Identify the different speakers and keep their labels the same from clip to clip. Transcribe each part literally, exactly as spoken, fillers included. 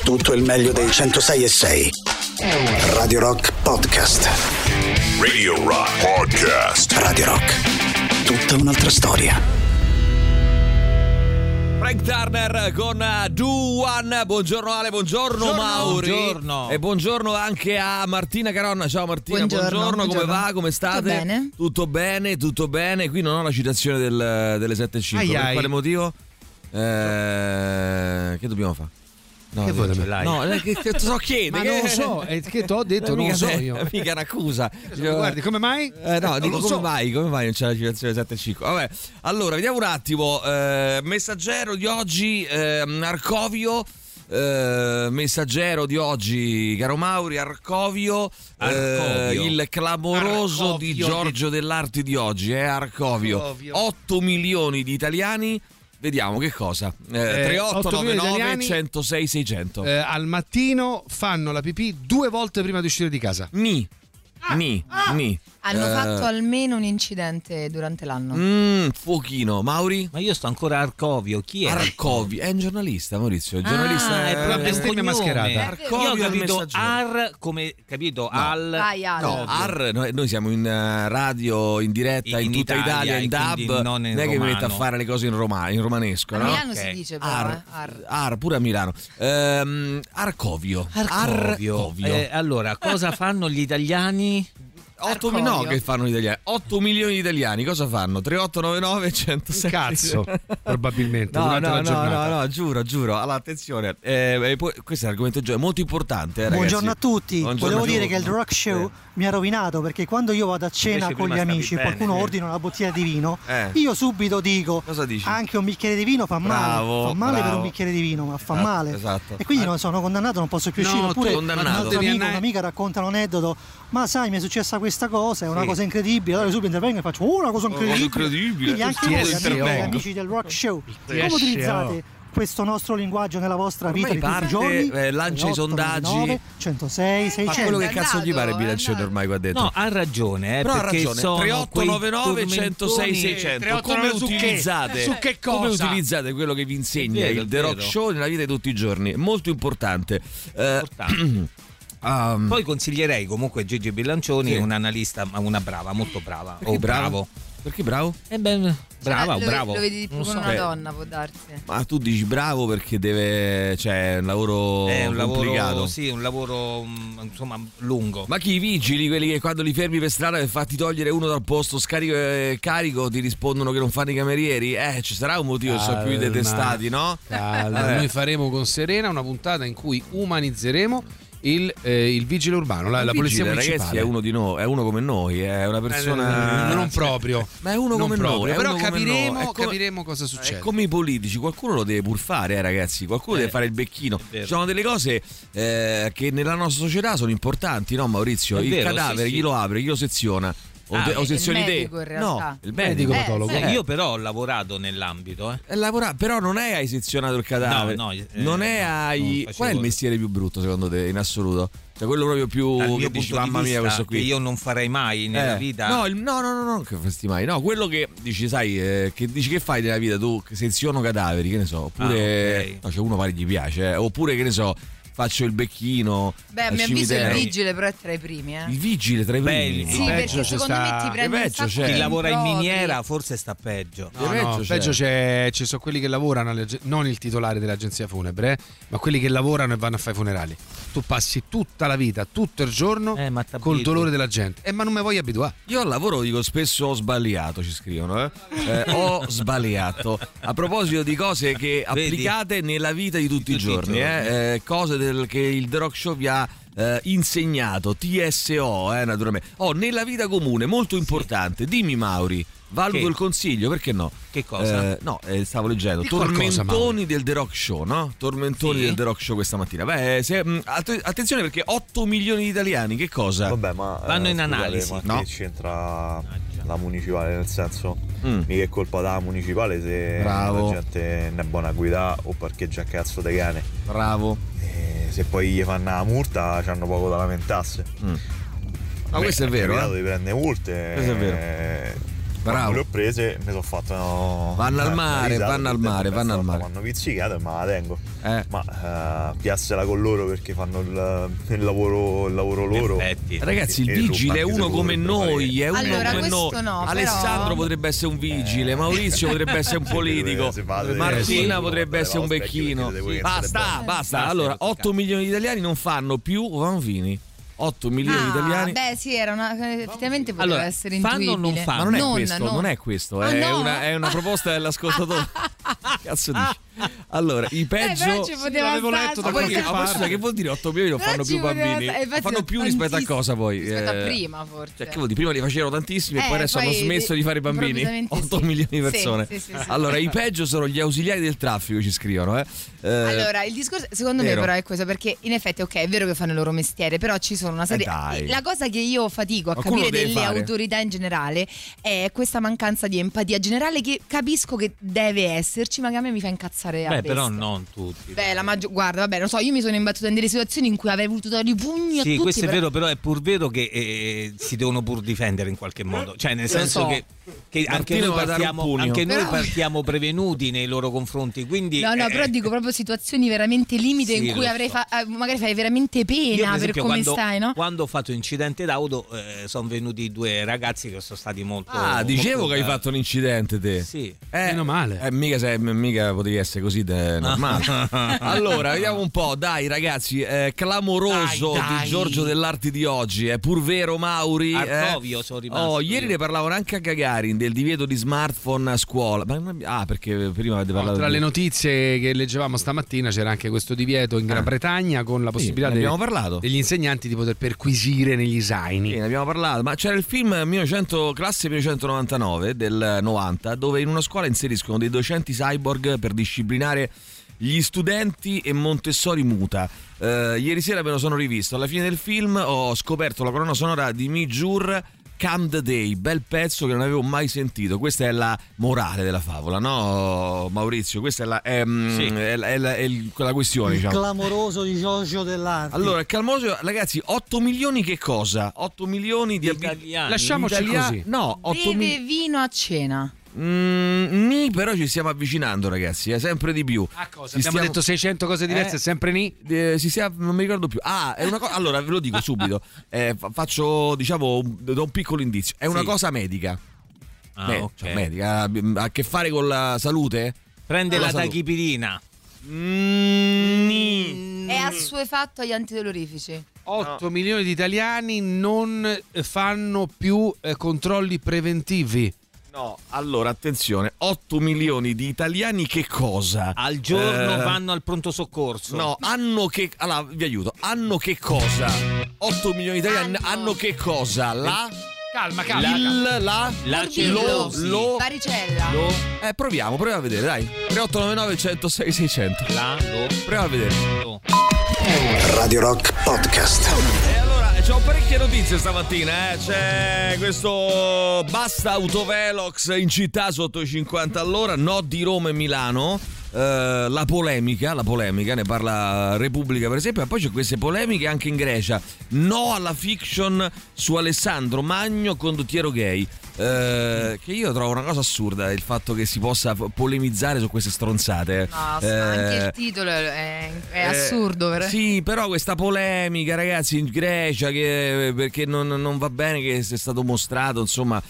Speaker 1: Tutto il meglio dei centosei e sei. Radio Rock Podcast.
Speaker 2: Radio Rock Podcast.
Speaker 1: Radio Rock. Tutta un'altra storia.
Speaker 3: Frank Turner con Do One. Buongiorno Ale, buongiorno, buongiorno Mauri.
Speaker 4: Buongiorno.
Speaker 3: E buongiorno anche a Martina Caronna. Ciao Martina,
Speaker 5: buongiorno,
Speaker 3: buongiorno.
Speaker 5: buongiorno.
Speaker 3: Come va? Come state?
Speaker 5: Tutto bene.
Speaker 3: Tutto bene, tutto bene. Qui non ho la citazione del, delle sette e cinque.
Speaker 4: Ai
Speaker 3: Per
Speaker 4: ai.
Speaker 3: quale motivo? Eh, che dobbiamo fare? No,
Speaker 4: Che vuoi da me?
Speaker 3: No, eh, che, che so chiede.
Speaker 4: Ma
Speaker 3: che...
Speaker 4: non lo so, è che ti ho detto, non lo so io.
Speaker 3: Mica un'accusa.
Speaker 4: Guardi, come mai?
Speaker 3: Eh, no,
Speaker 4: Non
Speaker 3: dico
Speaker 4: lo
Speaker 3: come
Speaker 4: so.
Speaker 3: mai? Come mai non c'è la citazione sette e cinque? Vabbè, allora vediamo un attimo. Eh, messaggero di oggi, eh, Arcovio. Eh, messaggero di oggi, caro Mauri, Arcovio,
Speaker 4: Arcovio.
Speaker 3: eh, il clamoroso
Speaker 4: Arcovio
Speaker 3: di Giorgio dell'Arte di oggi, è eh, Arcovio.
Speaker 4: Arcovio.
Speaker 3: otto milioni di italiani. Vediamo che cosa. Eh,
Speaker 4: Eh,
Speaker 3: tre otto nove
Speaker 4: otto milioni di
Speaker 3: nove
Speaker 4: italiani,
Speaker 3: centosei seicento.
Speaker 4: Eh, al mattino fanno la pipì due volte prima di uscire di casa.
Speaker 3: Ni. Ni. Ni.
Speaker 5: Hanno
Speaker 3: Eh,
Speaker 5: fatto almeno un incidente durante l'anno.
Speaker 3: Mm, fuochino. Mauri?
Speaker 6: Ma io sto ancora a Arcovio, chi è?
Speaker 3: Arcovio, è un giornalista, Maurizio. Il giornalista
Speaker 6: Ah, è proprio
Speaker 4: bestemmia
Speaker 6: un cognome.
Speaker 4: mascherata.
Speaker 3: Arcovio
Speaker 6: Io ho
Speaker 3: al
Speaker 6: capito
Speaker 3: Messaggero.
Speaker 6: Ar come, capito, al
Speaker 5: Vai, Ale.
Speaker 3: No, Ar, noi, noi siamo in eh, radio, in diretta, in,
Speaker 6: In
Speaker 3: tutta
Speaker 6: Italia,
Speaker 3: Italia, in
Speaker 6: e
Speaker 3: dub.
Speaker 6: quindi non in
Speaker 3: è che mi
Speaker 6: romano.
Speaker 3: metto a fare le cose in, roma, in romanesco,
Speaker 5: A
Speaker 3: no?
Speaker 5: Milano
Speaker 6: Ok.
Speaker 5: si dice però,
Speaker 3: Ar,
Speaker 5: eh. Ar.
Speaker 3: Ar, pure a Milano. Ehm, Arcovio.
Speaker 6: Arcovio.
Speaker 3: Arcovio.
Speaker 6: Eh, allora, cosa fanno gli italiani?
Speaker 3: otto
Speaker 5: Arcovio.
Speaker 3: no, che fanno gli italiani? otto milioni di italiani, cosa fanno? tre otto nove nove centosei.
Speaker 4: Cazzo, probabilmente.
Speaker 3: No,
Speaker 4: durante
Speaker 3: no,
Speaker 4: la
Speaker 3: no,
Speaker 4: giornata.
Speaker 3: no, no, giuro, giuro. Allora, attenzione. Eh, e poi, questo è un argomento gio- molto importante. Eh,
Speaker 7: Buongiorno a
Speaker 3: ragazzi.
Speaker 7: tutti,
Speaker 3: Buongiorno
Speaker 7: volevo
Speaker 3: a
Speaker 7: dire
Speaker 3: tutti.
Speaker 7: che il Rock Show
Speaker 3: Eh.
Speaker 7: mi ha rovinato perché quando io vado a cena
Speaker 6: Invece
Speaker 7: con
Speaker 6: prima
Speaker 7: gli
Speaker 6: stavi
Speaker 7: amici e
Speaker 6: bene,
Speaker 7: qualcuno
Speaker 6: sì.
Speaker 7: ordina una bottiglia di vino,
Speaker 3: Eh.
Speaker 7: io subito dico
Speaker 3: Cosa dici?
Speaker 7: anche un bicchiere di vino fa
Speaker 3: Bravo,
Speaker 7: male, fa male per
Speaker 3: bravo.
Speaker 7: un bicchiere di vino, ma fa
Speaker 3: Esatto,
Speaker 7: male.
Speaker 3: esatto.
Speaker 7: E quindi non sono condannato, non posso più
Speaker 4: No,
Speaker 7: uscire.
Speaker 4: tu
Speaker 7: Oppure
Speaker 3: condannato.
Speaker 7: un altro
Speaker 4: Devi
Speaker 7: amico,
Speaker 4: andare-
Speaker 7: un'amica racconta un aneddoto, ma sai mi è successa questa cosa, è una
Speaker 3: Sì.
Speaker 7: cosa incredibile, allora io subito intervengo e faccio oh, una cosa
Speaker 3: Una cosa
Speaker 7: incredibile.
Speaker 3: incredibile.
Speaker 7: Quindi anche
Speaker 4: Il
Speaker 7: voi,
Speaker 4: T S O.
Speaker 7: amici, e amici del Rock Show, come
Speaker 4: T S O.
Speaker 7: utilizzate questo nostro linguaggio nella vostra
Speaker 3: Ormai
Speaker 7: vita di tutti
Speaker 3: parte,
Speaker 7: i giorni?
Speaker 3: eh, lancia i sondaggi.
Speaker 7: centosei,
Speaker 3: Fa
Speaker 7: seicento.
Speaker 3: quello che
Speaker 5: È
Speaker 3: cazzo gli
Speaker 5: andato,
Speaker 3: pare
Speaker 5: è
Speaker 3: Bilancione
Speaker 5: andato.
Speaker 3: ormai qua ha detto.
Speaker 6: No, ha ragione, eh,
Speaker 3: Però ha
Speaker 6: perché
Speaker 3: ragione,
Speaker 6: sono
Speaker 3: tre otto nove nove centosei seicento.
Speaker 4: tre otto
Speaker 3: Come
Speaker 4: nove su che?
Speaker 3: utilizzate?
Speaker 4: Su che
Speaker 3: Come
Speaker 4: cosa?
Speaker 3: utilizzate quello che vi insegna
Speaker 6: È vero,
Speaker 3: il
Speaker 6: è
Speaker 3: The Rock
Speaker 6: vero.
Speaker 3: Show nella vita di tutti i giorni? Molto importante. Eh,
Speaker 6: Importante.
Speaker 3: um,
Speaker 6: Poi consiglierei comunque Gigi Bilancioni,
Speaker 3: Sì.
Speaker 6: un'analista, ma una brava, molto brava.
Speaker 3: perché
Speaker 6: O bravo.
Speaker 3: Perché bravo?
Speaker 6: Eh beh, brava o
Speaker 5: Cioè, lo,
Speaker 6: bravo.
Speaker 5: Lo vedi di più
Speaker 6: Non
Speaker 5: con
Speaker 6: so.
Speaker 5: una
Speaker 3: Beh.
Speaker 5: donna, può darsi.
Speaker 3: Ma tu dici bravo perché deve, cioè, è un lavoro
Speaker 6: È un
Speaker 3: complicato.
Speaker 6: lavoro, sì, un lavoro mm, insomma lungo.
Speaker 3: Ma chi i vigili, quelli che quando li fermi per strada per farti togliere uno dal posto scarico e carico ti rispondono che non fanno i camerieri? Eh, ci sarà un motivo, sono più
Speaker 4: Calma.
Speaker 3: detestati, no?
Speaker 4: Calma,
Speaker 3: Eh.
Speaker 4: noi faremo con Serena una puntata in cui umanizzeremo il, eh, il vigile urbano, la,
Speaker 3: Il
Speaker 4: la polizia
Speaker 3: vigile,
Speaker 4: municipale.
Speaker 3: ragazzi, è uno di noi, è uno come noi, è una persona
Speaker 4: Eh, non proprio.
Speaker 3: Ma è uno
Speaker 4: Non
Speaker 3: come
Speaker 4: proprio,
Speaker 3: noi, è
Speaker 4: però
Speaker 3: uno come
Speaker 4: capiremo,
Speaker 3: noi. È come-
Speaker 4: capiremo cosa succede.
Speaker 3: È come i politici, qualcuno lo deve pur fare, eh, ragazzi. Qualcuno
Speaker 6: Eh,
Speaker 3: deve fare il becchino.
Speaker 6: vero.
Speaker 3: Ci sono delle cose eh, che nella nostra società sono importanti, no, Maurizio?
Speaker 6: È
Speaker 3: il
Speaker 6: vero,
Speaker 3: cadavere,
Speaker 6: sì,
Speaker 3: chi
Speaker 6: sì.
Speaker 3: lo apre, chi lo seziona? O,
Speaker 6: Ah,
Speaker 3: te- o
Speaker 5: il
Speaker 3: sezioni te?
Speaker 5: medico, in realtà.
Speaker 3: No, il
Speaker 4: Medico
Speaker 3: medico.
Speaker 5: Eh,
Speaker 4: patologo.
Speaker 5: sì.
Speaker 6: Eh, io però ho lavorato nell'ambito, eh.
Speaker 3: È lavora- però non è hai sezionato il cadavere.
Speaker 6: No, no, eh,
Speaker 3: non è
Speaker 6: no,
Speaker 3: hai.
Speaker 6: non facevo-
Speaker 3: Qual è il mestiere più brutto secondo te in assoluto? Cioè quello proprio più
Speaker 6: Dal mio
Speaker 3: che
Speaker 6: punto
Speaker 3: dici,
Speaker 6: di
Speaker 3: mamma
Speaker 6: vista,
Speaker 3: mia, questo qui.
Speaker 6: che io non farei mai nella
Speaker 3: Eh,
Speaker 6: vita.
Speaker 3: No, il- no, no, no, no, che faresti mai. No, quello che dici, sai, eh, che dici che fai nella vita tu, che seziono cadaveri, che ne so, oppure
Speaker 6: Ah, ok.
Speaker 3: no, c'è uno pare gli piace, eh, oppure che ne so, faccio il becchino.
Speaker 5: Beh, a
Speaker 3: al
Speaker 5: mio avviso il
Speaker 3: cimitero.
Speaker 5: vigile però è tra i primi, eh.
Speaker 3: Il vigile tra i
Speaker 6: Beh,
Speaker 3: primi.
Speaker 6: il-
Speaker 5: Sì,
Speaker 6: No.
Speaker 5: perché
Speaker 4: peggio c'è
Speaker 5: secondo me
Speaker 4: sta-
Speaker 5: ti prendi
Speaker 3: Che
Speaker 5: un
Speaker 3: peggio
Speaker 5: sacco
Speaker 3: c'è?
Speaker 5: di
Speaker 6: Chi lavora in
Speaker 5: impropri.
Speaker 6: miniera forse sta peggio.
Speaker 4: No,
Speaker 3: Che
Speaker 4: no,
Speaker 3: peggio c'è?
Speaker 4: peggio c'è, ci sono quelli che lavorano, alle- non il titolare dell'agenzia funebre, eh, ma quelli che lavorano e vanno a fare i funerali. Tu passi tutta la vita, tutto il giorno
Speaker 6: Eh, ma
Speaker 4: col
Speaker 6: t'abitui.
Speaker 4: dolore della gente. Eh, ma non mi voglio abituare.
Speaker 3: Io al lavoro dico spesso ho sbagliato, ci scrivono, eh? Eh, ho sbagliato. A proposito di cose che
Speaker 6: Vedi?
Speaker 3: applicate nella vita di tutti, i
Speaker 6: Tutti i
Speaker 3: giorni,
Speaker 6: giorni.
Speaker 3: eh? Eh, cose del- che il The Rock Show vi ha eh, insegnato, T S O, eh, naturalmente. Oh, nella vita comune, molto importante. Dimmi Mauri, valuto
Speaker 6: Che?
Speaker 3: il consiglio, perché no?
Speaker 6: Che cosa?
Speaker 3: Eh, no, eh, stavo leggendo.
Speaker 4: Di qualcosa,
Speaker 3: Tormentoni
Speaker 4: Mauri.
Speaker 3: del The Rock Show, no? Tormentoni
Speaker 6: Sì.
Speaker 3: del The Rock Show questa mattina. Beh, se- mh, att- attenzione perché otto milioni di italiani, che cosa?
Speaker 8: Vabbè, ma
Speaker 6: Vanno in
Speaker 8: scusate,
Speaker 6: analisi.
Speaker 8: Ma
Speaker 3: No.
Speaker 8: che c'entra la municipale? Nel senso,
Speaker 3: Mm.
Speaker 8: mica è colpa della municipale se
Speaker 3: Bravo.
Speaker 8: la gente non è buona a guidare o parcheggia a cazzo di cane.
Speaker 3: Bravo.
Speaker 8: E se poi gli fanno la multa, c'hanno poco da lamentarsi.
Speaker 3: Mm.
Speaker 8: A
Speaker 3: Ma
Speaker 8: me
Speaker 3: questo è vero,
Speaker 8: capitato
Speaker 3: eh?
Speaker 8: di prendere multe.
Speaker 3: Questo è vero.
Speaker 8: eh,
Speaker 3: bravo.
Speaker 8: Quando le ho prese mi sono fatto no,
Speaker 3: vanno al
Speaker 8: una
Speaker 3: mare,
Speaker 8: risata,
Speaker 3: vanno al
Speaker 8: ho detto,
Speaker 3: mare,
Speaker 8: "Beh,
Speaker 3: vanno al
Speaker 8: stavolta
Speaker 3: mare".
Speaker 8: Mi hanno pizzicato e me la tengo.
Speaker 3: Eh.
Speaker 8: Ma uh, piassela con loro perché fanno il, il lavoro il lavoro loro.
Speaker 6: Effetti.
Speaker 3: Ragazzi, il
Speaker 8: E
Speaker 3: vigile è
Speaker 8: anche
Speaker 3: uno
Speaker 8: se
Speaker 3: come
Speaker 8: loro dovrebbero
Speaker 3: noi, è uno
Speaker 5: Allora,
Speaker 3: come
Speaker 5: questo
Speaker 3: noi.
Speaker 5: no,
Speaker 3: Alessandro
Speaker 5: però-
Speaker 3: potrebbe essere un vigile, Maurizio potrebbe essere un politico,
Speaker 8: si fa-
Speaker 3: Martina
Speaker 8: eh,
Speaker 3: potrebbe
Speaker 8: sì,
Speaker 3: essere un
Speaker 8: la vostra
Speaker 3: becchino.
Speaker 8: chiudete voi che
Speaker 3: Basta,
Speaker 8: siete
Speaker 3: basta.
Speaker 6: Basta,
Speaker 3: Allora,
Speaker 6: basta.
Speaker 3: otto milioni di italiani non fanno più vanvini. otto milioni di
Speaker 5: Ah,
Speaker 3: italiani.
Speaker 5: beh, sì, era una, effettivamente poteva
Speaker 6: Allora,
Speaker 5: essere
Speaker 6: fanno o
Speaker 5: intuibile.
Speaker 6: non fanno?
Speaker 3: Ma non è
Speaker 5: Non,
Speaker 3: questo,
Speaker 5: non.
Speaker 3: non è questo,
Speaker 5: Ah,
Speaker 3: è,
Speaker 5: no?
Speaker 3: una, è una proposta dell'ascoltatore. Cazzo dici? Allora, i
Speaker 5: Eh, però
Speaker 3: peggio.
Speaker 5: ci poteva
Speaker 4: l'avevo
Speaker 5: stare-
Speaker 4: letto
Speaker 3: Ma
Speaker 4: da
Speaker 3: poi
Speaker 4: qualche
Speaker 3: che, ma
Speaker 4: parte.
Speaker 3: scusa, che vuol dire otto milioni non
Speaker 5: Però
Speaker 3: fanno
Speaker 5: ci
Speaker 3: più
Speaker 5: poteva
Speaker 3: bambini?
Speaker 5: stare- infatti
Speaker 3: Fanno
Speaker 5: sono
Speaker 3: più rispetto a
Speaker 5: tantissimi.
Speaker 3: cosa poi?
Speaker 5: Rispetto a
Speaker 3: Eh,
Speaker 5: prima, forse.
Speaker 3: Cioè, che vuol dire? Prima li facevano tantissimi e
Speaker 5: Eh,
Speaker 3: poi adesso hanno
Speaker 5: poi
Speaker 3: smesso di fare i bambini.
Speaker 5: improvvisamente
Speaker 3: otto
Speaker 5: sì.
Speaker 3: milioni di
Speaker 5: Sì,
Speaker 3: persone.
Speaker 5: sì, sì, sì.
Speaker 3: Allora, i peggio sono gli ausiliari del traffico, ci scrivono. Eh. Eh,
Speaker 5: Allora, il discorso secondo
Speaker 3: vero.
Speaker 5: me però è questo, perché in effetti ok, è vero che fanno il loro mestiere, però ci sono una serie.
Speaker 3: Eh, dai.
Speaker 5: La cosa che io fatico a
Speaker 3: Qualcuno
Speaker 5: capire
Speaker 3: lo deve
Speaker 5: delle
Speaker 3: fare.
Speaker 5: autorità in generale è questa mancanza di empatia generale che capisco che deve esserci, ma che a me mi fa incazzare a
Speaker 6: Beh,
Speaker 5: bestia.
Speaker 6: però non tutti.
Speaker 5: Beh, la maggior guarda, vabbè, non so, io mi sono imbattuta in delle situazioni in cui avrei voluto dare i pugni a
Speaker 6: Sì,
Speaker 5: tutti.
Speaker 6: questo è
Speaker 5: però-
Speaker 6: vero, però è pur vero che eh, si devono pur difendere in qualche modo. Cioè, nel senso
Speaker 5: so.
Speaker 6: che, che anche,
Speaker 3: Martino
Speaker 6: noi
Speaker 3: va a dare un
Speaker 6: partiamo,
Speaker 3: pugno.
Speaker 6: anche noi
Speaker 5: Però-
Speaker 6: partiamo prevenuti nei loro confronti. Quindi,
Speaker 5: No, no,
Speaker 6: eh,
Speaker 5: però dico proprio situazioni veramente limite
Speaker 6: Sì,
Speaker 5: in cui
Speaker 6: lo
Speaker 5: avrei
Speaker 6: so.
Speaker 5: fa- eh, magari fai veramente
Speaker 6: io,
Speaker 5: pena per,
Speaker 6: esempio,
Speaker 5: come
Speaker 6: quando,
Speaker 5: stai, no?
Speaker 6: quando ho fatto incidente d'auto, eh, sono venuti due ragazzi che sono stati molto.
Speaker 3: Ah, dicevo
Speaker 6: molto
Speaker 3: che hai
Speaker 6: bravi.
Speaker 3: fatto un incidente te.
Speaker 6: Sì.
Speaker 3: Eh,
Speaker 4: Meno male.
Speaker 3: Eh, mica, sei, mica potevi essere così de- normale. Allora, vediamo un po'. Dai, ragazzi, eh, clamoroso
Speaker 6: Dai, dai.
Speaker 3: di Giorgio dell'Arte di oggi. È pur vero, Mauri.
Speaker 6: Arcovio
Speaker 3: eh.
Speaker 6: sono rimasto
Speaker 3: Oh, ieri
Speaker 6: io.
Speaker 3: ne parlavano anche a Gagarin del divieto di smartphone a scuola. Ma non- ah, perché prima avete
Speaker 4: No,
Speaker 3: parlato
Speaker 4: tra
Speaker 3: di-
Speaker 4: le notizie che leggevamo stamattina c'era anche questo divieto in Gran
Speaker 3: Ah.
Speaker 4: Bretagna con la
Speaker 3: Sì,
Speaker 4: possibilità
Speaker 3: ne
Speaker 4: de-
Speaker 3: abbiamo parlato.
Speaker 4: degli insegnanti di poter perquisire negli zaini.
Speaker 3: Sì, ne abbiamo parlato, ma c'era il film millenovecento, classe millenovecentonovantanove del novanta, dove in una scuola inseriscono dei docenti cyborg per disciplinare gli studenti e Montessori muta. Eh, ieri sera me lo sono rivisto. Alla fine del film ho scoperto la colonna sonora di Mijur, Come the Day, bel pezzo che non avevo mai sentito. Questa è la morale della favola, no, Maurizio? Questa è la, è, mm,
Speaker 6: Sì.
Speaker 3: è la- è la- è il- quella questione,
Speaker 7: Il
Speaker 3: diciamo.
Speaker 7: clamoroso di Giorgio dell'Arte.
Speaker 3: Allora, calmoso, ragazzi, otto milioni che cosa? otto milioni di abitanti.
Speaker 6: Italiani.
Speaker 4: Lasciamoci
Speaker 3: Italia-
Speaker 4: così.
Speaker 3: No, otto
Speaker 5: Beve
Speaker 3: milioni.
Speaker 5: vino a cena.
Speaker 3: Mm, ni, però ci stiamo avvicinando, ragazzi, è sempre di più.
Speaker 4: A cosa?
Speaker 3: Ci
Speaker 4: Abbiamo
Speaker 3: stiamo-
Speaker 4: detto seicento cose diverse,
Speaker 3: Eh,
Speaker 4: sempre ni.
Speaker 3: eh, si sia, non mi ricordo più. Ah, è una cosa. Allora, ve lo dico subito. Eh, fa- faccio, diciamo, un- do un piccolo indizio. È una
Speaker 6: Sì.
Speaker 3: cosa medica.
Speaker 6: Ah,
Speaker 3: Eh,
Speaker 6: ok.
Speaker 3: cioè, medica. Ha ha a che fare con la salute?
Speaker 6: Prende
Speaker 3: Con
Speaker 6: la
Speaker 3: salute.
Speaker 6: tachipirina.
Speaker 3: Mm,
Speaker 5: È assuefatto agli antidolorifici.
Speaker 4: otto milioni di italiani non eh, fanno più eh, controlli preventivi.
Speaker 3: No, allora attenzione, otto milioni di italiani che cosa?
Speaker 6: Al giorno
Speaker 3: Eh,
Speaker 6: vanno al pronto soccorso.
Speaker 3: No, hanno che. Allora, vi aiuto. Hanno che cosa? otto milioni di italiani hanno,
Speaker 5: Hanno-
Speaker 3: che cosa? La.
Speaker 4: Calma,
Speaker 3: Il. La.
Speaker 6: La
Speaker 5: Morbillo.
Speaker 6: cellulosi.
Speaker 3: Lo.
Speaker 5: Varicella.
Speaker 6: Lo.
Speaker 3: Eh, proviamo, proviamo a vedere, dai. tre otto nove nove uno zero sei sei zero zero.
Speaker 6: La. Lo.
Speaker 3: Proviamo a vedere.
Speaker 6: Lo.
Speaker 1: Radio Rock Podcast.
Speaker 3: E allora, c'ho parecchie notizie stamattina, eh. C'è questo basta autovelox in città sotto i cinquanta all'ora, no di Roma e Milano. Eh, la polemica, la polemica, ne parla Repubblica per esempio, e poi c'è queste polemiche anche in Grecia. No alla fiction su Alessandro Magno, condottiero gay. Eh, che io trovo una cosa assurda il fatto che si possa polemizzare su queste stronzate.
Speaker 5: No,
Speaker 3: Eh,
Speaker 5: anche il titolo è, è
Speaker 3: eh,
Speaker 5: assurdo, vero?
Speaker 3: Sì, però questa polemica, ragazzi, in Grecia, che, perché non, non va bene che sia stato mostrato, insomma,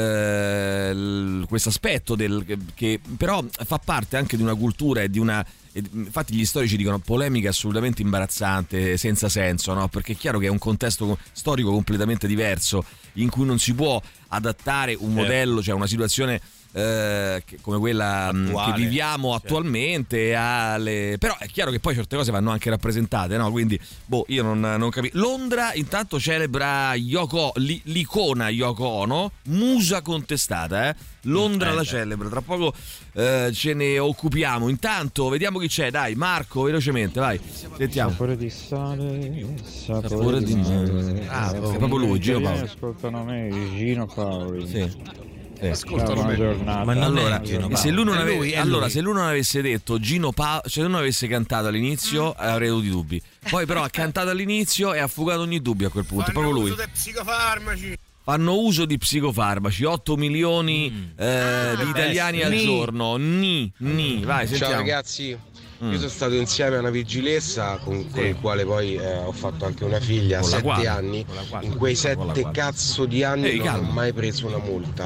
Speaker 3: eh, questo aspetto del, che, che però fa parte anche di una cultura e di una. E infatti gli storici dicono polemica assolutamente imbarazzante, senza senso, no? Perché è chiaro che è un contesto storico completamente diverso in cui non si può adattare un modello, cioè una situazione eh, che- come quella mh,
Speaker 6: Attuale,
Speaker 3: che viviamo
Speaker 6: certo.
Speaker 3: attualmente alle... però è chiaro che poi certe cose vanno anche rappresentate, no? Quindi boh, io non, non capisco. Londra intanto celebra Yoko, li- l'icona Yoko Ono, musa contestata, eh? Londra
Speaker 6: Eh,
Speaker 3: la
Speaker 6: beh.
Speaker 3: celebra, tra poco eh, ce ne occupiamo. Intanto vediamo chi c'è, dai Marco, velocemente, vai, sentiamo.
Speaker 9: Sapore di sale, sapore,
Speaker 3: Sapore
Speaker 9: di
Speaker 3: di
Speaker 9: mare.
Speaker 3: mare. Ah, è proprio lui, Gino
Speaker 9: Gino
Speaker 3: Paoli.
Speaker 9: Ascoltano me, Gino Paoli.
Speaker 3: Sì.
Speaker 9: Ciao, buona giornata.
Speaker 6: Ma non
Speaker 3: Allora,
Speaker 6: è Gino
Speaker 3: e se
Speaker 6: Paoli.
Speaker 3: lui non,
Speaker 4: È
Speaker 3: ave-
Speaker 4: lui, è
Speaker 3: allora,
Speaker 4: lui.
Speaker 3: se lui non avesse detto Gino Paoli, se lui non avesse cantato all'inizio, avrei avuto i dubbi. Poi, però, ha cantato all'inizio e ha fugato ogni dubbio a quel punto. È proprio lui. fanno uso di psicofarmaci, otto milioni mm. eh, ah, di italiani beh, al ni. giorno. Ni, ni, vai, sentiamo.
Speaker 10: Ciao ragazzi, mm. io sono stato insieme a una vigilessa con, con sì. il quale poi eh, ho fatto anche una figlia a sette quale, anni. In quei sette cazzo di anni Ehi, non calma. ho mai preso una multa.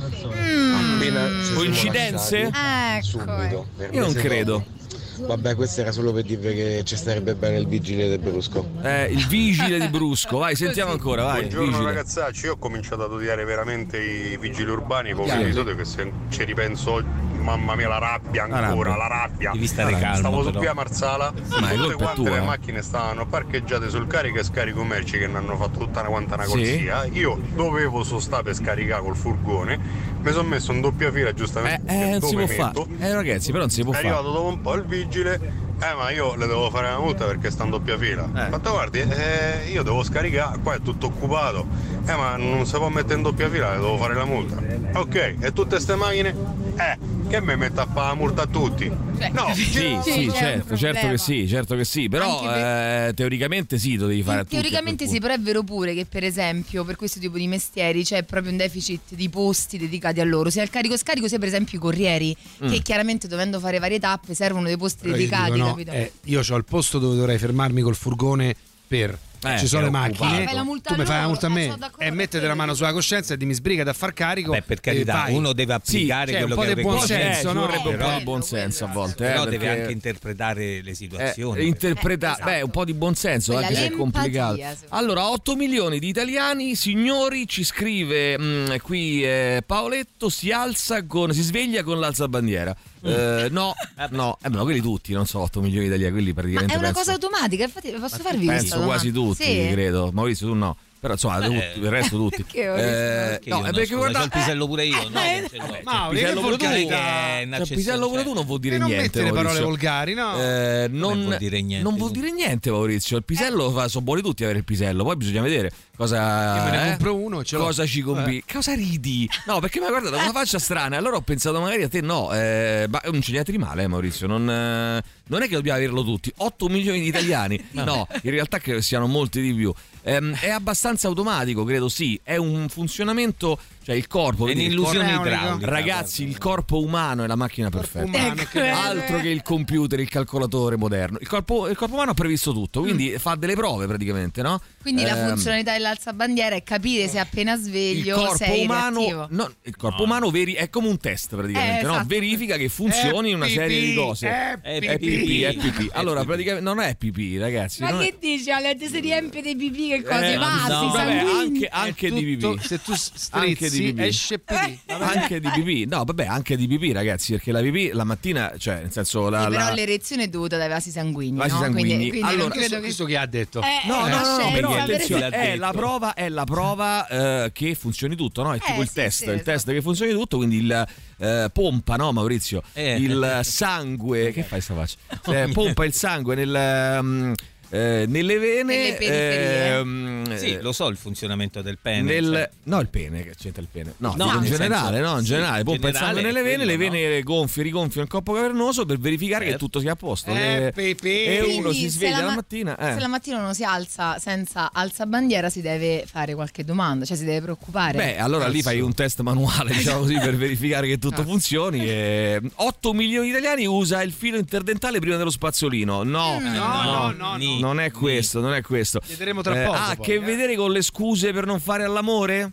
Speaker 3: Mm.
Speaker 10: Appena
Speaker 3: coincidenze?
Speaker 5: Ecco.
Speaker 10: Subito.
Speaker 3: Io non credo.
Speaker 10: Vabbè, questo era solo per dirvi che ci starebbe bene il vigile del Brusco.
Speaker 3: Eh, il vigile di Brusco, vai, sentiamo ancora, vai.
Speaker 11: Buongiorno
Speaker 3: vigile.
Speaker 11: ragazzacci, io ho cominciato ad odiare veramente i vigili urbani con un episodio che se ci ripenso, mamma mia, la rabbia ancora, la rabbia. La rabbia.
Speaker 6: Devi stare calmo.
Speaker 11: Stavo su
Speaker 6: però.
Speaker 11: via Marsala,
Speaker 3: Ma
Speaker 11: tutte quante
Speaker 3: tua,
Speaker 11: le
Speaker 3: eh.
Speaker 11: macchine stavano parcheggiate sul carico e scarico merci che ne hanno fatto tutta una quanta una corsia. Sì. Io dovevo sostare per scaricare col furgone, mi sono messo in doppia fila giustamente.
Speaker 3: Eh, eh non
Speaker 11: dove
Speaker 3: si può
Speaker 11: metto.
Speaker 3: fare. Eh ragazzi, però non si può fare.
Speaker 11: È arrivato dopo un po' il vigile. Eh ma io le devo fare una multa perché sta in doppia fila. Eh. Fatto guardi, eh, io devo scaricare, qua è tutto occupato. Eh ma non si può mettere in doppia fila, le devo fare la multa. Ok, e tutte ste macchine? Eh, che mi mette a fare la multa a tutti? No,
Speaker 3: sì, sì, sì certo, certo che sì, certo che sì, però per... eh, teoricamente sì, lo devi fare a tutti.
Speaker 5: Teoricamente sì, però è vero pure che per esempio per questo tipo di mestieri c'è proprio un deficit di posti dedicati a loro, sia il carico scarico sia per esempio i corrieri, mm. che chiaramente dovendo fare varie tappe servono dei posti però dedicati,
Speaker 4: dico, no,
Speaker 5: capito?
Speaker 4: Eh, io ho il posto dove dovrei fermarmi col furgone per
Speaker 3: Eh,
Speaker 4: ci sono le macchine,
Speaker 5: tu
Speaker 4: mi fai la multa a me
Speaker 5: eh,
Speaker 4: e mettete la mano sulla coscienza e dimmi sbrigati a far carico.
Speaker 6: Beh, per carità, uno deve applicare
Speaker 4: sì,
Speaker 6: quello
Speaker 4: cioè,
Speaker 6: che
Speaker 4: un po' di buon senso,
Speaker 3: eh,
Speaker 4: no?
Speaker 3: vorrebbe
Speaker 6: però,
Speaker 3: un po' di buon senso a volte,
Speaker 6: però
Speaker 3: eh,
Speaker 6: deve
Speaker 3: perché...
Speaker 6: anche interpretare le situazioni.
Speaker 3: Eh, interpretare, eh, esatto. beh, un po' di buon senso,
Speaker 5: Quella
Speaker 3: anche se è complicato. Allora, otto milioni di italiani, signori, ci scrive mh, qui eh, Paoletto, si alza con si sveglia con l'alzabandiera. Eh, no, no, eh, no, quelli tutti, non so, otto milioni di italiani, quelli praticamente.
Speaker 5: Ma è una
Speaker 3: penso,
Speaker 5: cosa automatica, infatti posso farvi
Speaker 3: penso
Speaker 5: questa
Speaker 3: quasi
Speaker 5: domanda?
Speaker 3: tutti,
Speaker 5: Sì.
Speaker 3: credo. Maurizio, tu no. Però insomma,
Speaker 6: Beh,
Speaker 3: tutti, il resto tutti.
Speaker 5: Perché
Speaker 3: eh,
Speaker 6: perché
Speaker 3: no, è perché guarda,
Speaker 6: c'ho il pisello pure io, no?
Speaker 5: Eh,
Speaker 6: Cioè,
Speaker 4: ma
Speaker 3: pisello pure tu,
Speaker 6: che è
Speaker 3: cioè,
Speaker 6: un'accezione,
Speaker 3: pisello pure tu non vuol dire
Speaker 4: e non
Speaker 3: niente.
Speaker 4: mettere
Speaker 3: Maurizio.
Speaker 4: parole volgari, no?
Speaker 3: Eh, non,
Speaker 6: non vuol dire niente.
Speaker 3: Non vuol dire niente, Maurizio. Il pisello fa, sono buoni tutti avere il pisello. Poi bisogna vedere cosa.
Speaker 4: Io me ne
Speaker 3: eh,
Speaker 4: compro uno, ce l'ho.
Speaker 3: Cosa ci combi. Eh. Cosa ridi? No, perché mi ha guardato con una faccia strana. Allora ho pensato magari a te no. Eh, ma non c'è niente di male, eh, Maurizio. Non, eh, non è che dobbiamo averlo tutti. otto milioni di italiani. No, in realtà credo siano molti di più. Eh, è abbastanza automatico, credo sì. È un funzionamento. Cioè il corpo
Speaker 6: è un'illusione idraulica.
Speaker 3: Ragazzi, il corpo umano è la macchina perfetta.
Speaker 4: Umano,
Speaker 5: ecco,
Speaker 3: Altro che il computer, il calcolatore moderno. Il corpo, il corpo umano ha previsto tutto, quindi mm. fa delle prove praticamente, no?
Speaker 5: Quindi
Speaker 3: eh,
Speaker 5: la funzionalità dell'alzabandiera è capire se appena sveglio
Speaker 3: il corpo
Speaker 5: sei
Speaker 3: umano,
Speaker 5: reattivo.
Speaker 3: no, il corpo
Speaker 6: no.
Speaker 3: umano veri- è come un test praticamente,
Speaker 5: eh,
Speaker 3: no?
Speaker 5: esatto.
Speaker 3: Verifica che funzioni una serie di cose.
Speaker 4: È
Speaker 3: È pipì, è pipì. Allora, praticamente non è pipì, ragazzi.
Speaker 5: Ma
Speaker 3: non
Speaker 5: che
Speaker 3: è...
Speaker 5: dici? Aled si riempie dei pipì, che cose
Speaker 3: Eh,
Speaker 5: vasi,
Speaker 3: no, vabbè,
Speaker 5: sanguigni.
Speaker 3: anche, anche di
Speaker 4: Tutto-
Speaker 3: pipì.
Speaker 4: se tu
Speaker 3: Anche di
Speaker 4: strizzi
Speaker 3: pipì.
Speaker 4: esce pipì.
Speaker 3: Anche di pipì, no, vabbè, anche di pipì, ragazzi, perché la pipì la mattina, cioè, nel senso, la.
Speaker 5: Sì, però
Speaker 3: la...
Speaker 5: l'erezione è dovuta dai vasi sanguigni.
Speaker 3: Vasi
Speaker 5: no?
Speaker 3: sanguigni.
Speaker 5: Quindi, quindi
Speaker 3: Allora,
Speaker 5: non credo
Speaker 4: Questo,
Speaker 5: che.
Speaker 4: questo chi ha detto?
Speaker 5: Eh,
Speaker 3: No,
Speaker 5: eh,
Speaker 3: no, no, no,
Speaker 5: scienza,
Speaker 3: però
Speaker 5: per
Speaker 3: attenzione,
Speaker 6: esempio.
Speaker 3: è la prova, è la prova eh, che funzioni tutto, no? È tipo
Speaker 5: Eh,
Speaker 3: il
Speaker 5: sì,
Speaker 3: test,
Speaker 5: sì,
Speaker 3: il
Speaker 5: esatto.
Speaker 3: test che funzioni tutto, quindi il eh, pompa, no, Maurizio?
Speaker 6: Eh.
Speaker 3: Il sangue, che fai sta faccia? Eh, pompa il sangue nel. Um, eh, nelle vene,
Speaker 5: Nelle periferie.
Speaker 3: ehm,
Speaker 6: Sì, lo so il funzionamento del pene.
Speaker 3: nel,
Speaker 6: cioè.
Speaker 3: no, il pene, che c'entra il pene? No,
Speaker 6: No,
Speaker 3: dico in
Speaker 6: nel
Speaker 3: generale,
Speaker 6: senso-
Speaker 3: no, in
Speaker 6: sì,
Speaker 3: generale, pompa il sangue
Speaker 6: generale
Speaker 3: nelle
Speaker 6: è
Speaker 3: vene, le
Speaker 6: quello,
Speaker 3: vene gonfie, rigonfiano il corpo cavernoso per verificare che
Speaker 6: Certo.
Speaker 3: tutto sia a posto.
Speaker 4: Eh,
Speaker 3: E-
Speaker 4: pipì.
Speaker 3: e uno
Speaker 5: Quindi,
Speaker 3: si
Speaker 5: se
Speaker 3: sveglia
Speaker 5: la
Speaker 3: la,
Speaker 5: ma-
Speaker 3: mattina. Eh.
Speaker 5: Se la mattina uno si alza senza alzabandiera si deve fare qualche domanda, cioè si deve preoccupare.
Speaker 3: Beh, allora lì fai un test manuale, diciamo così, per verificare che tutto funzioni. E otto milioni di italiani usa il filo interdentale prima dello spazzolino. No,
Speaker 5: Mm.
Speaker 4: No, no, no,
Speaker 6: Ni.
Speaker 3: non è questo, non è questo.
Speaker 4: Chiederemo tra
Speaker 3: Eh,
Speaker 4: poco.
Speaker 3: ha a
Speaker 4: poi,
Speaker 3: che
Speaker 4: eh.
Speaker 3: vedere con le scuse per non fare all'amore?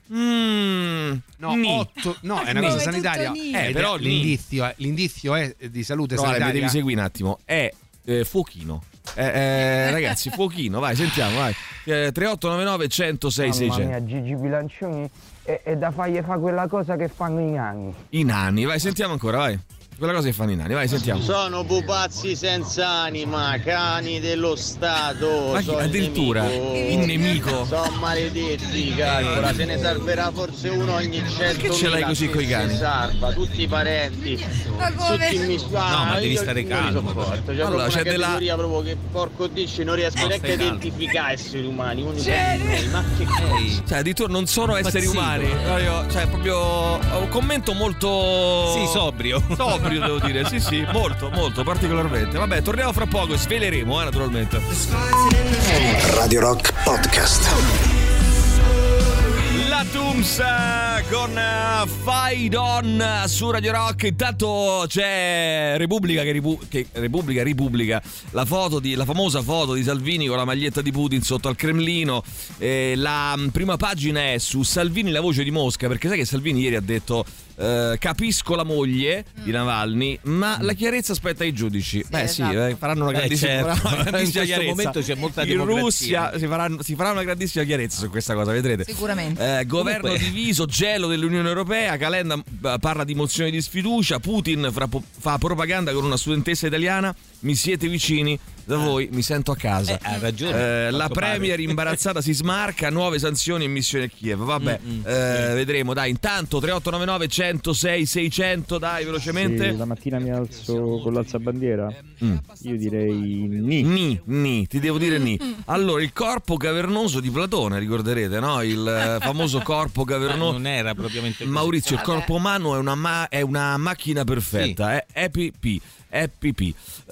Speaker 3: Mm,
Speaker 4: No,
Speaker 3: ni.
Speaker 4: otto, no, è una
Speaker 5: Come
Speaker 4: cosa
Speaker 5: tutto
Speaker 4: sanitaria.
Speaker 5: ni.
Speaker 3: Eh,
Speaker 4: Ed
Speaker 3: però
Speaker 4: è-
Speaker 3: ni.
Speaker 4: l'indizio, è, l'indizio è di salute
Speaker 3: No, Ale, mi
Speaker 4: sanitaria.
Speaker 3: devi seguire un attimo. È eh, fuochino. Eh, eh, ragazzi, fuochino, vai, sentiamo, vai. Eh, tre otto nove nove uno zero sei sei
Speaker 12: Mamma
Speaker 3: zero
Speaker 12: mia, Gigi Bilancioni è, è da fargli fare quella cosa che fanno i nani.
Speaker 3: I nani, vai, sentiamo ancora, vai. Quella cosa che fanno i nani, vai, sentiamo.
Speaker 13: Sono pupazzi senza anima, cani dello Stato.
Speaker 3: Ma
Speaker 13: sono
Speaker 3: addirittura il nemico.
Speaker 13: Sono maledetti, calcola, se ne salverà forse uno ogni cento.
Speaker 3: Perché ce l'hai così coi cani?
Speaker 13: Salva, tutti i parenti.
Speaker 5: Ma come?
Speaker 13: Tutti mi
Speaker 6: No, ma devi stare calmo.
Speaker 13: C'è
Speaker 3: Allora, c'è
Speaker 13: una
Speaker 3: della-
Speaker 13: categoria proprio che porco dici non riesco
Speaker 6: No,
Speaker 13: neanche a
Speaker 6: stai calmo.
Speaker 13: identificare esseri umani. Uno
Speaker 5: C'è-
Speaker 13: di- ma che cosa?
Speaker 3: Cioè, addirittura non sono esseri
Speaker 6: Impazzito.
Speaker 3: umani. Proprio- Cioè, proprio un commento molto.
Speaker 6: Sì, sobrio.
Speaker 3: Sobrio, devo dire. Sì, sì, molto, molto, particolarmente. Vabbè, torniamo fra poco e sveleremo, eh, naturalmente.
Speaker 1: Radio Rock Podcast.
Speaker 3: Latums con uh, Fight On su Radio Rock. Intanto c'è Repubblica che, ripu- che Repubblica ripubblica la foto di, la famosa foto di Salvini con la maglietta di Putin sotto al Cremlino. Eh, la prima pagina è su Salvini, la voce di Mosca, perché sai che Salvini ieri ha detto Uh, capisco la moglie mm. di Navalny, ma la chiarezza spetta ai giudici. Sì, Beh, esatto. sì, eh, faranno una grandissima,
Speaker 6: eh, certo.
Speaker 3: una grandissima
Speaker 6: in questo
Speaker 3: chiarezza.
Speaker 6: momento c'è molta
Speaker 3: in
Speaker 6: democrazia.
Speaker 3: Russia si, faranno, si farà una grandissima chiarezza su questa cosa, vedrete.
Speaker 5: Sicuramente.
Speaker 3: Eh, governo
Speaker 6: Comunque...
Speaker 3: diviso, gelo dell'Unione Europea. Calenda parla di mozioni di sfiducia. Putin fra, fa propaganda con una studentessa italiana. Mi siete vicini, da voi mi sento a casa.
Speaker 6: Eh, ha ragione.
Speaker 3: Eh, la premier imbarazzata si smarca, nuove sanzioni e missione a Kiev. Vabbè, mm-hmm. eh, vedremo. Dai, intanto tre otto nove nove uno zero sei seicento, dai, velocemente.
Speaker 9: Se la mattina mi alzo con l'alzabandiera, mm. io direi ni.
Speaker 3: Ni, ni, ti devo dire ni. Allora, il corpo cavernoso di Platone, ricorderete, no? Il famoso corpo cavernoso.
Speaker 6: Non era propriamente così.
Speaker 3: Maurizio, il corpo umano è una, ma- è una macchina perfetta, sì. È P P. È pipì.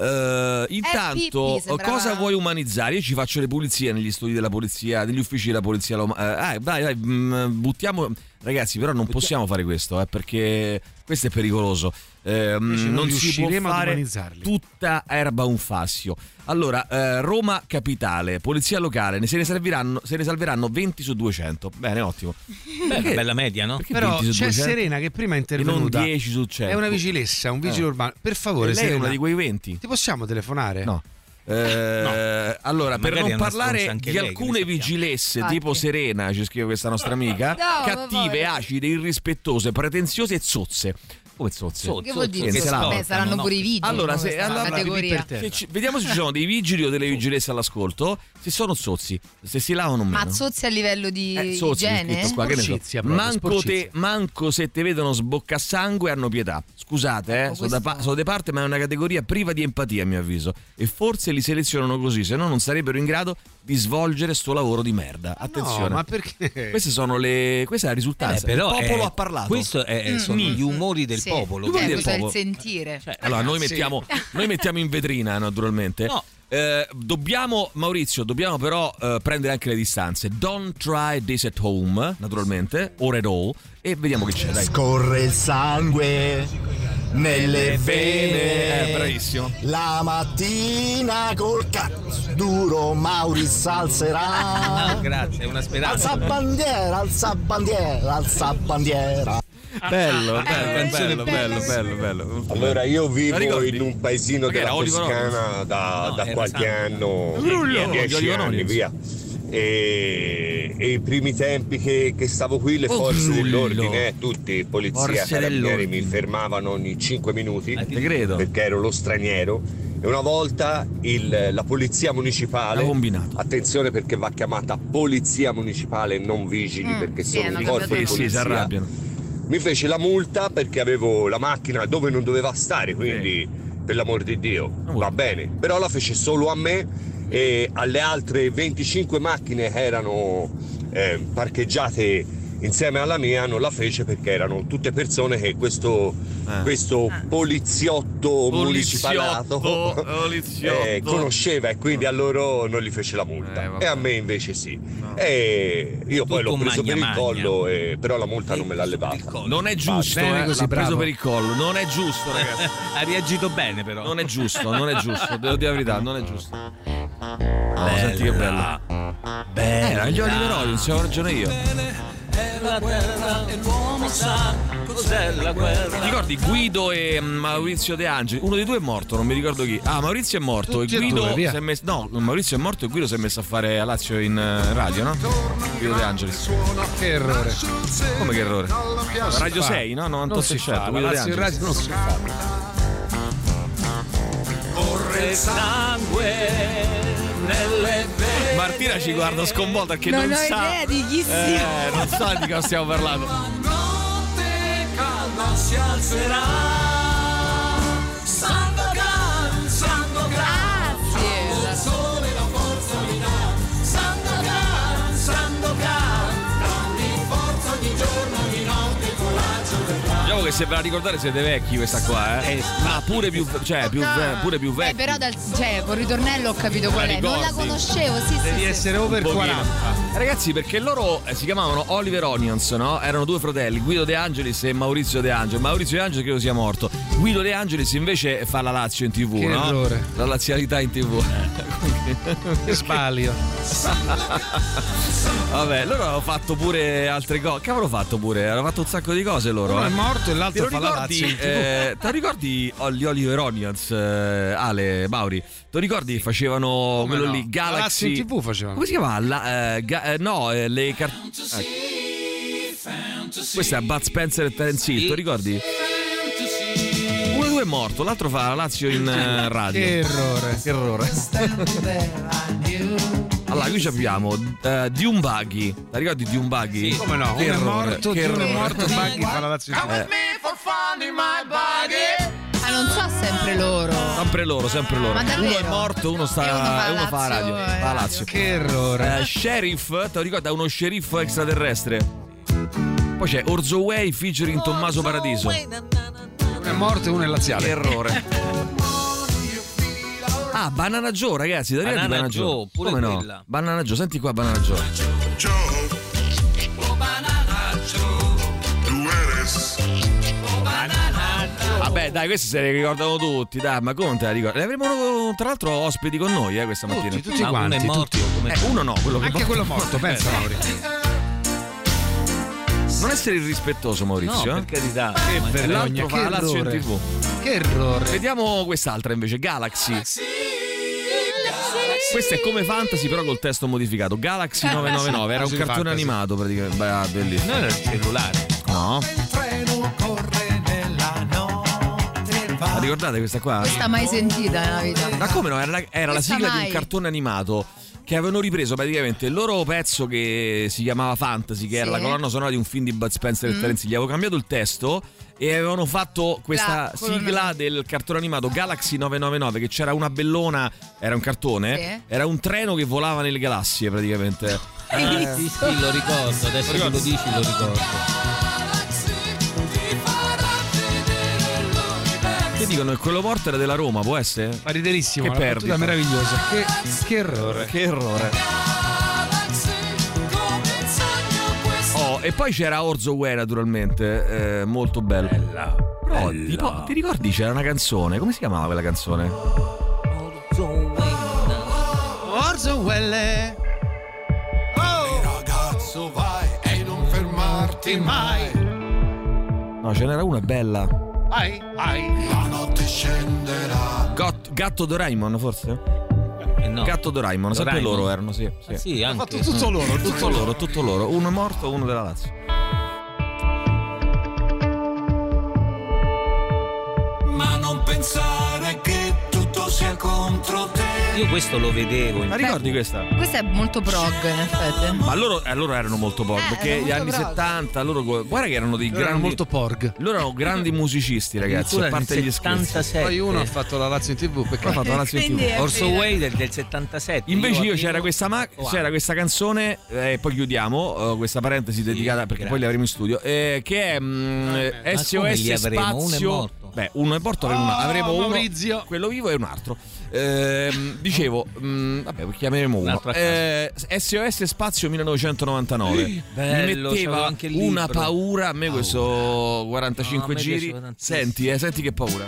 Speaker 3: Uh, intanto,
Speaker 5: P P,
Speaker 3: cosa vuoi umanizzare? Io ci faccio le pulizie negli studi della polizia, negli uffici della polizia. Uh, ah, dai, dai, mh, buttiamo. Ragazzi, però non possiamo fare questo, eh, perché questo è pericoloso. Eh, non, non si può fare tutta erba un fascio. Allora, eh, Roma capitale, polizia locale, ne se ne serviranno, se ne salveranno venti su duecento. Bene, ottimo.
Speaker 6: Beh, una bella media, no?
Speaker 4: Perché però c'è duecento? Serena che prima è intervenuta.
Speaker 3: Non dieci su cento.
Speaker 4: È una vigilessa, un vigile eh. urbano. Per favore,
Speaker 3: e lei
Speaker 4: Serena,
Speaker 3: è una di quei venti.
Speaker 4: Ti possiamo telefonare?
Speaker 3: No. Eh, no. Allora, per non parlare di
Speaker 6: lei,
Speaker 3: alcune vigilesse Infatti. tipo Serena, ci scrive questa nostra amica,
Speaker 5: no,
Speaker 3: cattive, acide, irrispettose, pretenziose e zozze. Come zozze?
Speaker 5: Che vuol dire? Che Beh, saranno no. pure i vigili.
Speaker 3: Allora, se, allora
Speaker 5: categoria.
Speaker 3: Se ci, vediamo se ci sono dei vigili o delle vigilesse all'ascolto. Se sono zozzi, se si lavano meno.
Speaker 5: Ma zozzi a livello di
Speaker 3: eh, zozzi,
Speaker 5: igiene?
Speaker 3: Qua, che ne so.
Speaker 4: proprio,
Speaker 3: manco, te, manco se te vedono sboccasangue hanno pietà. Scusate, eh, sono, da pa- sono de parte, ma è una categoria priva di empatia, a mio avviso. E forse li selezionano così, se no non sarebbero in grado di svolgere sto lavoro di merda. Attenzione.
Speaker 4: No, ma perché?
Speaker 3: Queste sono le. Questa è la risultanza.
Speaker 6: Eh, però
Speaker 3: il popolo
Speaker 6: è,
Speaker 3: ha parlato.
Speaker 6: Questo è, mm. sono gli umori del
Speaker 5: sì.
Speaker 6: popolo.
Speaker 5: Eh,
Speaker 6: del
Speaker 5: questo
Speaker 6: popolo.
Speaker 5: è il sentire.
Speaker 3: Cioè, allora, noi mettiamo, noi mettiamo in vetrina, naturalmente.
Speaker 6: No.
Speaker 3: Eh, dobbiamo, Maurizio, dobbiamo però eh, prendere anche le distanze. Don't try this at home, naturalmente, or at all. E vediamo che c'è. Dai.
Speaker 14: Scorre il sangue nelle vene.
Speaker 3: Eh, bravissimo.
Speaker 14: La mattina col cazzo duro Mauri salzerà.
Speaker 6: No, grazie, è una speranza.
Speaker 14: Alza bandiera, alza bandiera, alza bandiera.
Speaker 3: Bello, bello, bello, bello, bello, bello.
Speaker 10: Allora, io vivo in un paesino della Toscana da,
Speaker 6: no,
Speaker 10: da qualche anno,
Speaker 3: Grullo,
Speaker 10: dieci anni, via. E, e i primi tempi che, che stavo qui, le
Speaker 3: oh,
Speaker 10: forze
Speaker 3: grullo.
Speaker 10: dell'ordine, eh, tutti, polizia,
Speaker 3: Forze
Speaker 10: carabinieri,
Speaker 3: dell'ordine.
Speaker 10: mi fermavano ogni cinque minuti
Speaker 3: eh, te credo.
Speaker 10: perché ero lo straniero. E una volta il, la polizia municipale, attenzione perché va chiamata polizia municipale e non vigili,
Speaker 5: mm,
Speaker 10: perché
Speaker 5: sì,
Speaker 10: sono un corpo di
Speaker 3: sì,
Speaker 10: polizia,
Speaker 3: si arrabbiano.
Speaker 10: mi fece la multa perché avevo la macchina dove non doveva stare, quindi eh. per l'amor di Dio va bene, però la fece solo a me e alle altre venticinque macchine che erano eh, parcheggiate insieme alla mia non la fece perché erano tutte persone che questo, eh. questo poliziotto, poliziotto municipalato
Speaker 3: poliziotto.
Speaker 10: Eh, conosceva e quindi a loro non gli fece la multa eh, e a me invece sì. No. E io poi l'ho preso per il collo, e, però la multa non me l'ha levata.
Speaker 3: Non è giusto,
Speaker 4: bene,
Speaker 3: eh,
Speaker 4: così,
Speaker 3: l'ha
Speaker 4: bravo.
Speaker 3: preso per il collo, non è giusto, ragazzi.
Speaker 6: Ha reagito bene, però.
Speaker 3: Non è giusto, non è giusto, devo dire la verità, non è giusto. No, senti che bello.
Speaker 6: Bella.
Speaker 3: Era gli Oliver non ci avevo ragione io.
Speaker 6: È la guerra e l'uomo sa cos'è la guerra.
Speaker 3: Ti ricordi Guido e Maurizio De Angeli? Uno dei due è morto, non mi ricordo chi. Ah, Maurizio è morto e Guido si è messo. No, Maurizio è morto e Guido si è messo a fare a Lazio in radio, no? Guido De Angelis.
Speaker 4: Che errore.
Speaker 3: Come che errore? Radio sei, no? novantotto cento.
Speaker 4: La Lazio in radio non si fa.
Speaker 6: Corre sangue nelle vene.
Speaker 3: Martina ci guarda sconvolta perché
Speaker 5: non,
Speaker 3: non
Speaker 5: ho
Speaker 3: sa
Speaker 5: idea di chi sia.
Speaker 3: eh, non sa di cosa stiamo parlando.
Speaker 6: La notte calda si alzerà. Sandokan, Sandokan. Il sole la forza mi dà. Sandokan, Sandokan. Dammi forza ogni giorno, ogni notte, coraggio del
Speaker 3: Diciamo che se ve la ricordate siete vecchi questa qua, eh? eh Ma pure più, cioè, più, pure più vecchi.
Speaker 5: Eh, però dal, cioè, con ritornello ho capito qual è. Non la conoscevo, sì,
Speaker 4: Devi
Speaker 5: sì,
Speaker 4: essere
Speaker 5: sì.
Speaker 4: over quaranta.
Speaker 3: Ragazzi, perché loro eh, si chiamavano Oliver Onions, no? Erano due fratelli, Guido De Angelis e Maurizio De Angelis. Maurizio De Angelis credo sia morto. Guido De Angelis invece fa la Lazio in TV,
Speaker 4: che
Speaker 3: no?
Speaker 4: Errore.
Speaker 3: La lazialità in TV.
Speaker 4: Che sbaglio.
Speaker 3: Vabbè, loro hanno fatto pure altre cose. Che avevano fatto pure? Hanno fatto un sacco di cose loro.
Speaker 4: Uno
Speaker 3: eh.
Speaker 4: è morto e l'altro fa la
Speaker 3: ricordi,
Speaker 4: Lazio in TV.
Speaker 3: eh, te lo ricordi gli Oliver Onions, eh, Ale, Mauri? Te lo ricordi? Facevano
Speaker 4: Come
Speaker 3: quello
Speaker 4: no?
Speaker 3: lì, Galaxy.
Speaker 4: La Lazio in TV facevano.
Speaker 3: Come si chiama? La, eh, ga- eh, no, eh, le car- eh. Questa è Bud Spencer e Terence Hill, te lo ricordi? Uno dei due è morto, l'altro fa la Lazio in uh, radio.
Speaker 4: Che errore.
Speaker 3: Che errore. Allora, qui ci abbiamo uh, Dune Buggy. La ricordi Dune Buggy?
Speaker 4: Sì, come no?
Speaker 3: Che
Speaker 4: Uno è
Speaker 3: errore.
Speaker 4: morto,
Speaker 3: Che
Speaker 4: Dune
Speaker 3: errore.
Speaker 4: è morto, Buggy fa la Lazio in TV.
Speaker 3: Eh.
Speaker 5: Ah, non so sempre loro.
Speaker 3: Sempre loro, sempre loro.
Speaker 5: Ma
Speaker 3: Uno
Speaker 5: davvero?
Speaker 3: è morto, uno sta
Speaker 5: E uno fa
Speaker 3: e uno fa la
Speaker 5: Lazio,
Speaker 3: radio.
Speaker 5: eh,
Speaker 3: Fa la Lazio.
Speaker 4: Che errore.
Speaker 3: Eh, Sheriff, te lo ricordi? È uno sceriffo extraterrestre. Poi c'è Orzo Way featuring Tommaso Paradiso.
Speaker 4: Uno è morto e uno è laziale.
Speaker 3: Che errore. Ah, Banana Joe, ragazzi, da
Speaker 6: Banana
Speaker 3: Banana
Speaker 6: Joe,
Speaker 3: Joe.
Speaker 6: pure
Speaker 3: Come no?
Speaker 6: quella.
Speaker 3: Banana Joe, senti qua Banana Joe. Vabbè, dai, questi se le ricordano tutti, dai, ma come te la ricordi? Ne avremo tra l'altro ospiti con noi, eh, questa mattina.
Speaker 4: Tutti, tutti
Speaker 6: Ma
Speaker 4: quanti.
Speaker 6: uno è morto,
Speaker 4: tutti.
Speaker 6: come
Speaker 3: Eh, uno no, quello che
Speaker 4: Anche quello morto, pensa Mauri.
Speaker 3: Non essere irrispettoso,
Speaker 6: No,
Speaker 3: Maurizio.
Speaker 6: per carità.
Speaker 3: Che
Speaker 6: Ma
Speaker 3: per
Speaker 6: che-
Speaker 3: l'altro fa
Speaker 4: che
Speaker 3: la Lazio in
Speaker 4: errore.
Speaker 3: TV.
Speaker 4: Che errore.
Speaker 3: Vediamo quest'altra invece, Galaxy. Questo è come Fantasy però col testo modificato. Galaxy novecentonovantanove, era un
Speaker 4: Sì,
Speaker 3: cartone
Speaker 4: Fantasy.
Speaker 3: animato praticamente. Beh, bellissimo.
Speaker 6: Non era il cellulare.
Speaker 3: No. La ricordate questa qua?
Speaker 5: Questa mai sentita nella vita.
Speaker 3: Ma come no? Era la, era la
Speaker 5: Questa
Speaker 3: sigla di
Speaker 5: mai.
Speaker 3: un cartone animato che avevano ripreso praticamente il loro pezzo che si chiamava Fantasy, che era
Speaker 5: Sì.
Speaker 3: la colonna sonora di un film di Bud Spencer e
Speaker 5: Mm.
Speaker 3: Terence Hill. Gli avevo cambiato il testo e avevano fatto questa
Speaker 5: La colonna-
Speaker 3: sigla del cartone animato Galaxy novecentonovantanove, che c'era una bellona, era un cartone,
Speaker 5: Sì.
Speaker 3: era un treno che volava nelle galassie praticamente.
Speaker 5: Hai
Speaker 6: Ah,
Speaker 5: visto?
Speaker 6: sì, sì, lo ricordo, adesso che lo dici lo ricordo.
Speaker 3: Che dicono che quello morto era della Roma, può essere?
Speaker 4: Ma riderissimo,
Speaker 3: Che
Speaker 4: la
Speaker 3: perdita.
Speaker 4: battuta meravigliosa. Che, che errore.
Speaker 3: Che errore. Oh, e poi c'era Orzo Way naturalmente, eh, molto bello.
Speaker 6: Bella.
Speaker 3: Però
Speaker 6: bella.
Speaker 3: tipo, ti ricordi c'era una canzone? Come si chiamava quella canzone?
Speaker 4: Orzo Welle.
Speaker 15: Ragazzo vai e non fermarti mai.
Speaker 3: No, ce n'era una bella.
Speaker 4: Vai, vai.
Speaker 15: La notte scenderà.
Speaker 3: Got- Gatto Doraemon forse?
Speaker 6: Eh, no.
Speaker 3: Gatto Doraemon, sempre
Speaker 6: Doraemon.
Speaker 3: loro erano, sì. sì.
Speaker 6: Ah, sì,
Speaker 4: Ha
Speaker 6: anche.
Speaker 4: fatto tutto loro.
Speaker 3: Tutto loro, tutto loro. Uno è morto, uno della Lazio.
Speaker 15: Ma non pensare che tutto sia contro te.
Speaker 6: Io questo lo vedevo in
Speaker 3: Ma ricordi questa?
Speaker 5: Questa è molto prog, in effetti.
Speaker 3: Ma loro, eh, loro erano molto pochi,
Speaker 5: Eh,
Speaker 3: perché
Speaker 5: erano
Speaker 3: gli
Speaker 5: molto
Speaker 3: anni
Speaker 5: bravi.
Speaker 3: settanta, loro guarda che erano dei
Speaker 4: Loro erano
Speaker 3: grandi
Speaker 4: molto porg.
Speaker 3: Loro erano grandi musicisti, ragazzi, a
Speaker 6: addirittura
Speaker 3: parte
Speaker 6: nel
Speaker 3: gli scherzi.
Speaker 6: settantasette.
Speaker 4: Poi uno ha fatto la Lazio in TV. Perché
Speaker 3: Ha fatto la Lazio in
Speaker 5: Quindi
Speaker 3: TV.
Speaker 5: è
Speaker 6: Orso
Speaker 5: vero.
Speaker 6: Way del, del settantasette.
Speaker 3: Invece io
Speaker 6: arrivo-
Speaker 3: c'era questa, ma-
Speaker 6: Wow.
Speaker 3: c'era questa canzone e poi chiudiamo uh, questa parentesi dedicata perché
Speaker 6: grazie.
Speaker 3: poi li avremo in studio eh, che è mm,
Speaker 6: Ma
Speaker 3: S O
Speaker 6: come
Speaker 3: S
Speaker 6: li avremo? Uno è
Speaker 3: Spazio.
Speaker 6: morto.
Speaker 3: Beh, uno è morto, avremo, una-
Speaker 4: Oh,
Speaker 3: avremo uno,
Speaker 4: Maurizio.
Speaker 3: quello vivo e un altro. Ehm, dicevo, mm, vabbè, chiameremo
Speaker 6: Un
Speaker 3: uno.
Speaker 6: altro a
Speaker 3: Eh, S O S Spazio millenovecentonovantanove.
Speaker 6: Bello,
Speaker 3: Mi
Speaker 6: c'avevo
Speaker 3: metteva
Speaker 6: anche il
Speaker 3: una
Speaker 6: libro.
Speaker 3: paura a me questo quarantacinque
Speaker 6: No, a me
Speaker 3: giri.
Speaker 6: piaceva tantissimo.
Speaker 3: Senti, eh, senti che paura.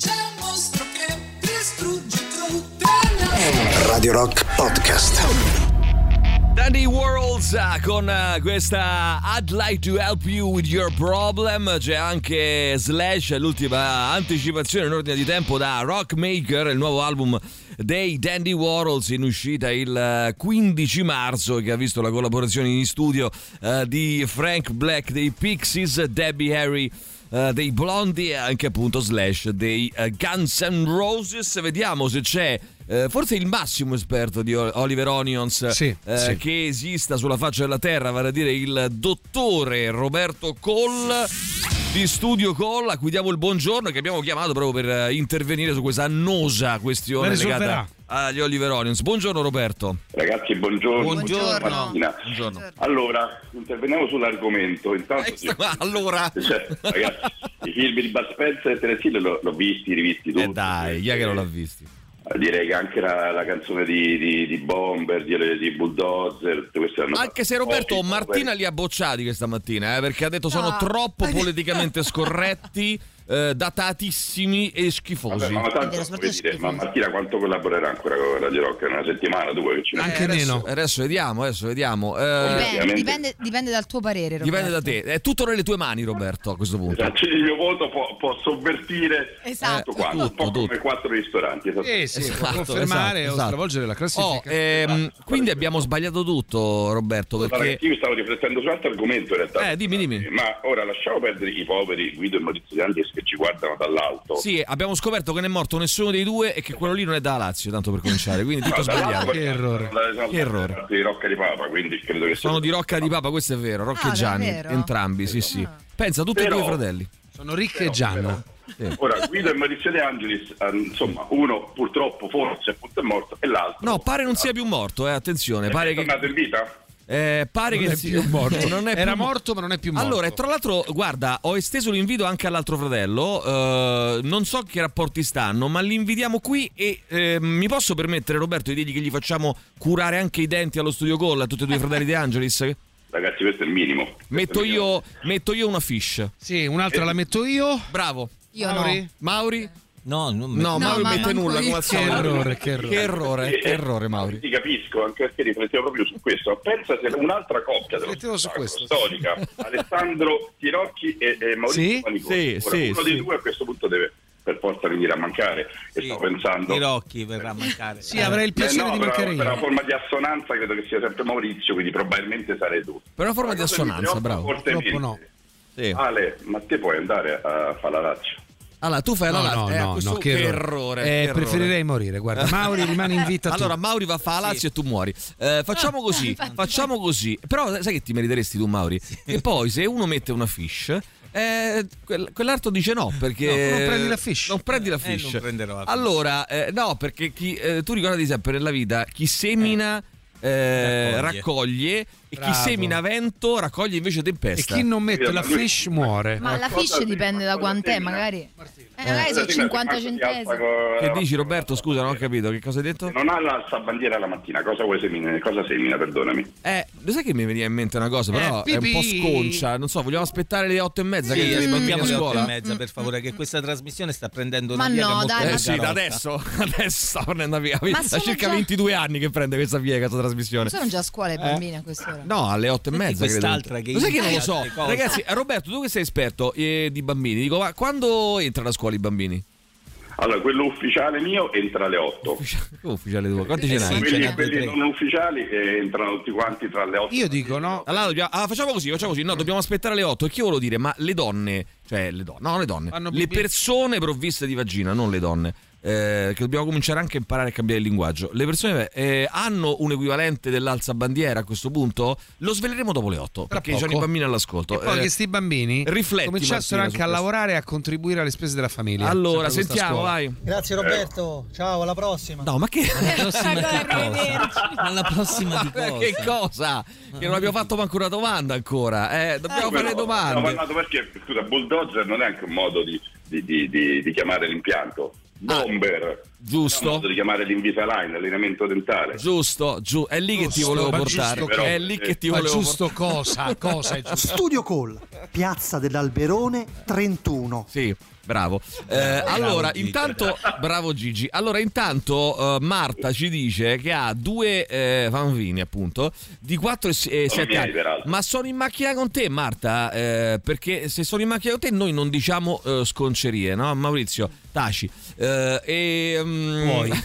Speaker 1: Radio Rock Podcast.
Speaker 3: Danny Worlds uh, con uh, questa I'd like to help you with your problem. C'è anche Slash, l'ultima anticipazione in ordine di tempo da Rockmaker, il nuovo album dei Dandy Warhols in uscita il quindici marzo, che ha visto la collaborazione in studio uh, di Frank Black dei Pixies, Debbie Harry Uh, dei Blondie e anche appunto Slash dei uh, Guns N' Roses. Vediamo se c'è uh, forse il massimo esperto di O- Oliver Onions
Speaker 4: Sì,
Speaker 3: uh,
Speaker 4: sì.
Speaker 3: che esista sulla faccia della terra, vale a dire il dottore Roberto Coll di Studio Coll, a cui diamo il buongiorno e che abbiamo chiamato proprio per uh, intervenire su questa annosa questione
Speaker 4: La risolverà.
Speaker 3: legata agli Oliver Onions. Buongiorno Roberto.
Speaker 16: Ragazzi, buongiorno.
Speaker 3: Buongiorno.
Speaker 16: Mattina.
Speaker 3: Buongiorno.
Speaker 16: Allora, interveniamo sull'argomento. Intanto,
Speaker 3: Eh, allora
Speaker 16: cioè, ragazzi, film di Bud Spencer e Terence Hill l'ho, l'ho visti, rivisti tutti.
Speaker 3: Eh dai, chi è che non l'ha visti?
Speaker 16: Direi che anche la, la canzone di, di, di Bomber, di, di Bulldozer, queste hanno
Speaker 3: anche se Roberto
Speaker 16: oh,
Speaker 3: Martina li ha bocciati questa mattina, eh, perché ha detto sono
Speaker 5: No.
Speaker 3: troppo politicamente scorretti, eh, datatissimi e schifosi.
Speaker 16: Vabbè, ma, tanto,
Speaker 5: È vero,
Speaker 16: vuoi dire, ma Martina quanto collaborerà ancora con Radio Rock? Una settimana, due che ci
Speaker 3: Eh,
Speaker 4: Anche
Speaker 3: adesso,
Speaker 4: meno.
Speaker 3: adesso vediamo, adesso vediamo. Eh,
Speaker 5: Dipende,
Speaker 16: ovviamente.
Speaker 5: dipende, dipende dal tuo parere, Roberto.
Speaker 3: dipende da te, è tutto nelle tue mani, Roberto, a questo punto.
Speaker 16: Esatto, il mio voto può, può sovvertire
Speaker 5: Esatto.
Speaker 16: tutto quanto, un po'
Speaker 3: tutto,
Speaker 16: come quattro ristoranti. esatto.
Speaker 4: Eh sì, può
Speaker 3: Esatto,
Speaker 4: confermare
Speaker 3: esatto,
Speaker 4: o
Speaker 3: esatto.
Speaker 4: stravolgere la classifica.
Speaker 3: Oh, ehm, quindi abbiamo sbagliato tutto, Roberto,
Speaker 16: Guarda,
Speaker 3: perché
Speaker 16: io stavo riflettendo su un altro argomento in realtà.
Speaker 3: Eh, dimmi, dimmi.
Speaker 16: Ma ora lasciamo perdere i poveri Guido e Maurizio De Angelis che ci guardano dall'alto.
Speaker 3: sì, abbiamo scoperto che non è morto nessuno dei due e che quello lì non è da Lazio, tanto per cominciare, quindi tutto
Speaker 16: No, dall'alto
Speaker 3: sbagliato.
Speaker 16: perché
Speaker 4: Che errore.
Speaker 16: sono-
Speaker 3: Che errore.
Speaker 16: Di Rocca di Papa, quindi credo che
Speaker 3: Sono di Rocca di Papa, questo è vero, Rocca
Speaker 5: Ah,
Speaker 3: e Gianni,
Speaker 5: davvero?
Speaker 3: entrambi, sì sì. Pensa, tutti e
Speaker 16: Però-
Speaker 3: due i fratelli.
Speaker 4: Sono Rick e Gian.
Speaker 16: Ora Guido e Maurizio De Angelis, eh, insomma, uno purtroppo forse appunto è morto e l'altro
Speaker 3: No, pare non sia più morto, eh, attenzione, pare
Speaker 16: è
Speaker 3: che
Speaker 16: tornato in vita?
Speaker 3: eh, pare
Speaker 4: Non
Speaker 3: che
Speaker 4: è
Speaker 3: sia
Speaker 4: più morto.
Speaker 3: non è
Speaker 4: Era
Speaker 3: più mo-
Speaker 4: morto, ma non è più morto.
Speaker 3: Allora, e tra l'altro, guarda, ho esteso l'invito anche all'altro fratello. eh, non so che rapporti stanno, ma li invitiamo qui. E eh, mi posso permettere, Roberto, di dirgli che gli facciamo curare anche i denti allo studio Call a tutti e due i fratelli De Angelis?
Speaker 16: Ragazzi, questo è il minimo. Questo
Speaker 3: Metto
Speaker 16: è il minimo.
Speaker 3: io, metto io una fish.
Speaker 4: Sì, un'altra la metto io.
Speaker 3: Bravo.
Speaker 5: Io
Speaker 4: Mauri?
Speaker 5: no.
Speaker 3: Mauri?
Speaker 6: No, non
Speaker 3: No,
Speaker 5: No,
Speaker 3: Mauri
Speaker 5: ma
Speaker 3: mette
Speaker 5: manco
Speaker 3: nulla
Speaker 5: io.
Speaker 3: come al
Speaker 4: Che
Speaker 3: solito.
Speaker 4: errore, che errore.
Speaker 3: Che errore, che errore, Mauri.
Speaker 16: Ti capisco, anche perché riflettevo proprio su questo. Pensa se un'altra coppia dello
Speaker 4: Riflettevo su
Speaker 16: spettacolo,
Speaker 4: questo.
Speaker 16: storica, Alessandro Tirocchi e, e Maurizio
Speaker 4: Sì?
Speaker 16: Paniconi.
Speaker 3: Sì,
Speaker 16: Ora,
Speaker 3: sì,
Speaker 16: uno
Speaker 3: sì.
Speaker 16: dei due a questo punto deve per forza venire a mancare. E sto pensando.
Speaker 6: Tirocchi verrà a mancare.
Speaker 4: Sì, avrei il
Speaker 16: Eh,
Speaker 4: piacere
Speaker 16: no,
Speaker 4: di
Speaker 16: però,
Speaker 4: mancare
Speaker 16: per una
Speaker 4: io.
Speaker 16: forma di assonanza credo che sia sempre Maurizio, quindi probabilmente sarei tu.
Speaker 3: Per una forma di
Speaker 16: La cosa mi
Speaker 3: assonanza,
Speaker 16: preoccupa
Speaker 3: bravo.
Speaker 16: fortemente.
Speaker 4: Purtroppo no.
Speaker 3: Sì.
Speaker 16: Ale, ma te puoi andare a fare la Lazio?
Speaker 3: Allora, tu fai la
Speaker 4: No,
Speaker 3: Lazio.
Speaker 4: no,
Speaker 3: eh, a
Speaker 4: no,
Speaker 3: questo-
Speaker 4: no,
Speaker 3: che
Speaker 4: che
Speaker 3: errore.
Speaker 4: errore.
Speaker 3: che
Speaker 4: Eh,
Speaker 3: errore.
Speaker 4: preferirei morire, guarda. Mauri rimane in vita tu.
Speaker 3: Allora, Mauri va a fare la Lazio e tu muori. Eh, facciamo così, facciamo così. Però sai che ti meriteresti tu, Mauri? E poi se uno mette una fish, eh, quel- quell'altro dice no, perché
Speaker 4: No, non prendi la fish.
Speaker 3: Non prendi la
Speaker 6: Eh,
Speaker 3: fish.
Speaker 6: non prenderò la fish.
Speaker 3: Allora, eh, no, perché chi, eh, tu ricordati sempre nella vita chi semina eh,
Speaker 6: Raccoglie.
Speaker 3: raccoglie e
Speaker 4: Bravo.
Speaker 3: chi semina vento raccoglie invece
Speaker 4: E
Speaker 3: tempesta.
Speaker 4: chi non mette la fish muore.
Speaker 5: Ma la
Speaker 16: cosa
Speaker 5: fish dipende da
Speaker 16: cosa
Speaker 5: quant'è,
Speaker 16: semina?
Speaker 5: magari. Eh, magari sono
Speaker 16: Sì,
Speaker 5: cinquanta
Speaker 16: ma ti alza
Speaker 5: centesimi.
Speaker 16: con-
Speaker 3: Che dici, Roberto? Scusa, non ho capito. Che cosa hai detto?
Speaker 16: Non ha l'alzabandiera la mattina, cosa vuoi seminare? Cosa semina, perdonami?
Speaker 3: Eh, lo sai che mi veniva in mente una cosa, però
Speaker 4: Eh,
Speaker 3: è un po'
Speaker 4: pipì.
Speaker 3: sconcia. Non so, vogliamo aspettare le otto e mezza
Speaker 6: Sì,
Speaker 3: che entrano i bambini a
Speaker 6: aspettiamo le otto
Speaker 3: scuola?
Speaker 6: e mezza, per favore, che questa trasmissione sta prendendo una
Speaker 5: Ma
Speaker 6: piega
Speaker 5: no,
Speaker 6: molto
Speaker 5: dai,
Speaker 3: Eh
Speaker 5: ma-
Speaker 3: sì, da
Speaker 6: garotta.
Speaker 3: adesso, adesso sta prendendo via.
Speaker 5: Ma
Speaker 3: Da
Speaker 5: sono
Speaker 3: circa
Speaker 5: già-
Speaker 3: ventidue anni che prende questa piega, questa trasmissione.
Speaker 5: Sono già a scuola i bambini a quest'ora.
Speaker 3: No, alle otto e
Speaker 6: Perché
Speaker 3: mezza. credo.
Speaker 6: quest'altra che
Speaker 3: Lo sai che non lo
Speaker 6: inizia
Speaker 3: so.
Speaker 6: altre cose?
Speaker 3: Ragazzi, eh, Roberto, tu che sei esperto eh, di bambini, dico, ma quando entrano a scuola i bambini?
Speaker 16: Allora, quello ufficiale mio entra alle otto.
Speaker 3: Come ufficiale tuo? Quanti
Speaker 6: Eh,
Speaker 3: ce
Speaker 6: sì,
Speaker 3: n'hai?
Speaker 6: ce
Speaker 16: Quelli,
Speaker 6: n'ha
Speaker 16: quelli
Speaker 6: due, tre.
Speaker 16: non ufficiali eh, entrano tutti quanti tra le otto.
Speaker 4: Io dico no.
Speaker 3: Allora, dobbiamo- ah, facciamo così, facciamo così. No, dobbiamo aspettare le otto. E che io volevo dire? Ma le donne, cioè le donne, no, le donne,
Speaker 4: Fanno
Speaker 3: le
Speaker 4: pipì.
Speaker 3: persone provviste di vagina, non le donne. Eh, che dobbiamo cominciare anche a imparare a cambiare il linguaggio. Le persone eh, hanno un equivalente dell'alzabandiera a questo punto? Lo sveleremo dopo le otto,
Speaker 4: Tra
Speaker 3: perché ci sono i
Speaker 4: poco.
Speaker 3: bambini all'ascolto.
Speaker 4: E poi
Speaker 3: Eh,
Speaker 4: che sti bambini
Speaker 3: rifletti,
Speaker 4: cominciassero
Speaker 3: Martina,
Speaker 4: anche
Speaker 3: su
Speaker 4: a
Speaker 3: questo.
Speaker 4: lavorare e a contribuire alle spese della famiglia.
Speaker 3: allora,
Speaker 4: Sempre questa
Speaker 3: sentiamo,
Speaker 4: scuola.
Speaker 3: vai.
Speaker 7: Grazie Roberto, ciao, alla prossima.
Speaker 3: No, ma che
Speaker 6: La prossima di cosa? Ma la prossima di cosa?
Speaker 3: che cosa? Che non abbiamo fatto manco una domanda ancora. Eh, dobbiamo fare le
Speaker 16: Abbiamo
Speaker 3: domande.
Speaker 16: parlato perché, scusa, bulldozer non è anche un modo di, di, di, di, di chiamare l'impianto. Bomber.
Speaker 3: Giusto.
Speaker 16: È un modo di chiamare l'Invisalign, l'allenamento dentale.
Speaker 3: Giusto, giù, è lì che ti
Speaker 4: Giusto,
Speaker 3: volevo
Speaker 4: ma
Speaker 3: portare.
Speaker 4: giusto
Speaker 3: È
Speaker 16: che-
Speaker 3: lì che ti
Speaker 4: Ma
Speaker 3: volevo
Speaker 4: giusto cosa? Cosa è giusto?
Speaker 17: Studio Call, Piazza dell'Alberone trentuno.
Speaker 3: Sì, bravo. Eh, allora,
Speaker 6: Gigi.
Speaker 3: intanto, bravo Gigi. Allora, intanto eh, Marta ci dice che ha due eh, bambini, appunto, di quattro e sette
Speaker 16: miei,
Speaker 3: anni.
Speaker 16: peraltro.
Speaker 3: Ma sono in macchina con te, Marta? Eh, perché se sono in macchina con te, noi non diciamo eh, sconcerie, no? Maurizio, taci. Eh, e mm,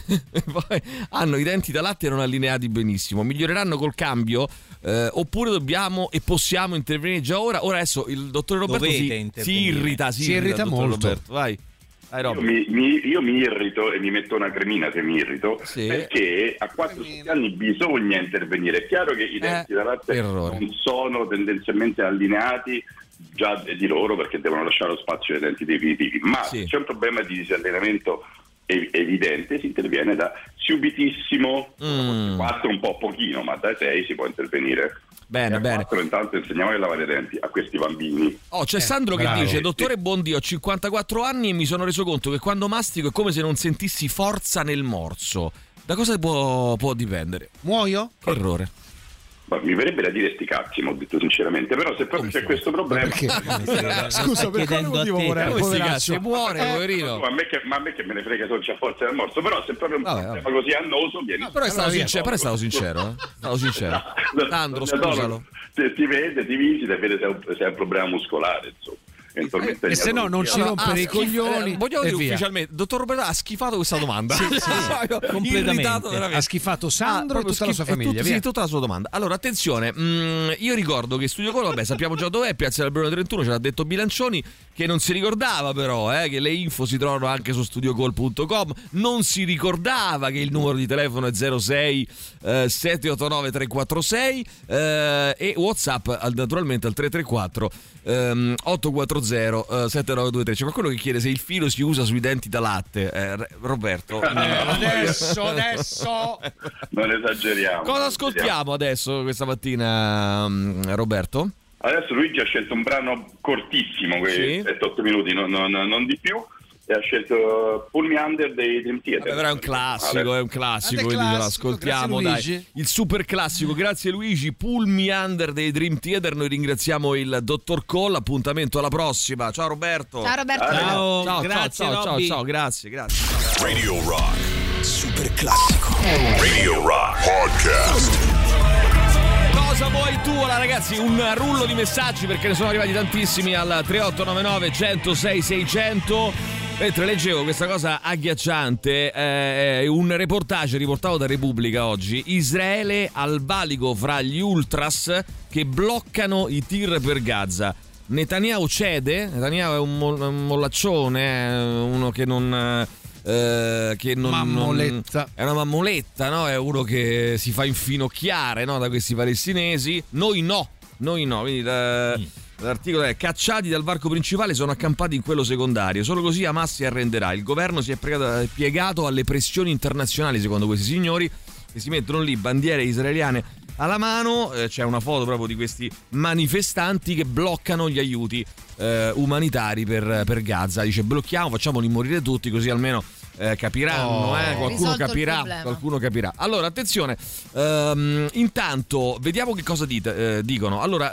Speaker 3: poi hanno i denti da latte non allineati benissimo. Miglioreranno col cambio? Eh, oppure dobbiamo e possiamo intervenire già ora? Ora adesso il dottore Roberto
Speaker 6: Dovete
Speaker 3: si, si
Speaker 6: intervenire.
Speaker 3: irrita, si,
Speaker 4: Si irrita
Speaker 3: il dottor
Speaker 4: molto.
Speaker 3: Roberto. Vai, vai
Speaker 16: Io
Speaker 3: Rob.
Speaker 16: mi, mi- io mi irrito e mi metto una cremina se mi irrito,
Speaker 3: Sì.
Speaker 16: perché a quattro sette anni bisogna intervenire. È chiaro che i denti da latte
Speaker 3: errore.
Speaker 16: non sono tendenzialmente allineati già di loro perché devono lasciare lo spazio ai denti definitivi, ma
Speaker 3: Sì.
Speaker 16: se c'è un problema di disallineamento ev- evidente, si interviene da subitissimo,
Speaker 3: Mm.
Speaker 16: quattro un po' pochino, ma dai sei si può intervenire.
Speaker 3: Bene,
Speaker 16: E a
Speaker 3: bene.
Speaker 16: quattro intanto insegniamo a lavare i denti a questi bambini.
Speaker 3: Oh, c'è Sandro che
Speaker 16: bravo.
Speaker 3: dice: dottore Bondi, ho cinquantaquattro anni e mi sono reso conto che quando mastico è come se non sentissi forza nel morso. Da cosa può, può dipendere?
Speaker 4: Muoio?
Speaker 3: Che errore.
Speaker 16: Ma mi verrebbe da dire sti cazzi, mi ho detto sinceramente, però se proprio c'è questo problema.
Speaker 4: Scusa, per quale motivo vorrei? Poveraccio.
Speaker 3: muore,
Speaker 16: Eh,
Speaker 3: poverino.
Speaker 16: Ma a, me che, ma a me che me ne frega se non c'è forza nel morso, però se proprio un
Speaker 3: Vabbè,
Speaker 16: problema così annoso vieni.
Speaker 3: Però è stato
Speaker 16: Allora,
Speaker 3: sincero, però è stato sincero, eh? È stato sincero. Sandro, scusalo.
Speaker 16: Se ti vede, ti visita e vede se è un, se è un problema muscolare, insomma. Eventualmente
Speaker 4: E se no non ci
Speaker 3: Allora,
Speaker 4: rompere
Speaker 3: ha
Speaker 4: i
Speaker 3: schif-
Speaker 4: coglioni
Speaker 3: eh, vogliamo
Speaker 4: e
Speaker 3: dire
Speaker 4: via.
Speaker 3: ufficialmente, dottor Roberto ha schifato questa domanda.
Speaker 4: Sì, sì, sì.
Speaker 3: Completamente. Irritato veramente.
Speaker 4: Ha schifato Sandro
Speaker 3: Ah,
Speaker 4: e tutta
Speaker 3: proprio
Speaker 4: la sua
Speaker 3: schif- e
Speaker 4: famiglia,
Speaker 3: tut-
Speaker 4: via.
Speaker 3: sì, tutta la sua domanda. Allora, attenzione, mh, io ricordo che Studio Call, vabbè, sappiamo già dov'è, Piazza del Brno trentuno, ce l'ha detto Bilancioni, che non si ricordava però, eh, che le info si trovano anche su studio call punto com, non si ricordava che il numero di telefono è zero sei sette otto nove tre quattro sei eh, e WhatsApp al- naturalmente al tre tre quattro ehm, otto quattro zero sette nove due tre. C'è qualcuno che chiede se il filo si usa sui denti da latte. eh, Roberto,
Speaker 4: Eh, adesso, adesso.
Speaker 16: Non esageriamo.
Speaker 3: cosa
Speaker 16: non
Speaker 3: ascoltiamo adesso questa mattina, um, Roberto?
Speaker 16: Adesso Luigi ha scelto un brano cortissimo, quei
Speaker 3: Sì.
Speaker 16: sette otto minuti, non, non- non di più, e ha scelto Pull Me Under dei Dream Theater.
Speaker 3: Vabbè, però è un classico, è un classico,
Speaker 4: Grande
Speaker 3: quindi ce
Speaker 4: classico,
Speaker 3: l'ascoltiamo,
Speaker 4: grazie,
Speaker 3: dai.
Speaker 4: Luigi.
Speaker 3: Il super classico, grazie Luigi, Pull Me Under dei Dream Theater. Noi ringraziamo il dottor Cole, appuntamento alla prossima. Ciao Roberto.
Speaker 5: Ciao Roberto.
Speaker 3: Ciao, ciao,
Speaker 6: grazie,
Speaker 3: ciao, ciao,
Speaker 6: Robby.
Speaker 3: ciao, grazie, grazie.
Speaker 2: Radio Rock. Super classico. Radio Rock Podcast.
Speaker 3: Cosa vuoi tu? Allora ragazzi, un rullo di messaggi perché ne sono arrivati tantissimi al tre otto nove nove uno zero sei sei zero zero. Mentre leggevo questa cosa agghiacciante, eh, un reportage riportato da Repubblica oggi: Israele al valico fra gli ultras che bloccano i tir per Gaza. Netanyahu cede, Netanyahu è un, mo- un mollaccione, eh, uno che non... eh, che non,
Speaker 4: Mammoletta.
Speaker 3: non- è una mammoletta, no? È uno che si fa infinocchiare, no? Da questi palestinesi. Noi no, noi no. Quindi da- l'articolo è: cacciati dal varco principale, sono accampati in quello secondario. Solo così Hamas si arrenderà. Il governo si è piegato, piegato alle pressioni internazionali, secondo questi signori, che si mettono lì bandiere israeliane alla mano. Eh, c'è una foto proprio di questi manifestanti che bloccano gli aiuti eh, umanitari per, per Gaza. Dice: blocchiamo, facciamoli morire tutti, così almeno eh, capiranno,
Speaker 4: Oh.
Speaker 3: eh, qualcuno
Speaker 5: Risolto il
Speaker 3: capirà,
Speaker 5: problema.
Speaker 3: qualcuno capirà. Allora, attenzione, ehm, intanto vediamo che cosa dite, eh, dicono. Allora,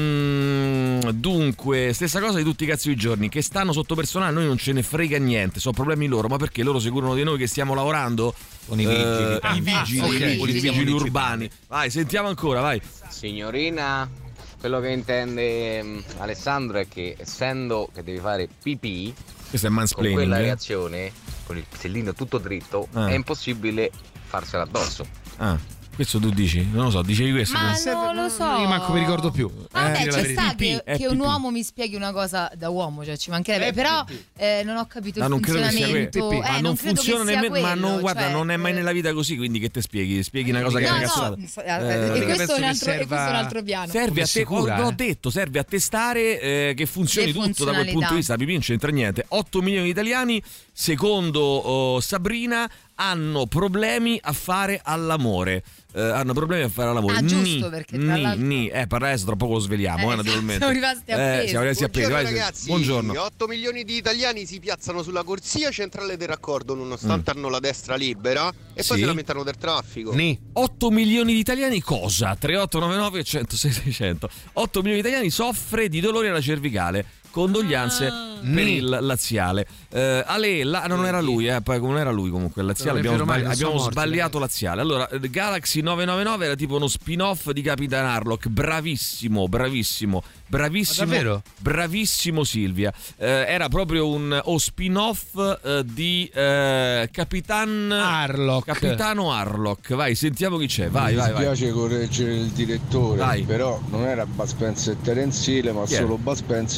Speaker 3: mm, dunque, stessa cosa di tutti i cazzi di giorni, che stanno sotto personale, noi non ce ne frega niente, sono problemi loro, ma perché loro si curano di noi che stiamo lavorando?
Speaker 6: Con i vigili.
Speaker 3: Eh, i vigili,
Speaker 4: ok.
Speaker 3: i vigili,
Speaker 6: Polizia
Speaker 3: vigili
Speaker 6: municipale.
Speaker 3: urbani. Vai, sentiamo ancora, vai.
Speaker 18: Signorina, quello che intende mm, Alessandro è che essendo che devi fare pipì
Speaker 3: Questo è
Speaker 18: con
Speaker 3: mansplaining.
Speaker 18: quella
Speaker 3: eh?
Speaker 18: reazione, con il pisellino tutto dritto,
Speaker 3: Ah.
Speaker 18: è impossibile farsela addosso.
Speaker 3: Ah, questo tu dici? Non lo so, dicevi questo?
Speaker 5: Ma
Speaker 3: tu?
Speaker 5: non lo so.
Speaker 4: Io manco mi ricordo più.
Speaker 5: Vabbè,
Speaker 4: Eh, dire la
Speaker 5: ci
Speaker 4: verità.
Speaker 5: sta che,
Speaker 3: È
Speaker 5: che un
Speaker 3: pipì.
Speaker 5: uomo mi spieghi una cosa da uomo, cioè ci mancherebbe,
Speaker 4: È
Speaker 5: però
Speaker 4: pipì.
Speaker 5: eh, non ho capito
Speaker 3: Ma
Speaker 5: il
Speaker 3: non credo che sia
Speaker 5: funzionamento.
Speaker 3: quello.
Speaker 5: Eh,
Speaker 3: Ma non
Speaker 5: credo
Speaker 3: funziona
Speaker 5: che sia
Speaker 3: nemmeno. Ma non,
Speaker 5: quello,
Speaker 3: guarda,
Speaker 5: cioè,
Speaker 3: non è mai
Speaker 5: eh,
Speaker 3: nella vita così, quindi che te spieghi? Spieghi una cosa che è
Speaker 5: No,
Speaker 3: una
Speaker 5: no,
Speaker 3: cazzata.
Speaker 5: so- eh,
Speaker 3: Eh,
Speaker 5: e,
Speaker 4: perché
Speaker 5: questo
Speaker 4: penso
Speaker 5: è un
Speaker 4: che
Speaker 5: altro, e questo è un
Speaker 4: serva-
Speaker 5: altro piano.
Speaker 3: Serve
Speaker 4: Come
Speaker 3: a te,
Speaker 4: sicura,
Speaker 3: ho, l'ho
Speaker 4: eh.
Speaker 3: detto, serve a testare eh, che funzioni
Speaker 5: Le
Speaker 3: tutto da quel punto di vista. La pipì non c'entra niente. otto milioni di italiani, secondo oh, Sabrina, hanno problemi a fare all'amore. Eh, hanno problemi a fare all'amore.
Speaker 5: Ah,
Speaker 3: Ni,
Speaker 5: giusto, perché tra
Speaker 3: ni,
Speaker 5: l'altro-
Speaker 3: ni. Eh, per adesso tra poco lo sveliamo,
Speaker 5: Eh,
Speaker 3: eh, naturalmente.
Speaker 5: siamo rimasti appesi.
Speaker 3: Eh, siamo rimasti appesi.
Speaker 19: Buongiorno
Speaker 3: Vai,
Speaker 19: ragazzi,
Speaker 3: buongiorno.
Speaker 19: otto milioni di italiani si piazzano sulla corsia centrale del raccordo nonostante hanno la destra libera e poi
Speaker 3: Sì.
Speaker 19: si lamentano del traffico.
Speaker 4: Ni.
Speaker 3: otto milioni di italiani cosa? tre otto nove nove uno zero sei sei zero zero. otto milioni di italiani soffre di dolori alla cervicale. Condoglianze per
Speaker 4: Ni.
Speaker 3: il laziale. Eh, Ale, la, non era lui, eh, poi non era lui comunque. Il laziale,
Speaker 4: Non è
Speaker 3: abbiamo,
Speaker 4: vero mai,
Speaker 3: sbagli-
Speaker 4: non sono
Speaker 3: abbiamo
Speaker 4: morti,
Speaker 3: sbagliato laziale. Allora, eh, Galaxy novecentonovantanove era tipo uno spin-off di Capitan Harlock. Bravissimo, bravissimo, bravissimo.
Speaker 4: Ma davvero?
Speaker 3: Bravissimo Silvia. Eh, era proprio un o spin-off eh, di eh, Capitan
Speaker 4: Harlock.
Speaker 3: Capitano Harlock. Vai, sentiamo chi c'è. Vai, vai,
Speaker 20: Mi
Speaker 3: vai.
Speaker 20: piace correggere il direttore,
Speaker 3: Vai.
Speaker 20: però non era Bud Spencer e Terence Hill, ma
Speaker 3: Chi è?
Speaker 20: solo Bud Spencer il film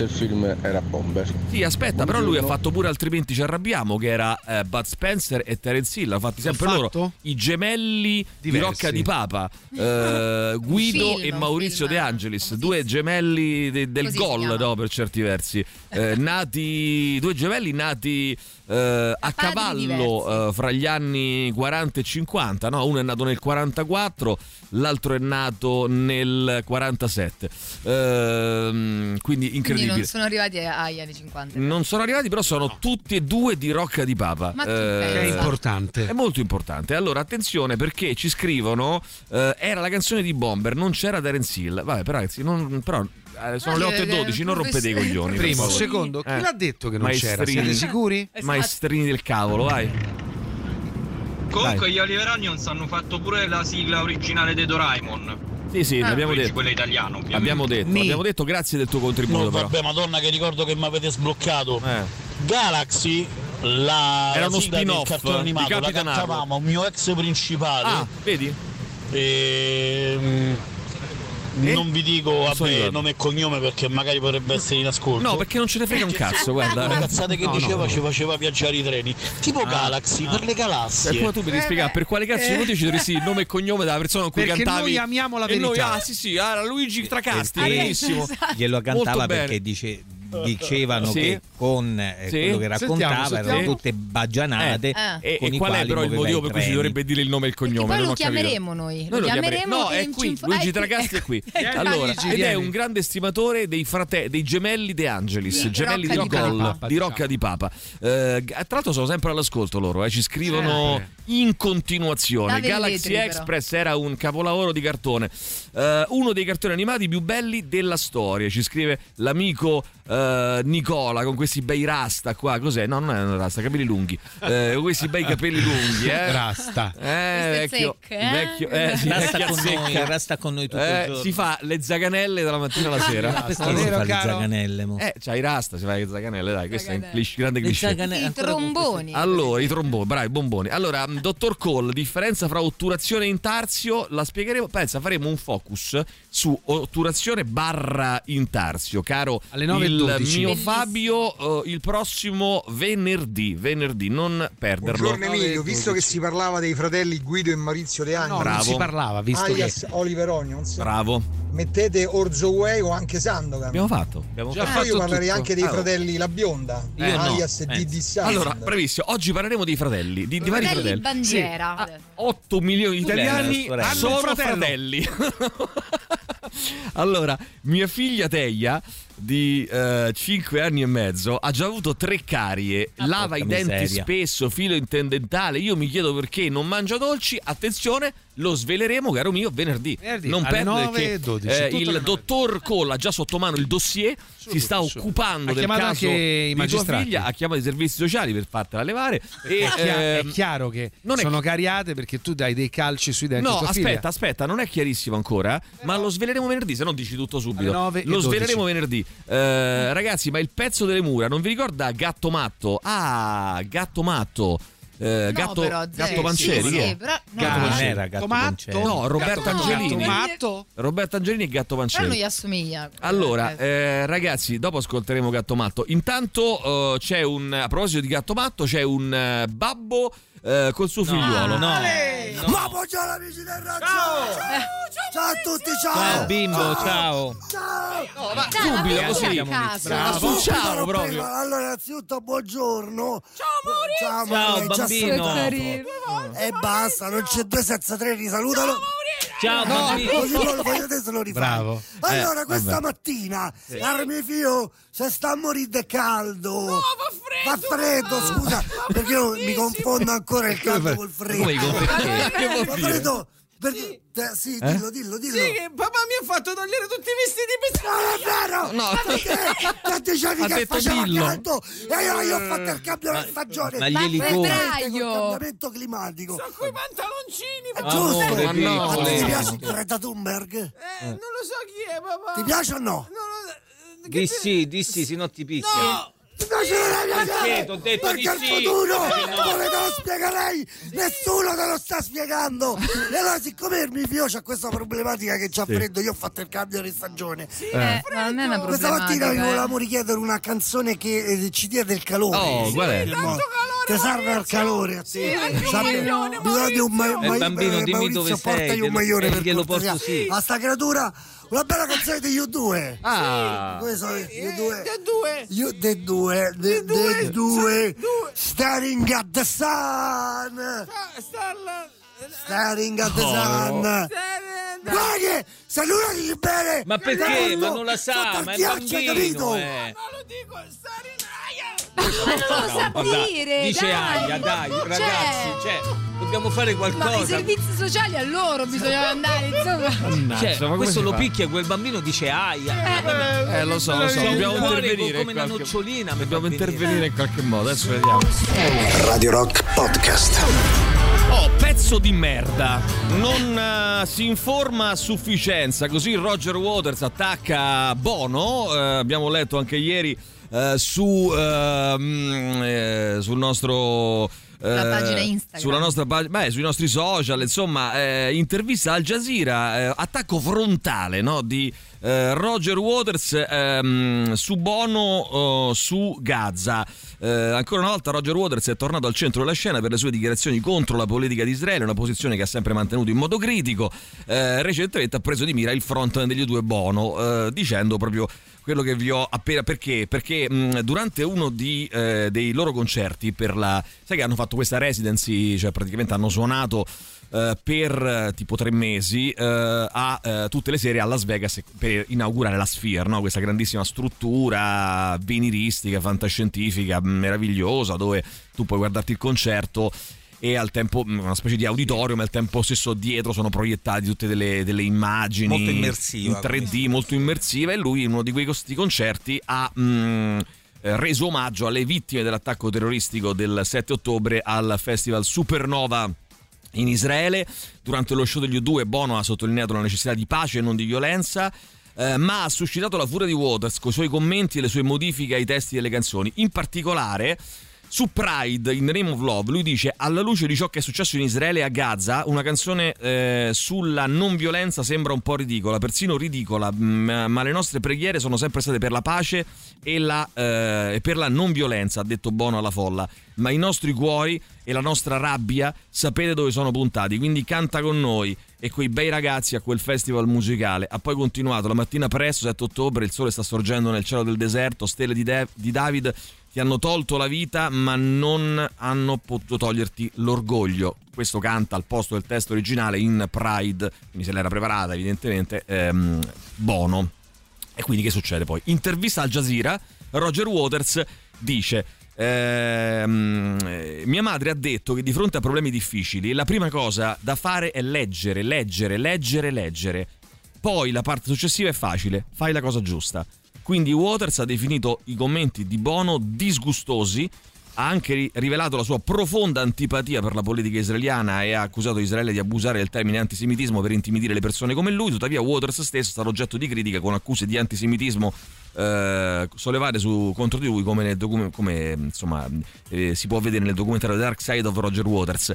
Speaker 20: Nome era Bomber.
Speaker 3: Sì, aspetta, però lui ha fatto pure Altrimenti ci arrabbiamo, che era eh, Bud Spencer e Terence Hill, l'hanno fatti sempre loro, i gemelli Diversi. di Rocca di Papa, eh, Guido film, e Maurizio De Angelis, due gemelli de, del Così gol, no, per certi versi, eh, nati, due gemelli nati eh, a cavallo eh, fra gli anni quaranta e cinquanta, no? Uno è nato nel quarantaquattro, l'altro è nato nel quarantasette, eh, quindi incredibile. Quindi
Speaker 5: non sono arrivati agli anni cinquanta.
Speaker 3: Non sono arrivati, però sono tutti e due di Rocca di Papa.
Speaker 5: Ma
Speaker 3: eh,
Speaker 4: è importante.
Speaker 3: È molto importante. Allora, attenzione, perché ci scrivono eh, era la canzone di Bomber, non c'era Terence Hill. Vabbè, però ragazzi, non, però eh, sono ah, le otto e dodici, non rompete i coglioni.
Speaker 4: Primo, secondo, chi eh. l'ha detto che non
Speaker 3: Maestrini.
Speaker 4: c'era? Siete sicuri?
Speaker 3: Esatto. Maestrini del cavolo, vai.
Speaker 21: Comunque
Speaker 3: Dai.
Speaker 21: gli Oliver Onions hanno fatto pure la sigla originale di Doraemon.
Speaker 3: Sì, sì,
Speaker 21: ah,
Speaker 3: l'abbiamo detto.
Speaker 21: Quella italiana, ovviamente.
Speaker 3: Abbiamo detto, Mi. abbiamo detto, grazie del tuo contributo.
Speaker 22: No,
Speaker 3: però.
Speaker 22: vabbè, madonna, che ricordo che mi avete sbloccato.
Speaker 3: Eh.
Speaker 22: Galaxy, la
Speaker 3: era uno
Speaker 22: sigla
Speaker 3: spin-off
Speaker 22: del cartone animato,
Speaker 3: di
Speaker 22: la cantavamo, un mio ex principale.
Speaker 3: Ah, vedi?
Speaker 22: E...
Speaker 3: Eh?
Speaker 22: Non vi dico vabbè, nome e cognome perché magari potrebbe essere in ascolto.
Speaker 3: No, perché non ce ne frega un cazzo, guarda.
Speaker 22: Le cazzate che
Speaker 3: no,
Speaker 22: diceva
Speaker 3: no.
Speaker 22: ci faceva viaggiare i treni. Tipo ah, Galaxy, ah. per le galassie.
Speaker 3: E tu mi devi spiegare per quale cazzo eh. ci dovresti il nome e cognome della persona con cui
Speaker 4: perché
Speaker 3: cantavi.
Speaker 4: Noi amiamo la
Speaker 3: e
Speaker 4: verità.
Speaker 3: Noi, ah, sì, sì, era Luigi Tracasti,
Speaker 6: eh,
Speaker 3: benissimo.
Speaker 6: Esatto. Glielo cantava perché dice dicevano sì. che con eh, sì. quello che raccontava sentiamo, sentiamo. erano tutte baggianate
Speaker 3: eh. eh. e, e qual è però il motivo per cui si dovrebbe dire il nome e il cognome?
Speaker 5: Poi
Speaker 3: non
Speaker 5: lo
Speaker 3: ho
Speaker 5: chiameremo noi
Speaker 3: noi
Speaker 5: lo chiameremo,
Speaker 3: no è qui Luigi Tracasti è qui allora ed è un grande stimatore dei frate dei gemelli De Angelis sì, gemelli di Gol di Rocca di Papa eh, tra l'altro sono sempre all'ascolto loro eh, ci scrivono eh. in continuazione Galaxy Express era un capolavoro di cartone eh, uno dei cartoni animati più belli della storia ci scrive l'amico Uh, Nicola con questi bei rasta qua, cos'è? No, non è una rasta, capelli lunghi. Uh, con questi bei capelli lunghi, eh.
Speaker 4: Rasta.
Speaker 3: Eh, vecchio,
Speaker 5: secche, eh?
Speaker 3: vecchio, eh, sì,
Speaker 6: rasta, con noi, rasta con noi tutto
Speaker 3: eh,
Speaker 6: il giorno.
Speaker 3: Si fa le zaganelle dalla mattina alla sera.
Speaker 6: Ah, perché si fa le zaganelle? Mo?
Speaker 3: Eh, c'hai rasta, si fa le zaganelle, dai, questo è un cliché, grande cliché.
Speaker 5: I tromboni.
Speaker 3: Allora, i tromboni, bravi, bomboni. Allora, dottor Cole, differenza fra otturazione e intarsio, la spiegheremo. Pensa, faremo un focus su otturazione barra intarsio, caro
Speaker 4: alle nove e dodici.
Speaker 3: Il mio Fabio, uh, il prossimo venerdì, venerdì, non perderlo.
Speaker 23: Buongiorno Emilio, visto che si parlava dei fratelli Guido e Maurizio De Angelis,
Speaker 3: no,
Speaker 4: non si parlava, visto
Speaker 23: alias
Speaker 4: che
Speaker 23: Oliver Onions.
Speaker 3: Bravo.
Speaker 23: Mettete Orzo Way o anche Sandokan.
Speaker 3: Abbiamo fatto. Abbiamo
Speaker 23: Già
Speaker 3: fatto
Speaker 23: io parlerei
Speaker 3: tutto.
Speaker 23: anche dei
Speaker 3: allora.
Speaker 23: fratelli La Bionda,
Speaker 3: eh,
Speaker 23: alias
Speaker 3: no.
Speaker 23: Didi
Speaker 3: eh.
Speaker 23: Sand.
Speaker 3: Allora, bravissimo, oggi parleremo dei fratelli, di, di vari fratelli.
Speaker 5: Bandiera.
Speaker 3: Sì. otto milioni di italiani sono fratelli. Allora, mia figlia Teia di uh, cinque anni e mezzo ha già avuto tre carie, ah, lava i denti miseria. spesso, filo interdentale. Io mi chiedo perché non mangia dolci. Attenzione, lo sveleremo, caro mio, venerdì. venerdì non perdere che dodici, eh, il dottor Cole ha già sotto mano il dossier, subito, si sta subito. occupando
Speaker 4: ha
Speaker 3: del caso
Speaker 4: anche i
Speaker 3: di tua figlia, ha chiamato i servizi sociali per fartela levare. E,
Speaker 4: è, chiaro,
Speaker 3: eh,
Speaker 4: è chiaro che
Speaker 3: non
Speaker 4: sono
Speaker 3: è...
Speaker 4: cariate perché tu dai dei calci sui denti.
Speaker 3: No,
Speaker 4: tua
Speaker 3: aspetta,
Speaker 4: figlia.
Speaker 3: aspetta, non è chiarissimo ancora, Però... ma lo sveleremo venerdì, se no dici tutto subito. Lo sveleremo venerdì. Eh, ragazzi, ma il pezzo delle mura non vi ricorda Gatto Matto? Ah, Gatto Matto. Eh,
Speaker 5: no,
Speaker 3: gatto,
Speaker 5: però,
Speaker 3: gatto Pancieri
Speaker 5: sì,
Speaker 3: che
Speaker 5: sì, però, no,
Speaker 3: gatto
Speaker 5: no,
Speaker 3: Pancieri.
Speaker 6: era Gatto
Speaker 3: Pancieri. No, Roberto
Speaker 5: gatto
Speaker 3: Angelini.
Speaker 5: Matto.
Speaker 3: Roberto Angelini e Gatto Pancieri.
Speaker 5: Però non gli assomiglia.
Speaker 3: Allora, eh, ragazzi, dopo ascolteremo Gatto Matto. Intanto uh, c'è un a proposito di Gatto Matto, c'è un uh, babbo Uh, col suo
Speaker 6: no,
Speaker 3: figliuolo.
Speaker 6: No, no.
Speaker 14: Ma buongiorno amici del raggio. Ciao. Ciao, ciao a tutti, ciao.
Speaker 6: Ciao bimbo, ciao.
Speaker 14: Ciao.
Speaker 3: No, ma dai, subito così.
Speaker 14: Bravo,
Speaker 3: ciao proprio.
Speaker 14: Allora, innanzitutto buongiorno.
Speaker 6: Ciao Maurizio. Ciao, ciao bambino.
Speaker 14: E basta, non c'è due senza tre, risalutalo.
Speaker 6: Ciao
Speaker 14: no,
Speaker 6: bambino.
Speaker 14: Così lo voglio adesso lo rifare.
Speaker 4: Bravo.
Speaker 14: Allora,
Speaker 4: eh,
Speaker 14: questa
Speaker 4: vabbè.
Speaker 14: mattina, sì. Caro mio figlio, se sta a morire di caldo.
Speaker 15: No, fa
Speaker 14: Fa
Speaker 15: freddo.
Speaker 14: freddo, scusa, perché io mi confondo ancora il caldo col freddo.
Speaker 3: Che
Speaker 14: Fa freddo. Perché, sì, sì
Speaker 3: Eh?
Speaker 14: dillo, dillo, dillo.
Speaker 15: Sì, che papà mi ha fatto togliere tutti i vestiti per
Speaker 14: Non è vero!
Speaker 3: No.
Speaker 14: Ma perché? Da dieci anni
Speaker 3: Ha
Speaker 14: che
Speaker 3: detto
Speaker 14: faceva
Speaker 3: dillo.
Speaker 14: caldo e io, io ho fatto il cambio di stagione.
Speaker 6: ma glieli
Speaker 14: Perché
Speaker 6: compri?
Speaker 14: col cambiamento climatico.
Speaker 15: sono quei pantaloncini.
Speaker 14: È
Speaker 15: papà.
Speaker 14: giusto.
Speaker 6: Amore,
Speaker 3: Ma no.
Speaker 14: A te ti
Speaker 6: piccolo.
Speaker 14: piace Greta Thunberg?
Speaker 15: Eh, non lo so chi è, papà.
Speaker 14: Ti piace o no?
Speaker 15: Non lo- che
Speaker 6: Di
Speaker 15: te-
Speaker 6: sì, di sì, se no ti picchia.
Speaker 15: No,
Speaker 14: Invece non hai
Speaker 6: Perché t'ho detto
Speaker 14: perché
Speaker 6: di
Speaker 14: il
Speaker 6: sì,
Speaker 14: futuro
Speaker 6: perché no?
Speaker 14: come te lo spiega lei? Nessuno te lo sta spiegando. E allora siccome il mio figlio c'ha questa problematica che c'ha
Speaker 3: Sì.
Speaker 14: freddo, io ho fatto il cambio di stagione.
Speaker 5: Eh, ma non è una
Speaker 14: Questa mattina vi
Speaker 5: problematica, eh.
Speaker 14: volevamo richiedere una canzone che eh, ci dia del calore.
Speaker 3: Oh, qual è?
Speaker 14: Del mo- Te serve il calore a te. Sappi,
Speaker 6: Maglione,
Speaker 14: bisogna di un ma-
Speaker 6: Eh,
Speaker 14: ma-
Speaker 6: bambino,
Speaker 14: eh,
Speaker 6: dimmi
Speaker 14: Maurizio,
Speaker 6: dove sei,
Speaker 14: portagli un
Speaker 6: glielo-
Speaker 14: maglione
Speaker 6: eh,
Speaker 14: per
Speaker 6: glielo
Speaker 14: cortesia.
Speaker 6: porto, sì.
Speaker 14: A sta creatura una bella canzone di U due.
Speaker 3: Ah.
Speaker 14: Come sono U due? U The due. The The due. Staring at the sun. Staring at the
Speaker 6: Oh.
Speaker 14: sun. Guarda che se lui la dice bene.
Speaker 6: Ma perché? Ma non la sa,
Speaker 14: sotto il
Speaker 6: ma è
Speaker 14: ghiaccio,
Speaker 6: bambino,
Speaker 14: capito?
Speaker 6: eh.
Speaker 5: Ma non lo sa
Speaker 6: Dai,
Speaker 5: dire,
Speaker 6: dice
Speaker 5: dai.
Speaker 6: Aia, dai,
Speaker 5: Cioè,
Speaker 6: ragazzi, cioè, dobbiamo fare
Speaker 5: ma i
Speaker 6: qualcosa.
Speaker 5: servizi sociali a loro bisogna andare, insomma.
Speaker 6: Cioè,
Speaker 3: ma come
Speaker 6: questo
Speaker 3: si
Speaker 6: lo
Speaker 3: fa?
Speaker 6: picchia, quel bambino dice aia.
Speaker 3: Eh, lo so, lo so,
Speaker 6: C'è un
Speaker 3: dobbiamo
Speaker 6: cuore
Speaker 3: intervenire.
Speaker 6: come
Speaker 3: in
Speaker 6: una
Speaker 3: qualche-
Speaker 6: nocciolina. mi
Speaker 3: Dobbiamo
Speaker 6: fa venire.
Speaker 3: intervenire in qualche modo, adesso vediamo.
Speaker 1: Radio Rock Podcast.
Speaker 3: Oh, pezzo di merda. Non eh, si informa a sufficienza. Così Roger Waters attacca Bono. Eh, abbiamo letto anche ieri eh, su eh, mm, eh, sul nostro
Speaker 5: La pagina Instagram.
Speaker 3: sulla nostra pagina, beh, sui nostri social, insomma, eh, intervista Al Jazeera, eh, attacco frontale, no, di eh, Roger Waters ehm, su Bono, eh, su Gaza. Eh, ancora una volta Roger Waters è tornato al centro della scena per le sue dichiarazioni contro la politica di Israele, una posizione che ha sempre mantenuto in modo critico. Eh, recentemente ha preso di mira il frontman degli U due Bono, eh, dicendo proprio quello che vi ho appena. Perché? Perché mh, durante uno di, eh, dei loro concerti per la. Sai che hanno fatto questa residency, cioè praticamente hanno suonato eh, per eh, tipo tre mesi eh, a eh, tutte le sere a Las Vegas per inaugurare la Sphere, no? Questa grandissima struttura veniristica, fantascientifica, meravigliosa, dove tu puoi guardarti il concerto e al tempo una specie di auditorium, ma al tempo stesso dietro sono proiettati tutte delle, delle immagini
Speaker 6: Molto immersiva,
Speaker 3: in tre D, molto immersiva, e lui in uno di questi concerti ha mh, reso omaggio alle vittime dell'attacco terroristico del sette ottobre al festival Supernova in Israele. Durante lo show degli U due Bono ha sottolineato la necessità di pace e non di violenza, eh, ma ha suscitato la furia di Waters con i suoi commenti e le sue modifiche ai testi delle canzoni. In particolare su Pride, in the Name of Love, lui dice: alla luce di ciò che è successo in Israele e a Gaza, una canzone eh, sulla non violenza sembra un po' ridicola, persino ridicola, ma, ma le nostre preghiere sono sempre state per la pace e, la, eh, e per la non violenza, ha detto Bono alla folla, ma i nostri cuori e la nostra rabbia sapete dove sono puntati, quindi canta con noi e quei bei ragazzi a quel festival musicale. Ha poi continuato: la mattina presto, sette ottobre, il sole sta sorgendo nel cielo del deserto, stelle di, De- di David ti hanno tolto la vita ma non hanno potuto toglierti l'orgoglio. Questo canta al posto del testo originale in Pride, quindi se l'era preparata evidentemente ehm, Bono. E quindi che succede poi? Intervista Al Jazeera, Roger Waters dice: ehm, mia madre ha detto che di fronte a problemi difficili la prima cosa da fare è leggere, leggere, leggere, leggere. Poi la parte successiva è facile, fai la cosa giusta. Quindi Waters ha definito i commenti di Bono disgustosi, ha anche rivelato la sua profonda antipatia per la politica israeliana e ha accusato Israele di abusare del termine antisemitismo per intimidire le persone come lui. Tuttavia Waters stesso è stato oggetto di critica con accuse di antisemitismo eh, sollevate su, contro di lui, come, nel docu- come insomma eh, si può vedere nel documentario The Dark Side of Roger Waters.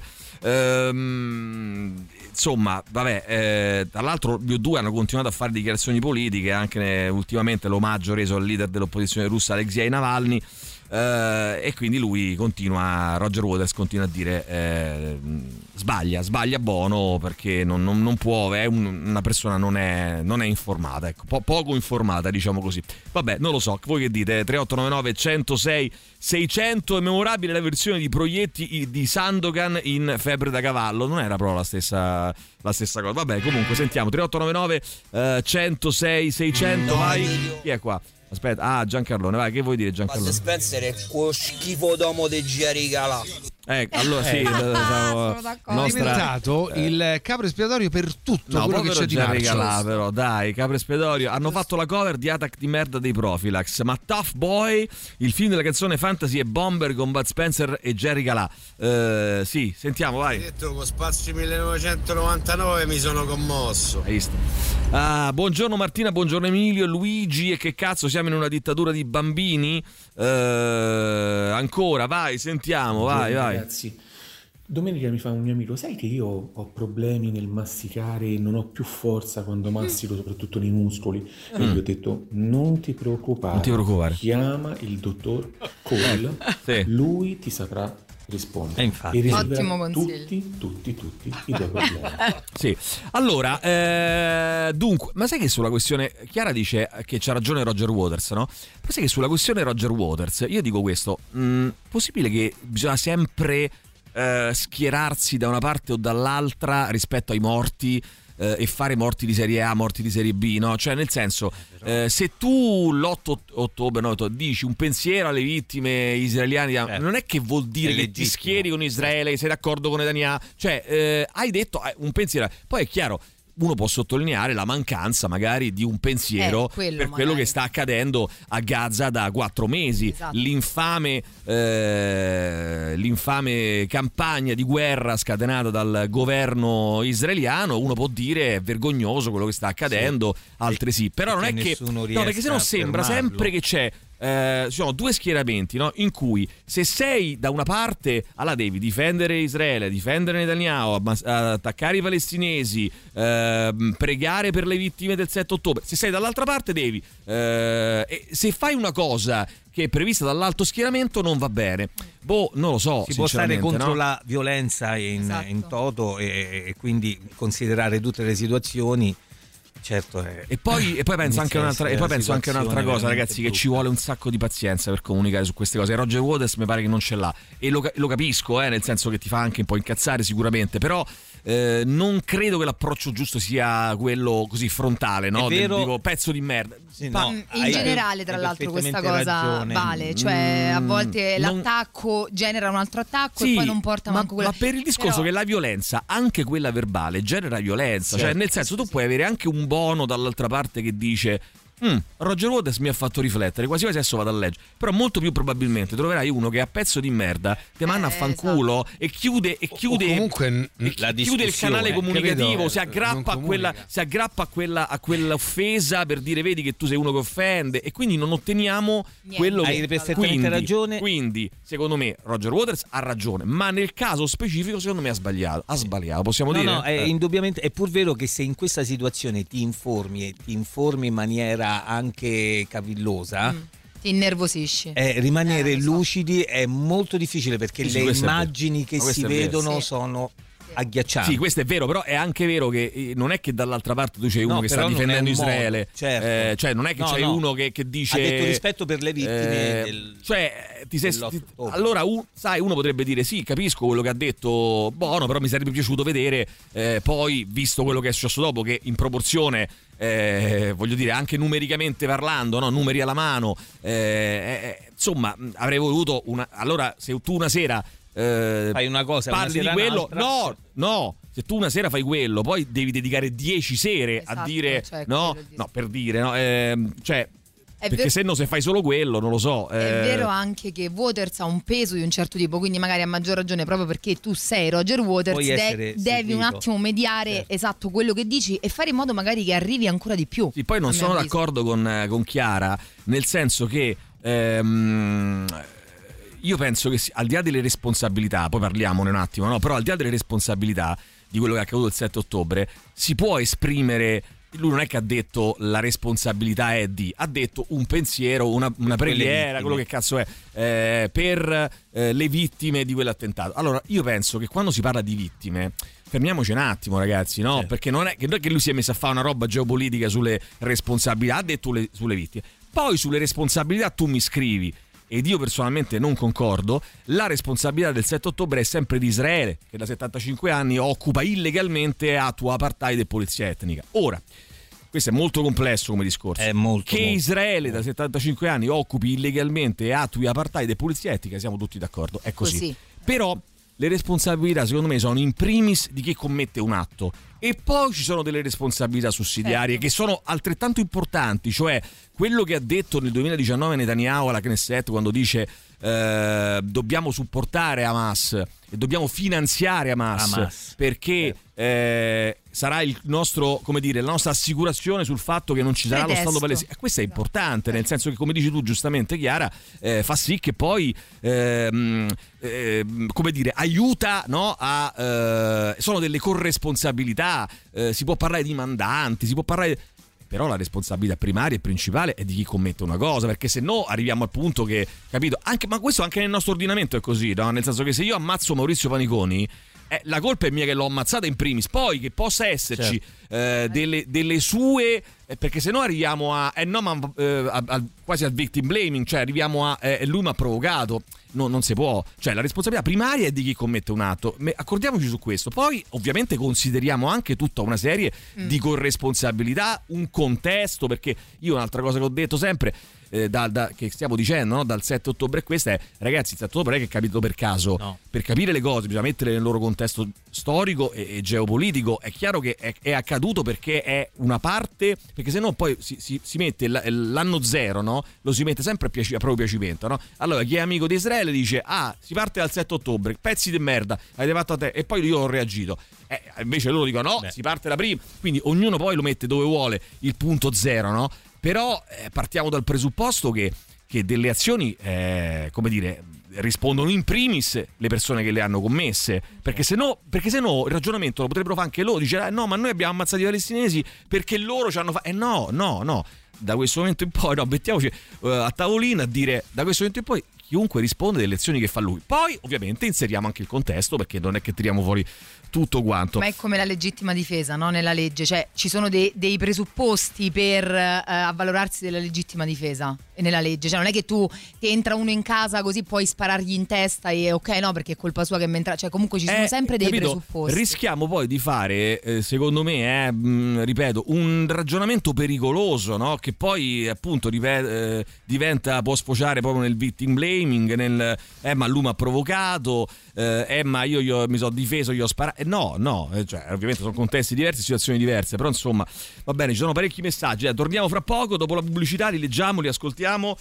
Speaker 3: Ehm, insomma, vabbè, eh, tra l'altro gli U due hanno continuato a fare dichiarazioni politiche, anche eh, ultimamente l'omaggio reso al leader dell'opposizione russa Alexei Navalny. Uh, e quindi lui continua, Roger Waters continua a dire eh, sbaglia, sbaglia Bono perché non, non, non può, è un, una persona non è, non è informata, ecco, po- poco informata, diciamo così. Vabbè, non lo so, voi che dite? tre otto nove nove uno zero sei seicento. È memorabile la versione di Proietti di Sandokan in Febbre da cavallo, non era proprio la stessa, la stessa cosa. Vabbè, comunque sentiamo tre otto nove nove uno zero sei seicento. Vai, chi è qua? Aspetta, ah, Giancarlone, vai, che vuoi dire Giancarlone?
Speaker 8: Bud Spencer è quello schifo d'uomo di Giaricala.
Speaker 3: Eh, allora sì,
Speaker 5: eh.
Speaker 3: stavo,
Speaker 4: è diventato eh. il capro espiatorio per tutto
Speaker 3: no,
Speaker 4: quello che c'è di marcio.
Speaker 3: Là, però dai, capro espiatorio. Hanno fatto la cover di Attack di merda dei Profilax, ma Tough Boy, il film della canzone fantasy e Bomber con Bud Spencer e Jerry Calà. Eh, sì, sentiamo, vai.
Speaker 23: Ho detto con Spazio millenovecentonovantanove mi sono commosso.
Speaker 3: Hai visto? Ah, buongiorno Martina, buongiorno Emilio, Luigi, e che cazzo siamo in una dittatura di bambini? Eh, ancora, vai, sentiamo, vai, vai.
Speaker 8: Ragazzi, domenica mi fa un mio amico: sai che io ho problemi nel masticare e non ho più forza quando mastico, soprattutto nei muscoli? Mm. E gli ho detto: non ti preoccupare,
Speaker 3: non ti preoccupare.
Speaker 8: Chiama il dottor Cole,
Speaker 3: sì.
Speaker 8: Lui ti saprà rispondere
Speaker 3: e, infatti.
Speaker 8: e risolverà
Speaker 5: Ottimo consiglio.
Speaker 8: tutti, tutti, tutti i tuoi problemi.
Speaker 3: Sì, allora, eh, dunque, ma sai che sulla questione, Chiara dice che c'ha ragione Roger Waters, no? Ma sai che sulla questione Roger Waters, io dico questo, mh, possibile che bisogna sempre eh, schierarsi da una parte o dall'altra rispetto ai morti eh, e fare morti di serie A, morti di serie B, no? Cioè, nel senso, eh, se tu l'otto ottobre no, dici un pensiero alle vittime israeliane, eh. non è che vuol dire è che legittimo. Ti schieri con Israele, che sei d'accordo con Netanyahu, cioè eh, hai detto eh, un pensiero, poi è chiaro, uno può sottolineare la mancanza magari di un pensiero
Speaker 5: eh, quello
Speaker 3: per
Speaker 5: magari.
Speaker 3: quello che sta accadendo a Gaza da quattro mesi, esatto. l'infame eh, l'infame campagna di guerra scatenata dal governo israeliano. Uno può dire è vergognoso quello che sta accadendo, sì. altri sì, però non è che no, perché sennò sembra sempre che c'è Eh, ci sono due schieramenti, no? In cui se sei da una parte allora devi difendere Israele, difendere Netanyahu, attaccare i palestinesi, eh, pregare per le vittime del sette ottobre, se sei dall'altra parte devi eh, e se fai una cosa che è prevista dall'alto schieramento non va bene. Boh, non lo so.
Speaker 6: Si può stare contro
Speaker 3: no?
Speaker 6: la violenza in,
Speaker 5: esatto.
Speaker 6: in toto e, e quindi considerare tutte le situazioni. Certo, eh.
Speaker 3: e poi, e poi penso anche un'altra, e poi penso anche un'altra cosa, ragazzi, che ci vuole un sacco di pazienza per comunicare su queste cose. Roger Waters mi pare che non ce l'ha e lo, lo capisco, eh, nel senso che ti fa anche un po' incazzare sicuramente, però eh, non credo che l'approccio giusto sia quello così frontale, no?
Speaker 6: È vero,
Speaker 3: del tipo, pezzo di merda.
Speaker 6: Sì, no,
Speaker 5: in hai, generale, tra l'altro, questa cosa ragione. vale, cioè a volte mm, l'attacco non... genera un altro attacco sì, e poi non porta
Speaker 3: ma,
Speaker 5: manco quella.
Speaker 3: Ma per il discorso
Speaker 5: Però...
Speaker 3: che la violenza, anche quella verbale, genera violenza, certo. Cioè nel senso tu puoi avere anche un bono dall'altra parte che dice Mm, Roger Waters mi ha fatto riflettere, quasi quasi adesso vado a leggere, però molto più probabilmente troverai uno che a pezzo di merda ti manda eh, a fanculo esatto. e chiude e chiude,
Speaker 4: o comunque
Speaker 3: e
Speaker 4: la
Speaker 3: chiude il canale comunicativo,
Speaker 4: capito,
Speaker 3: si aggrappa a quella si aggrappa a quella a quell'offesa per dire vedi che tu sei uno che offende e quindi non otteniamo Niente. quello
Speaker 6: Hai
Speaker 3: che
Speaker 6: perfettamente
Speaker 3: quindi,
Speaker 6: ragione.
Speaker 3: Quindi secondo me Roger Waters ha ragione, ma nel caso specifico secondo me ha sbagliato, ha sbagliato, possiamo
Speaker 6: no,
Speaker 3: dire?
Speaker 6: No, è eh. indubbiamente è pur vero che se in questa situazione ti informi e ti informi in maniera anche cavillosa mm.
Speaker 5: ti innervosisci
Speaker 6: eh, rimanere eh, so. lucidi è molto difficile perché sì, le immagini che si vedono sì. sono agghiaccianti.
Speaker 3: Sì, questo è vero, però è anche vero che non è che dall'altra parte tu c'hai uno
Speaker 6: no,
Speaker 3: che sta difendendo un Israele,
Speaker 6: certo.
Speaker 3: eh, cioè non è che no, c'hai no. uno che, che dice
Speaker 6: ha detto rispetto per le vittime
Speaker 3: eh,
Speaker 6: del,
Speaker 3: cioè ti sei, ti, allora un, sai uno potrebbe dire sì, capisco quello che ha detto buono, però mi sarebbe piaciuto vedere eh, poi visto quello che è successo dopo, che in proporzione eh, voglio dire anche numericamente parlando, no? Numeri alla mano eh, eh, insomma avrei voluto una, allora se tu una sera Eh,
Speaker 6: fai una cosa
Speaker 3: parli
Speaker 6: una
Speaker 3: di quello
Speaker 6: un'altra.
Speaker 3: no no se tu una sera fai quello poi devi dedicare dieci sere
Speaker 5: esatto,
Speaker 3: a dire
Speaker 5: cioè,
Speaker 3: no no per dire no eh, cioè
Speaker 5: è
Speaker 3: perché ver- se no se fai solo quello non lo so eh.
Speaker 5: È vero anche che Waters ha un peso di un certo tipo, quindi magari a maggior ragione proprio perché tu sei Roger Waters de- devi un attimo mediare certo. esatto quello che dici e fare in modo magari che arrivi ancora di più.
Speaker 3: Sì, poi non sono d'accordo con, con Chiara nel senso che ehm, io penso che al di là delle responsabilità, poi parliamone un attimo, no? Però al di là delle responsabilità di quello che è accaduto il sette ottobre, si può esprimere, lui non è che ha detto la responsabilità è di, ha detto un pensiero, una, una preghiera, quello che cazzo è, eh, per eh, le vittime di quell'attentato. Allora, io penso che quando si parla di vittime, fermiamoci un attimo ragazzi, no? Certo. Perché non è, che non è che lui si è messo a fare una roba geopolitica sulle responsabilità, ha detto le, sulle vittime. Poi sulle responsabilità tu mi scrivi, ed io personalmente non concordo, la responsabilità del sette ottobre è sempre di Israele, che da settantacinque anni occupa illegalmente e attua apartheid e polizia etnica. Ora, questo è molto complesso come discorso.
Speaker 6: È molto,
Speaker 3: che
Speaker 6: molto,
Speaker 3: Israele
Speaker 6: molto.
Speaker 3: da settantacinque anni occupi illegalmente e attui apartheid e polizia etnica, siamo tutti d'accordo, è così. così. Però le responsabilità secondo me sono in primis di chi commette un atto e poi ci sono delle responsabilità sussidiarie che sono altrettanto importanti, cioè quello che ha detto nel duemiladiciannove Netanyahu alla Knesset quando dice eh, dobbiamo supportare Hamas e dobbiamo finanziare Hamas, Hamas. perché eh, sarà il nostro, come dire, la nostra assicurazione sul fatto che non ci sarà Pretesto. lo Stato palestinese. Questo è importante, nel senso che, come dici tu giustamente Chiara, eh, fa sì che poi ehm, eh, come dire, aiuta, no, a eh, sono delle corresponsabilità, eh, si può parlare di mandanti, si può parlare di... però la responsabilità primaria e principale è di chi commette una cosa, perché se no arriviamo al punto che, capito, anche, ma questo anche nel nostro ordinamento è così, no? Nel senso che se io ammazzo Maurizio Paniconi, eh, la colpa è mia che l'ho ammazzata in primis, poi che possa esserci certo. eh, delle, delle sue, eh, perché se no arriviamo a, eh no, ma eh, a, a, quasi al victim blaming, cioè arriviamo a, eh, lui mi ha provocato. No, non si può, cioè la responsabilità primaria è di chi commette un atto, accordiamoci su questo. Poi ovviamente consideriamo anche tutta una serie mm. di corresponsabilità, un contesto, perché io un'altra cosa che ho detto sempre eh, da, da, che stiamo dicendo, no? Dal sette ottobre è questa, è ragazzi, il sette ottobre è che è capitato per caso, no. Per capire le cose bisogna mettere nel loro contesto storico e, e geopolitico. È chiaro che è, è accaduto perché è una parte, perché se no poi si, si, si mette l'anno zero, no? Lo si mette sempre a, piaci, a proprio piacimento, no? Allora chi è amico di Israele dice ah si parte dal sette ottobre, pezzi di merda avete fatto a te, e poi io ho reagito, eh, invece loro dicono no, Beh. si parte da prima, quindi ognuno poi lo mette dove vuole il punto zero, no? Però eh, partiamo dal presupposto che, che delle azioni eh, come dire rispondono in primis le persone che le hanno commesse, perché se no, perché se no il ragionamento lo potrebbero fare anche loro, dice ah, no ma noi abbiamo ammazzato i palestinesi perché loro ci hanno fatto, eh no no no da questo momento in poi no, mettiamoci uh, a tavolino a dire da questo momento in poi chiunque risponde delle azioni che fa lui. Poi ovviamente inseriamo anche il contesto, perché non è che tiriamo fuori tutto quanto. Ma
Speaker 5: è come la legittima difesa, no? Nella legge, cioè ci sono dei, dei presupposti per eh, avvalorarsi della legittima difesa nella legge, cioè non è che tu ti entra uno in casa così puoi sparargli in testa e ok no perché è colpa sua che mi entra, cioè comunque ci sono eh, sempre dei capito? presupposti. Rischiamo
Speaker 3: poi di fare eh, secondo me eh, mh, ripeto un ragionamento pericoloso, no? Che poi appunto ripeto, eh, diventa, può sfociare proprio nel victim blaming, nel eh ma lui mi ha provocato, eh, eh ma io, io mi sono difeso, io ho sparato, eh, no no eh, cioè ovviamente sono contesti diversi, situazioni diverse, però insomma va bene, ci sono parecchi messaggi, eh, torniamo fra poco dopo la pubblicità, li leggiamo, li ascoltiamo.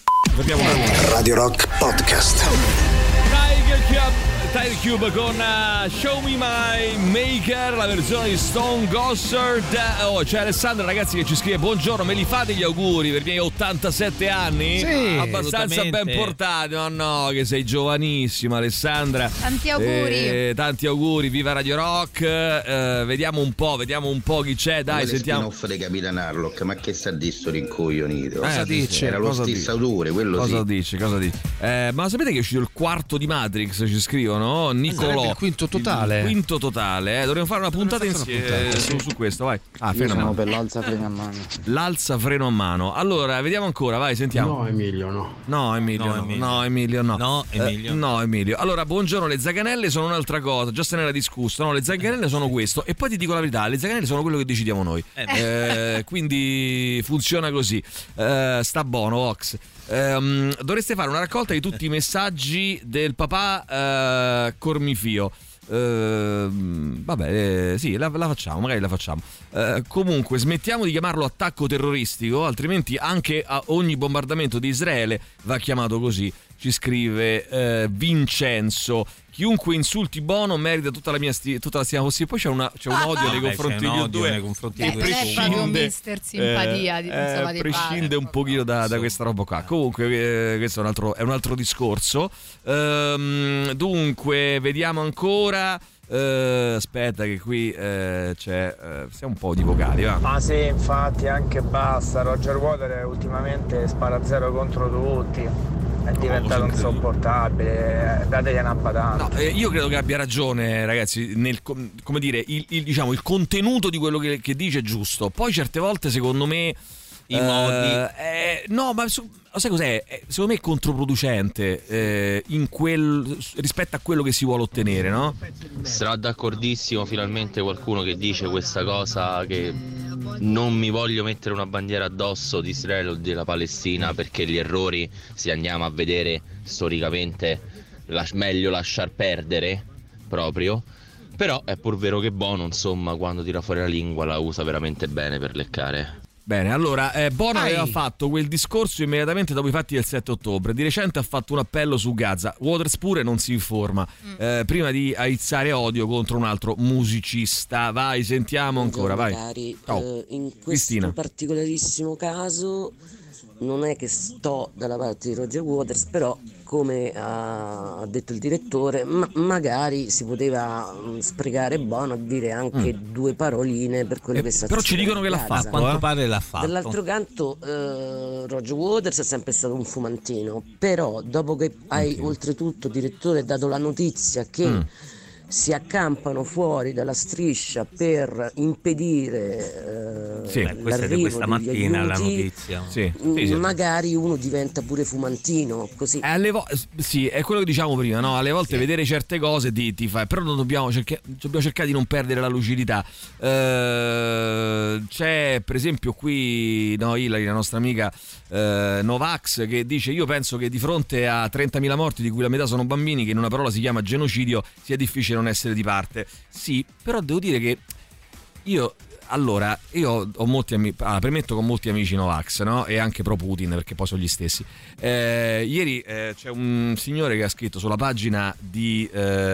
Speaker 1: Radio Rock Podcast.
Speaker 3: Tiger Cube, Tiger Cube con uh, Show Me My Maker, la versione di Stone Gossard. Oh, c'è Alessandra ragazzi che ci scrive buongiorno, me li fate gli auguri per i miei ottantasette anni? Sì, abbastanza ben portati. No no, che sei giovanissima Alessandra.
Speaker 5: Tanti auguri.
Speaker 3: Eh, tanti auguri, viva Radio Rock. Eh, vediamo un po', vediamo un po' chi c'è, dai,
Speaker 11: Come
Speaker 3: sentiamo.
Speaker 11: Spin-off di Capitan Harlock, ma che sta di sto rincoglionito?
Speaker 3: Cosa dice?
Speaker 11: Era lo
Speaker 3: cosa
Speaker 11: stesso autore, quello
Speaker 3: cosa
Speaker 11: sì.
Speaker 3: dice? Cosa dice? Eh, ma sapete che è uscito il quarto di Matrix, ci scrivono? Nicolò.
Speaker 4: Il quinto totale.
Speaker 3: Il quinto totale, eh. Dovremmo fare una puntata insieme su, su questo, vai. Ah,
Speaker 12: Io sono per l'alza freno a mano.
Speaker 3: L'alza freno a mano. Allora, vediamo ancora, vai, sentiamo.
Speaker 12: No, Emilio, no.
Speaker 3: No, Emilio, no. Emilio, no, Emilio, no.
Speaker 6: No, Emilio.
Speaker 3: Eh, no, Emilio. Allora, buongiorno, le zaganelle sono un'altra cosa, già se n'era discusso. No, le zaganelle sono questo. E poi ti dico la verità, le zaganelle sono quello che decidiamo noi. Eh, eh, quindi funziona così. Eh, sta buono, Ox. Um, dovreste fare una raccolta di tutti i messaggi del papà uh, Cormifio. Uh, vabbè, eh, sì, la, la facciamo, magari la facciamo. Uh, comunque, smettiamo di chiamarlo attacco terroristico, altrimenti anche a ogni bombardamento di Israele va chiamato così. Ci scrive uh, Vincenzo. Chiunque insulti Bono merita tutta la mia sti- tutta la stima possibile. Poi c'è, una, c'è un odio nei confronti di due
Speaker 6: nei confronti
Speaker 5: che
Speaker 6: di
Speaker 5: non è proprio mister simpatia eh, di, insomma,
Speaker 3: eh, prescinde un pochino da, da questa roba qua. Comunque eh, questo è un altro, è un altro discorso. Ehm, dunque vediamo ancora. Uh, aspetta che qui uh, c'è uh, siamo un po' di vocali, va.
Speaker 20: Ma sì, infatti anche basta. Roger Water ultimamente spara zero contro tutti, è diventato insopportabile, dategli una badante.
Speaker 3: No, eh, io credo che abbia ragione ragazzi nel, come dire, il, il, diciamo, il contenuto di quello che, che dice è giusto, poi certe volte secondo me
Speaker 6: i modi
Speaker 3: eh, no ma su, sai cos'è? Secondo me è controproducente eh, in quel, rispetto a quello che si vuole ottenere, no?
Speaker 24: Sarà d'accordissimo finalmente qualcuno che dice questa cosa, che non mi voglio mettere una bandiera addosso di Israele o della Palestina, perché gli errori, se andiamo a vedere storicamente, la, meglio lasciar perdere, proprio. Però è pur vero che Bono, insomma, quando tira fuori la lingua la usa veramente bene per leccare.
Speaker 3: Bene, allora, eh, Bono
Speaker 4: Ai.
Speaker 3: aveva fatto quel discorso immediatamente dopo i fatti del sette ottobre. Di recente ha fatto un appello su Gaza. Waters pure non si informa.
Speaker 5: Mm.
Speaker 3: Eh, prima di aizzare odio contro un altro musicista. Vai, sentiamo ancora, vai.
Speaker 7: Cari,
Speaker 3: Oh,
Speaker 7: eh, in questo
Speaker 3: Cristina.
Speaker 7: particolarissimo caso non è che sto dalla parte di Roger Waters, però come ha detto il direttore, ma magari si poteva mm, sprecare Bono a dire anche due paroline per quello
Speaker 3: Eh,
Speaker 7: che sta
Speaker 3: però ci dicono che l'ha
Speaker 7: Gaza.
Speaker 3: fatto,
Speaker 6: A quanto
Speaker 3: eh.
Speaker 6: pare l'ha fatto.
Speaker 7: Dall'altro canto eh, Roger Waters è sempre stato un fumantino, però dopo che hai oltretutto direttore dato la notizia che
Speaker 3: Mm.
Speaker 7: si accampano fuori dalla striscia per impedire eh,
Speaker 3: Sì.
Speaker 6: Beh, questa è di
Speaker 7: l'arrivo
Speaker 6: questa
Speaker 7: degli
Speaker 6: mattina la
Speaker 7: aiuti,
Speaker 6: notizia.
Speaker 3: Sì,
Speaker 7: m-
Speaker 3: sì, sì.
Speaker 7: magari uno diventa pure fumantino così.
Speaker 3: Eh, Alle vo- sì, è quello che diciamo prima, no? Alle volte vedere certe cose ti, ti fa. Però non dobbiamo, cerca- dobbiamo cercare di non perdere la lucidità. Eh, c'è per esempio qui no, Ilari, la nostra amica eh, Novax, che dice: io penso che di fronte a trentamila morti, di cui la metà sono bambini, che in una parola si chiama genocidio, sia difficile non essere di parte. Sì, però devo dire che io. Allora, io ho molti amici, ah, premetto con molti amici Novax, no? E anche pro Putin, perché poi sono gli stessi. Eh, ieri eh, c'è un signore che ha scritto sulla pagina di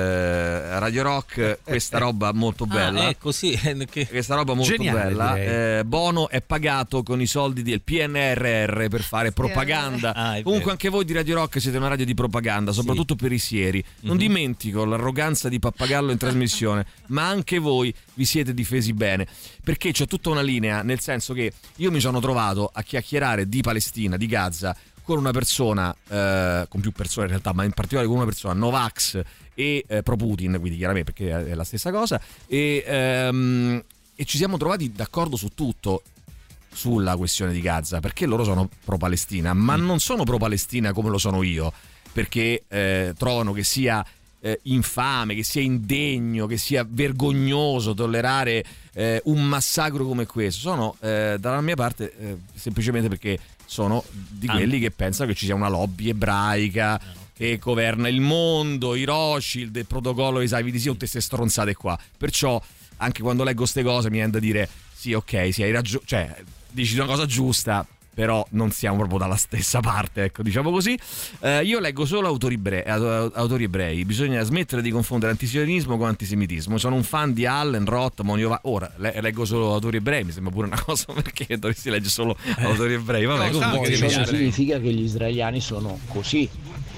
Speaker 3: eh, Radio Rock questa roba molto bella.
Speaker 6: Ah, ecco, sì, che...
Speaker 3: Questa roba molto
Speaker 4: Geniale,
Speaker 3: bella.
Speaker 4: direi.
Speaker 3: Eh, Bono è pagato con i soldi del P N R R per fare propaganda.
Speaker 6: Ah, è
Speaker 3: Comunque
Speaker 6: vero.
Speaker 3: anche voi di Radio Rock siete una radio di propaganda, soprattutto per i sieri. Non
Speaker 6: Mhm.
Speaker 3: dimentico l'arroganza di Pappagallo in trasmissione, ma anche voi vi siete difesi bene, perché c'è tutta una linea, nel senso che io mi sono trovato a chiacchierare di Palestina, di Gaza, con una persona, eh, con più persone in realtà, ma in particolare con una persona, Novax e eh, pro Putin, quindi chiaramente perché è la stessa cosa, e, ehm, e ci siamo trovati d'accordo su tutto sulla questione di Gaza, perché loro sono pro Palestina, ma non sono pro Palestina come lo sono io, perché eh, trovano che sia eh, infame, che sia indegno, che sia vergognoso tollerare eh, un massacro come questo. Sono eh, dalla mia parte eh, semplicemente perché sono di quelli che pensano che ci sia una lobby ebraica che governa il mondo, i Rothschild, il protocollo di Savidi, sì, tutte queste stronzate qua. Perciò anche quando leggo ste cose mi viene da dire sì, ok, sì, hai ragione, cioè dici una cosa giusta, però non siamo proprio dalla stessa parte, ecco, diciamo così. Eh, io leggo solo autori ebrei, autori ebrei, bisogna smettere di confondere antisionismo con antisemitismo. Sono un fan di Allen, Roth, Moniova. Ora le- leggo solo autori ebrei, mi sembra pure una cosa, perché dovresti leggere solo autori ebrei. Vabbè,
Speaker 9: No,
Speaker 3: comunque
Speaker 9: ciò non significa che gli israeliani sono così.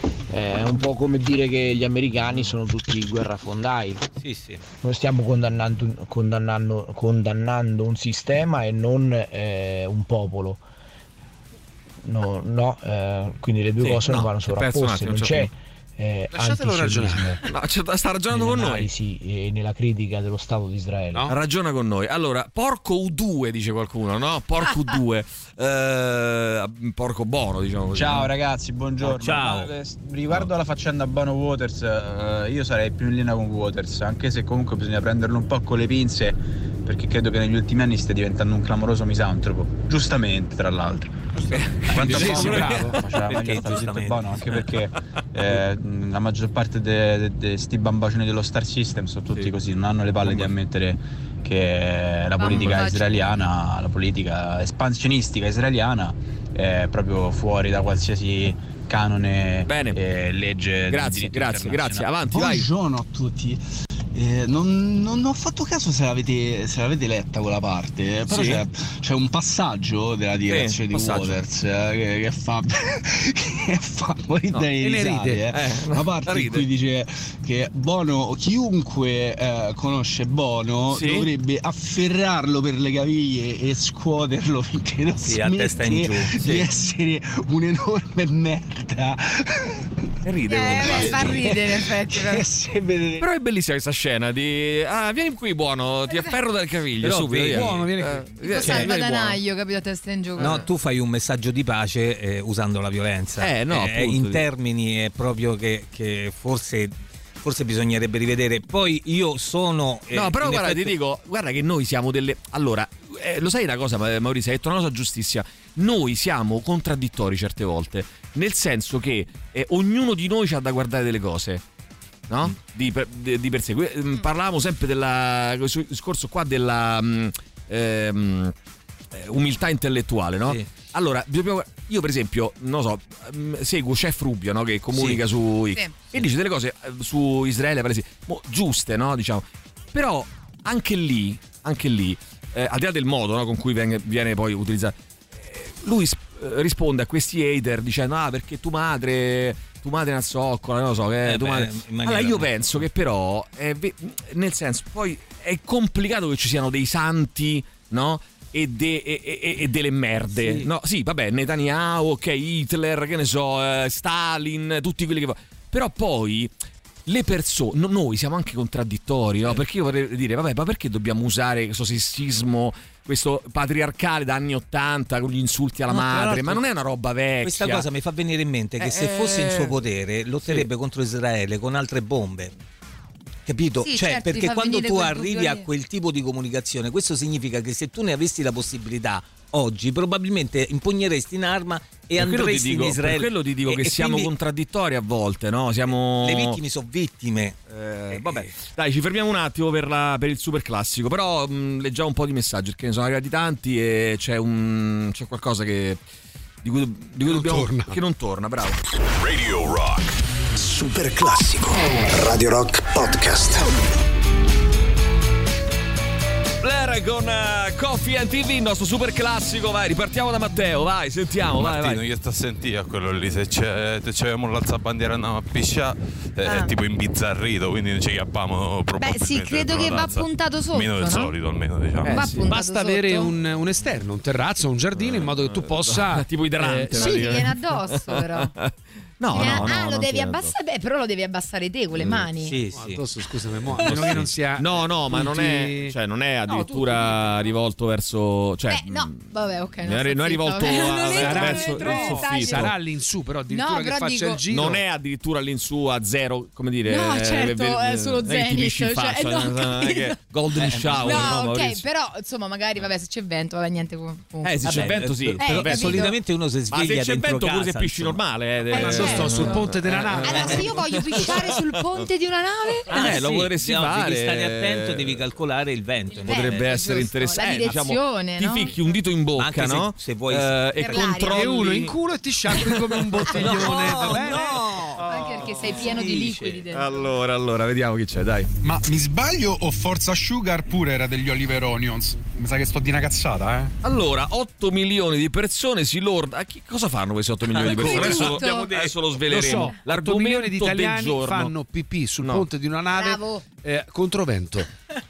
Speaker 9: È un po' come dire che gli americani sono tutti guerrafondai.
Speaker 6: Sì, sì.
Speaker 9: Noi stiamo condannando, condannando, condannando un sistema e non eh, un popolo. No, no eh, quindi le due
Speaker 3: Sì,
Speaker 9: cose
Speaker 3: no,
Speaker 9: non vanno
Speaker 3: si è perso un
Speaker 9: sovrapposte,
Speaker 3: attimo,
Speaker 9: non
Speaker 3: un
Speaker 9: c'è
Speaker 3: certo
Speaker 9: eh,
Speaker 3: Lasciatelo
Speaker 9: antisionismo
Speaker 3: ragionare. No, cioè, sta ragionando con noi.
Speaker 9: nell'analisi e nella critica dello Stato di Israele.
Speaker 3: Ragiona con noi. Allora, porco U due dice qualcuno, no? Porco U due. Eh, porco Bono, diciamo così.
Speaker 21: Ciao
Speaker 3: no?
Speaker 21: ragazzi, buongiorno.
Speaker 3: Ciao.
Speaker 21: Ma, eh, riguardo alla faccenda Bono Waters, eh, io sarei più in linea con Waters, anche se comunque bisogna prenderlo un po' con le pinze, perché credo che negli ultimi anni stia diventando un clamoroso misantropo. Giustamente, tra l'altro. Quanto
Speaker 6: Sì,
Speaker 21: a
Speaker 6: sì,
Speaker 21: Bono,
Speaker 6: bravo.
Speaker 21: faceva
Speaker 6: Perché
Speaker 21: meglio stare zitto
Speaker 6: giustamente?
Speaker 21: Bono, anche perché eh, la maggior parte di sti bambacioni dello Star System sono tutti così, non hanno le palle di ammettere che la politica
Speaker 5: Bambacioni.
Speaker 21: israeliana, la politica espansionistica israeliana è proprio fuori da qualsiasi canone e legge di
Speaker 3: Grazie,
Speaker 21: diritto
Speaker 3: grazie, grazie.
Speaker 21: internazionale.
Speaker 3: Avanti, vai.
Speaker 10: Buongiorno a tutti. Eh, non, non ho fatto caso se l'avete, se l'avete letta quella parte, eh, però
Speaker 3: Sì.
Speaker 10: c'è, c'è un passaggio della direzione di
Speaker 3: passaggio.
Speaker 10: Waters eh, che, che fa che fa morire
Speaker 3: No,
Speaker 10: dalle
Speaker 3: e ne
Speaker 10: risate,
Speaker 3: ride,
Speaker 10: eh.
Speaker 3: eh,
Speaker 10: La parte in
Speaker 3: ride.
Speaker 10: cui dice che Bono, chiunque eh, conosce Bono
Speaker 3: Sì.
Speaker 10: dovrebbe afferrarlo per le caviglie e scuoterlo finché non
Speaker 6: Sì, a
Speaker 10: smette
Speaker 6: testa in giù,
Speaker 10: di
Speaker 6: sì.
Speaker 10: essere un'enorme merda.
Speaker 3: E ride
Speaker 5: Eh,
Speaker 3: come
Speaker 5: beh, fa ridere in effetti. però.
Speaker 3: Però è bellissima questa scena di ah, vieni qui Buono, ti afferro dal caviglie
Speaker 6: Però
Speaker 3: subito.
Speaker 6: vedi,
Speaker 3: vieni.
Speaker 6: Buono, vieni
Speaker 3: Eh,
Speaker 6: qui.
Speaker 3: vieni,
Speaker 5: Salva
Speaker 3: vieni, Buono.
Speaker 5: Danaio, capito, a testa in gioco.
Speaker 6: No, tu fai un messaggio di pace eh, usando la violenza.
Speaker 3: Eh, no,
Speaker 6: Eh,
Speaker 3: appunto.
Speaker 6: in termini è proprio che, che forse, forse bisognerebbe rivedere. Poi io sono. eh,
Speaker 3: No, però
Speaker 6: in
Speaker 3: guarda,
Speaker 6: effetti-
Speaker 3: ti dico, guarda che noi siamo delle. Allora, eh, lo sai una cosa, Ma- Maurizio, hai detto una cosa giustissima. Noi siamo contraddittori certe volte, nel senso che eh, ognuno di noi ha da guardare delle cose. no? Di per, di, di per sé. Mm. Parlavamo sempre del discorso qua della um, ehm, umiltà intellettuale, no? Sì. Allora, io per esempio, non so, seguo Chef Rubio, no? Che comunica sì. su X sì. e dice delle cose su Israele, Palestina, giuste, no? Diciamo. Però anche lì, anche lì, eh, al di là del modo, no? con cui viene, viene poi utilizzato, eh, lui eh, risponde a questi hater dicendo ah perché tu madre, tu madre è una zoccola, non lo so, che eh, tu beh, madre... Allora io penso che però, è, nel senso, poi è complicato che ci siano dei santi, no? E, de, e, e, e delle merde, sì. no? Sì, vabbè, Netanyahu, ok, Hitler, che ne so, eh, Stalin, tutti quelli che... Però poi le persone, no, noi siamo anche contraddittori, no? Perché io vorrei dire, vabbè, ma perché dobbiamo usare questo sessismo, questo patriarcale da anni ottanta con gli insulti alla no, madre? Ma non è una roba vecchia.
Speaker 6: Questa cosa mi fa venire in mente che eh, se fosse in suo potere lotterebbe sì. contro Israele con altre bombe. Capito?
Speaker 5: Sì,
Speaker 6: cioè,
Speaker 5: certo,
Speaker 6: perché quando tu arrivi a quel tipo di comunicazione, questo significa che se tu ne avessi la possibilità oggi, probabilmente impugneresti in arma e per andresti
Speaker 3: dico,
Speaker 6: in Israele.
Speaker 3: Per quello ti dico
Speaker 6: e,
Speaker 3: che
Speaker 6: e
Speaker 3: siamo
Speaker 6: quindi,
Speaker 3: contraddittori a volte, no? Siamo...
Speaker 6: Le vittime sono vittime.
Speaker 3: Eh, vabbè, dai, ci fermiamo un attimo per, la, per il super classico. Però mh, leggiamo un po' di messaggi perché ne sono arrivati tanti e c'è un c'è qualcosa che di cui, di cui dobbiamo torna. che non torna, bravo.
Speaker 1: Radio Rock super classico. Radio Rock Podcast.
Speaker 3: Blair con uh, Coffee and T V, il nostro super classico. Vai, ripartiamo da Matteo, vai, sentiamo.
Speaker 2: Martino,
Speaker 3: vai, vai.
Speaker 2: io sto a sentire a quello lì. Se c'è, se c'avevamo l'alzabandiera andiamo a pisciare, è
Speaker 5: ah.
Speaker 2: tipo imbizzarrito, quindi ci chiappiamo probabilmente.
Speaker 5: Beh, sì, credo che va puntato sotto.
Speaker 2: Meno del
Speaker 5: no?
Speaker 2: solito, almeno, diciamo.
Speaker 4: Eh,
Speaker 5: va
Speaker 4: sì. Basta
Speaker 5: sotto.
Speaker 4: avere un, un esterno, un terrazzo, un giardino, in modo che tu possa.
Speaker 3: tipo idrante.
Speaker 5: Eh, sì, ti viene addosso, però.
Speaker 3: No, no, no,
Speaker 5: ah,
Speaker 3: no,
Speaker 5: lo devi
Speaker 3: certo.
Speaker 5: abbassare, beh, però lo devi abbassare te con le mani.
Speaker 6: Sì,
Speaker 4: no,
Speaker 6: sì.
Speaker 4: Addosso, scusami, mo, a meno che non sia.
Speaker 3: No, no, ma non è, cioè, non è addirittura no, rivolto verso. Cioè,
Speaker 5: Beh, no, vabbè, ok.
Speaker 3: Non è, non è rivolto a, verso il soffitto.
Speaker 4: Sarà all'insù, però addirittura
Speaker 5: no,
Speaker 4: che
Speaker 5: però
Speaker 4: faccia
Speaker 5: dico...
Speaker 4: il giro.
Speaker 3: Non è addirittura all'insù a zero, come dire.
Speaker 5: No, certo,
Speaker 3: eh,
Speaker 5: è solo Zenith. Cioè,
Speaker 3: faccia,
Speaker 5: no,
Speaker 3: che Golden
Speaker 5: eh,
Speaker 3: shower.
Speaker 5: No,
Speaker 3: no,
Speaker 5: ok, però insomma, magari vabbè, se c'è vento, vabbè, niente.
Speaker 3: Eh, se c'è vento, sì.
Speaker 6: Però solitamente uno si sveglia
Speaker 3: ma se c'è
Speaker 6: dentro
Speaker 3: vento pure se
Speaker 6: casa,
Speaker 3: pisci normale.
Speaker 5: Eh,
Speaker 4: io sto sul ponte della nave.
Speaker 5: Allora, se io voglio pisciare sul ponte di una nave,
Speaker 6: ah,
Speaker 3: eh,
Speaker 6: sì,
Speaker 3: lo potresti
Speaker 6: no,
Speaker 3: fare.
Speaker 6: Devi stare attento, devi calcolare il vento.
Speaker 5: Il
Speaker 3: Potrebbe
Speaker 5: vento,
Speaker 3: essere
Speaker 5: giusto,
Speaker 3: interessante.
Speaker 5: la direzione,
Speaker 3: diciamo,
Speaker 5: no?
Speaker 3: ti ficchi un dito in bocca,
Speaker 6: anche
Speaker 3: no?
Speaker 6: Se, se vuoi
Speaker 3: eh, e controlli
Speaker 4: e uno in culo e ti sciacqui come un bottiglione.
Speaker 6: No,
Speaker 4: va bene?
Speaker 6: no.
Speaker 5: Anche perché sei pieno di liquidi dentro.
Speaker 3: Allora, allora, vediamo chi c'è, dai.
Speaker 23: Ma mi sbaglio o Forza Sugar pure era degli Oliver Onions? Mi sa che sto di una cazzata, eh?
Speaker 3: Allora, otto milioni di persone si lordano. Che cosa fanno questi otto milioni di persone? Adesso, lo, adesso lo sveleremo.
Speaker 4: Lo so,
Speaker 3: l'argomento
Speaker 4: otto milioni di italiani
Speaker 3: del giorno.
Speaker 4: fanno pipì sul
Speaker 3: no.
Speaker 4: ponte di una nave eh, contro vento.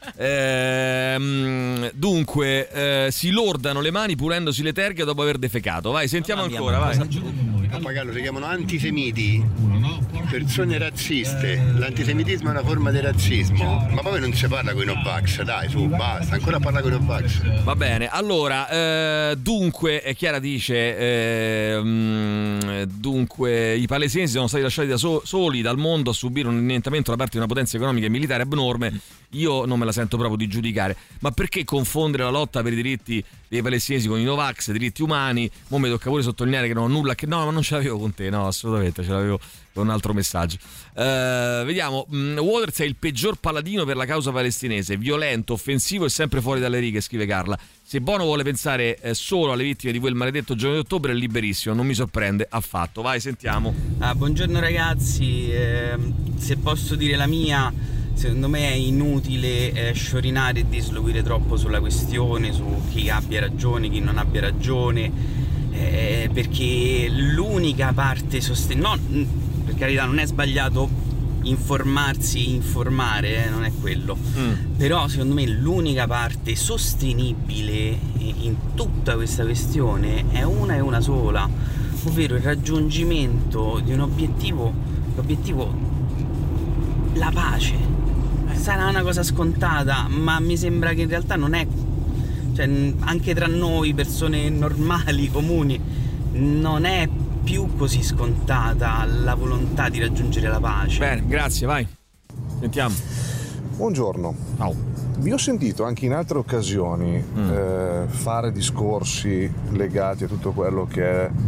Speaker 3: Ehm, dunque, eh, si lordano le mani pulendosi le terghe dopo aver defecato. Vai, sentiamo
Speaker 6: Mamma
Speaker 3: ancora,
Speaker 6: mia,
Speaker 3: vai.
Speaker 13: Pappagallo si chiamano antisemiti, persone razziste. L'antisemitismo è una forma di razzismo. Ma poi non si parla con i Novax, dai, su, basta, ancora parla con i Novax.
Speaker 3: Va bene, allora, eh, dunque, Chiara dice, eh, mh, dunque, i palestinesi sono stati lasciati da so- soli dal mondo a subire un annientamento da parte di una potenza economica e militare abnorme. Io non me la sento proprio di giudicare, ma perché confondere la lotta per i diritti dei palestinesi con i Novax, i diritti umani? Mo' mi tocca pure sottolineare che non ho nulla che... No, ma non ce l'avevo con te, no, assolutamente, ce l'avevo con un altro messaggio. Uh, vediamo, Waters è il peggior paladino per la causa palestinese, violento, offensivo e sempre fuori dalle righe, scrive Carla. Se Bono vuole pensare eh, solo alle vittime di quel maledetto giorno di ottobre è liberissimo, non mi sorprende affatto. Vai, sentiamo.
Speaker 16: Ah, buongiorno ragazzi, eh, se posso dire la mia, secondo me è inutile eh, sciorinare e disloquire troppo sulla questione, su chi abbia ragione, chi non abbia ragione, eh, perché l'unica parte sostenibile, no, per carità non è sbagliato informarsi e informare, eh, non è quello, mm. però secondo me l'unica parte sostenibile in tutta questa questione è una e una sola, ovvero il raggiungimento di un obiettivo, l'obiettivo, la pace. Sarà una cosa scontata, ma mi sembra che in realtà non è, cioè anche tra noi persone normali, comuni, non è più così scontata la volontà di raggiungere la pace.
Speaker 3: Bene, grazie, vai. Sentiamo.
Speaker 17: Buongiorno.
Speaker 3: Ciao.
Speaker 17: Vi ho sentito anche in altre occasioni mm. eh, fare discorsi legati a tutto quello che è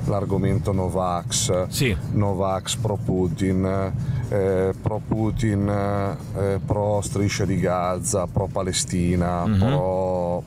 Speaker 17: l'argomento Novax,
Speaker 3: sì.
Speaker 17: Novax pro Putin, eh, pro Putin, eh, pro striscia di Gaza, pro Palestina,
Speaker 3: Mm-hmm.
Speaker 17: pro...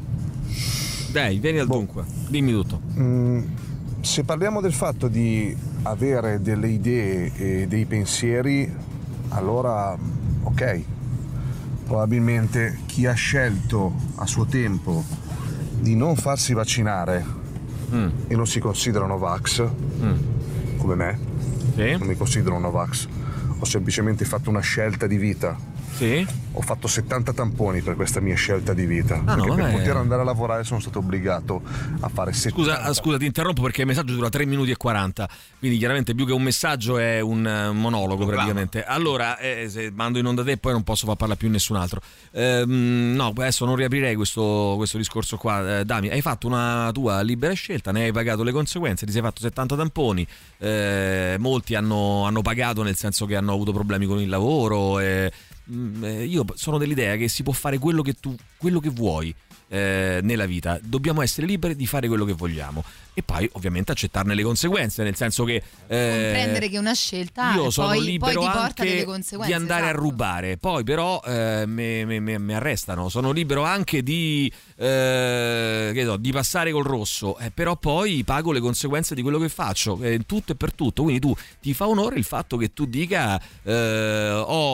Speaker 3: Dai, vieni al dunque, dimmi tutto.
Speaker 17: Mm, se parliamo del fatto di avere delle idee e dei pensieri, allora ok, probabilmente chi ha scelto a suo tempo di non farsi vaccinare mm. e non si considera Novax, mm. come me,
Speaker 3: sì.
Speaker 17: non mi considero Novax, ho semplicemente fatto una scelta di vita.
Speaker 3: Sì.
Speaker 17: Ho fatto settanta tamponi per questa mia scelta di vita,
Speaker 3: ah,
Speaker 17: perché
Speaker 3: no,
Speaker 17: per
Speaker 3: vabbè.
Speaker 17: poter andare a lavorare sono stato obbligato a fare settanta.
Speaker 3: Scusa, scusa, ti interrompo perché il messaggio dura tre minuti e quaranta, quindi chiaramente più che un messaggio è un monologo praticamente. Allora, eh, se mando in onda te poi non posso far parlare più nessun altro. Ehm, no, adesso non riaprirei questo, questo discorso qua. Eh, Dami, hai fatto una tua libera scelta, ne hai pagato le conseguenze, ti sei fatto settanta tamponi, eh, molti hanno, hanno pagato nel senso che hanno avuto problemi con il lavoro. Eh, io sono dell'idea che si può fare quello che tu quello che vuoi eh, nella vita, dobbiamo essere liberi di fare quello che vogliamo e poi ovviamente accettarne le conseguenze, nel senso che eh,
Speaker 5: comprendere che una scelta
Speaker 3: io sono
Speaker 5: poi,
Speaker 3: libero
Speaker 5: poi ti porta
Speaker 3: anche
Speaker 5: delle conseguenze
Speaker 3: di andare
Speaker 5: esatto.
Speaker 3: a rubare, poi però eh, mi arrestano, sono libero anche di eh, che so, di passare col rosso, eh, però poi pago le conseguenze di quello che faccio, eh, tutto e per tutto, quindi tu ti fa onore il fatto che tu dica eh,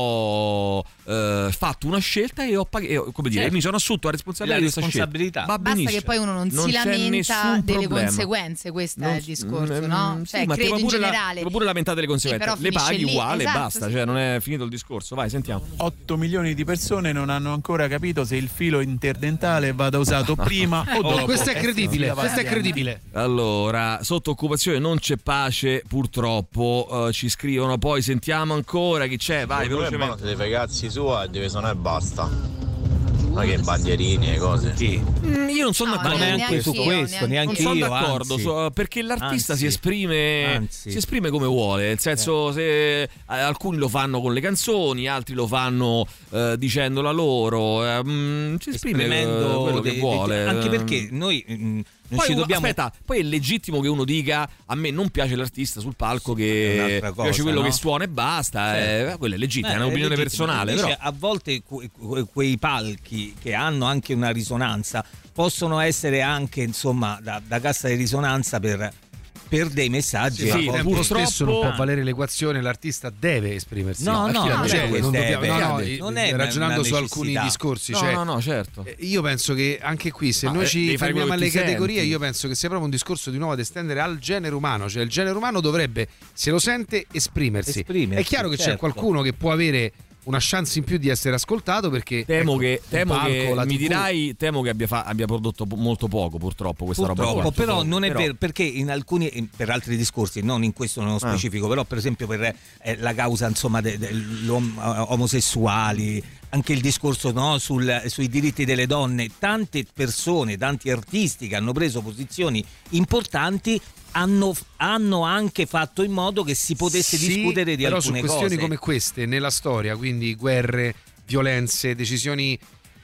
Speaker 3: ho eh, fatto una scelta e ho pagato, come dire, certo. mi sono assunto la responsabilità,
Speaker 6: la
Speaker 3: di questa
Speaker 6: responsabilità.
Speaker 3: scelta. Va
Speaker 5: basta
Speaker 3: benissimo.
Speaker 5: che poi uno non, non si lamenta delle conseguenze, questo
Speaker 3: non,
Speaker 5: è il discorso,
Speaker 3: mm,
Speaker 5: no?
Speaker 3: Sì,
Speaker 5: cioè
Speaker 3: ma
Speaker 5: credo in
Speaker 3: La,
Speaker 5: generale
Speaker 3: ti pure lamentare delle conseguenze,
Speaker 5: sì,
Speaker 3: le paghi
Speaker 5: lì.
Speaker 3: uguale e
Speaker 5: esatto,
Speaker 3: basta,
Speaker 5: sì.
Speaker 3: cioè non è finito il discorso. Vai, sentiamo.
Speaker 21: otto milioni di persone non hanno ancora capito se il filo interdentale vada usato prima o dopo.
Speaker 4: Oh, questo è credibile, questo è credibile.
Speaker 3: Allora, sotto occupazione non c'è pace, purtroppo. Uh, ci scrivono, poi sentiamo ancora chi c'è. Vai, velocemente.
Speaker 15: Se dei ragazzi sua deve suonare e basta. Ma che bandierini e cose.
Speaker 3: Sì. Mm, io non sono
Speaker 5: no,
Speaker 3: d'accordo
Speaker 6: neanche su questo, neanche
Speaker 3: non sono
Speaker 6: io,
Speaker 3: d'accordo
Speaker 6: anzi,
Speaker 3: so, perché l'artista
Speaker 6: anzi,
Speaker 3: si esprime
Speaker 6: anzi.
Speaker 3: si esprime come vuole, nel senso se eh, alcuni lo fanno con le canzoni, altri lo fanno eh, dicendo la loro, eh, mh, si esprime
Speaker 6: esprimendo
Speaker 3: quello
Speaker 6: de,
Speaker 3: che vuole.
Speaker 6: De, anche perché noi mh, non
Speaker 3: poi,
Speaker 6: ci dobbiamo...
Speaker 3: Aspetta, poi è legittimo che uno dica a me non piace l'artista sul palco, che
Speaker 6: cosa,
Speaker 3: piace quello
Speaker 6: no?
Speaker 3: che suona e basta,
Speaker 6: certo.
Speaker 3: eh, quello è legittimo,
Speaker 6: eh,
Speaker 3: è un'opinione
Speaker 6: è legittimo.
Speaker 3: personale.
Speaker 6: Invece,
Speaker 3: però
Speaker 6: a volte que, que, quei palchi che hanno anche una risonanza possono essere anche insomma da, da cassa di risonanza per, per dei messaggi.
Speaker 4: Sì, tempo stesso non può valere l'equazione, l'artista deve esprimersi.
Speaker 6: No, no,
Speaker 4: no,
Speaker 6: non
Speaker 4: cioè,
Speaker 6: è che
Speaker 4: non
Speaker 6: deve,
Speaker 4: dobbiamo, no, no,
Speaker 6: non è
Speaker 4: ragionando
Speaker 6: una
Speaker 4: su alcuni
Speaker 6: necessità.
Speaker 4: discorsi,
Speaker 3: no,
Speaker 4: cioè,
Speaker 3: no, no, certo.
Speaker 4: Io penso che anche qui, se
Speaker 3: Ma
Speaker 4: noi
Speaker 3: eh,
Speaker 4: ci
Speaker 3: devi fare
Speaker 4: fermiamo
Speaker 3: quello
Speaker 4: alle
Speaker 3: che ti
Speaker 4: categorie,
Speaker 3: senti.
Speaker 4: io penso che sia proprio un discorso di nuovo da estendere al genere umano, cioè il genere umano dovrebbe, se lo sente, esprimersi.
Speaker 6: Esprimersi,
Speaker 4: È chiaro che
Speaker 6: certo.
Speaker 4: c'è qualcuno che può avere una chance in più di essere ascoltato, perché
Speaker 3: temo
Speaker 4: ecco,
Speaker 3: che, temo
Speaker 4: palco,
Speaker 3: che
Speaker 4: la
Speaker 3: mi
Speaker 4: tivù.
Speaker 3: dirai temo che abbia, fa, abbia prodotto po- molto poco purtroppo questa
Speaker 6: Purtroppo,
Speaker 3: roba qua.
Speaker 6: però non è
Speaker 3: Però-
Speaker 6: vero, perché in alcuni, per altri discorsi, non in questo nello
Speaker 3: Ah.
Speaker 6: specifico, però per esempio per eh, la causa insomma degli omosessuali, anche il discorso no, sul, sui diritti delle donne, tante persone, tanti artisti che hanno preso posizioni importanti hanno, hanno anche fatto in modo che si potesse
Speaker 4: Sì,
Speaker 6: discutere di
Speaker 4: però
Speaker 6: alcune
Speaker 4: su questioni
Speaker 6: cose.
Speaker 4: come queste nella storia, quindi guerre, violenze, decisioni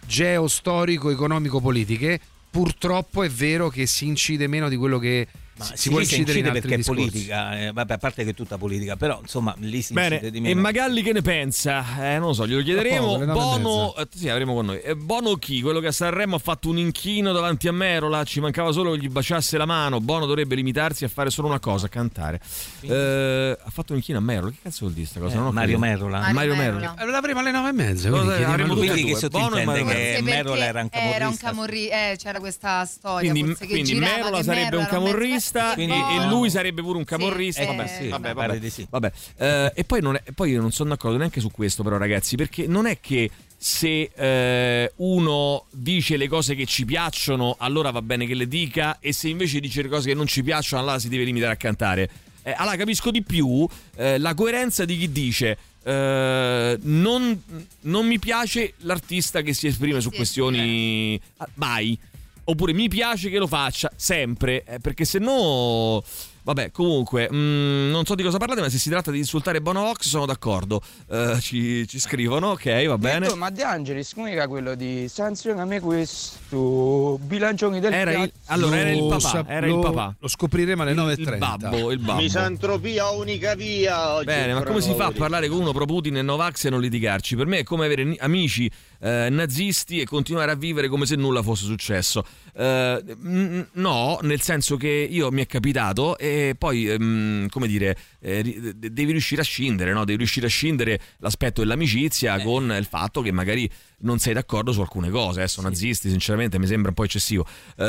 Speaker 4: geostorico-economico-politiche, purtroppo è vero che si incide meno di quello che
Speaker 6: Ma
Speaker 4: si,
Speaker 6: si
Speaker 4: si può
Speaker 6: dice
Speaker 4: incidere in
Speaker 6: incide
Speaker 4: altri
Speaker 6: perché è
Speaker 4: discorsi.
Speaker 6: politica, eh, vabbè, a parte che è tutta politica, però insomma lì si
Speaker 3: Bene,
Speaker 6: incide di
Speaker 3: e
Speaker 6: meno.
Speaker 3: Magalli che ne pensa? Eh, non lo so, glielo chiederemo.
Speaker 4: alle nove e
Speaker 3: Bono, eh, sì, avremo con noi. Eh, Bono chi? Quello che a Sanremo ha fatto un inchino davanti a Merola, ci mancava solo che gli baciasse la mano. Bono dovrebbe limitarsi a fare solo una cosa, cantare. Eh, ha fatto un inchino a Merola, che cazzo vuol dire sta cosa?
Speaker 6: Eh,
Speaker 3: Non ho
Speaker 6: Mario
Speaker 3: capito.
Speaker 6: Merola.
Speaker 5: Mario
Speaker 3: Mario
Speaker 5: Merola.
Speaker 3: Merola.
Speaker 4: L'avremo alle nove e mezza,
Speaker 3: Cosa
Speaker 4: quindi chiediamo
Speaker 3: avremo
Speaker 4: a lui.
Speaker 3: tutti e
Speaker 6: Quindi
Speaker 3: due,
Speaker 6: che
Speaker 3: Bono e Mario
Speaker 6: sottintende che
Speaker 5: Forse
Speaker 6: Merola
Speaker 5: perché
Speaker 6: era un
Speaker 5: era un
Speaker 6: camorrista.
Speaker 5: camorri- eh, c'era questa storia
Speaker 3: Quindi,
Speaker 5: forse che
Speaker 3: quindi
Speaker 5: girava,
Speaker 3: Merola
Speaker 5: che
Speaker 3: sarebbe
Speaker 5: Merola
Speaker 3: un
Speaker 5: era mezzo-
Speaker 3: camorrista
Speaker 6: Quindi-
Speaker 3: e, e
Speaker 6: no.
Speaker 3: lui sarebbe pure un camorrista.
Speaker 5: Sì,
Speaker 3: vabbè,
Speaker 5: eh,
Speaker 3: sì, vabbè,
Speaker 6: mi
Speaker 3: vabbè,
Speaker 6: pare di sì.
Speaker 3: vabbè. Eh, e poi, non è, poi io non sono d'accordo neanche su questo, però, ragazzi, perché non è che se eh, uno dice le cose che ci piacciono, allora va bene che le dica, e se invece dice le cose che non ci piacciono, allora si deve limitare a cantare. Eh, allora capisco di più eh, la coerenza di chi dice eh, non, non mi piace l'artista che si esprime su
Speaker 5: Sì,
Speaker 3: questioni ah, mai, oppure mi piace che lo faccia sempre, eh, perché se no Vabbè, comunque, mh, non so di cosa parlate, ma se si tratta di insultare Bonovox sono d'accordo. Uh, ci, ci scrivono, ok, va bene.
Speaker 12: Detto, ma De Angelis come era quello di sanziona questo bilancioni del
Speaker 3: era il, allora era il papà, era il papà.
Speaker 4: Lo scopriremo alle nove e trenta.
Speaker 3: Il babbo, il babbo.
Speaker 11: Misantropia unica via oggi.
Speaker 3: Bene, ma come si fa a parlare con uno pro Putin e Novax e non litigarci? Per me è come avere amici eh, nazisti e continuare a vivere come se nulla fosse successo. Eh, n- no, nel senso che io mi è capitato e poi, ehm, come dire, eh, devi riuscire a scindere, no? Devi riuscire a scindere l'aspetto dell'amicizia eh. con il fatto che magari non sei d'accordo su alcune cose. Adesso sì. Nazisti sinceramente mi sembra un po' eccessivo.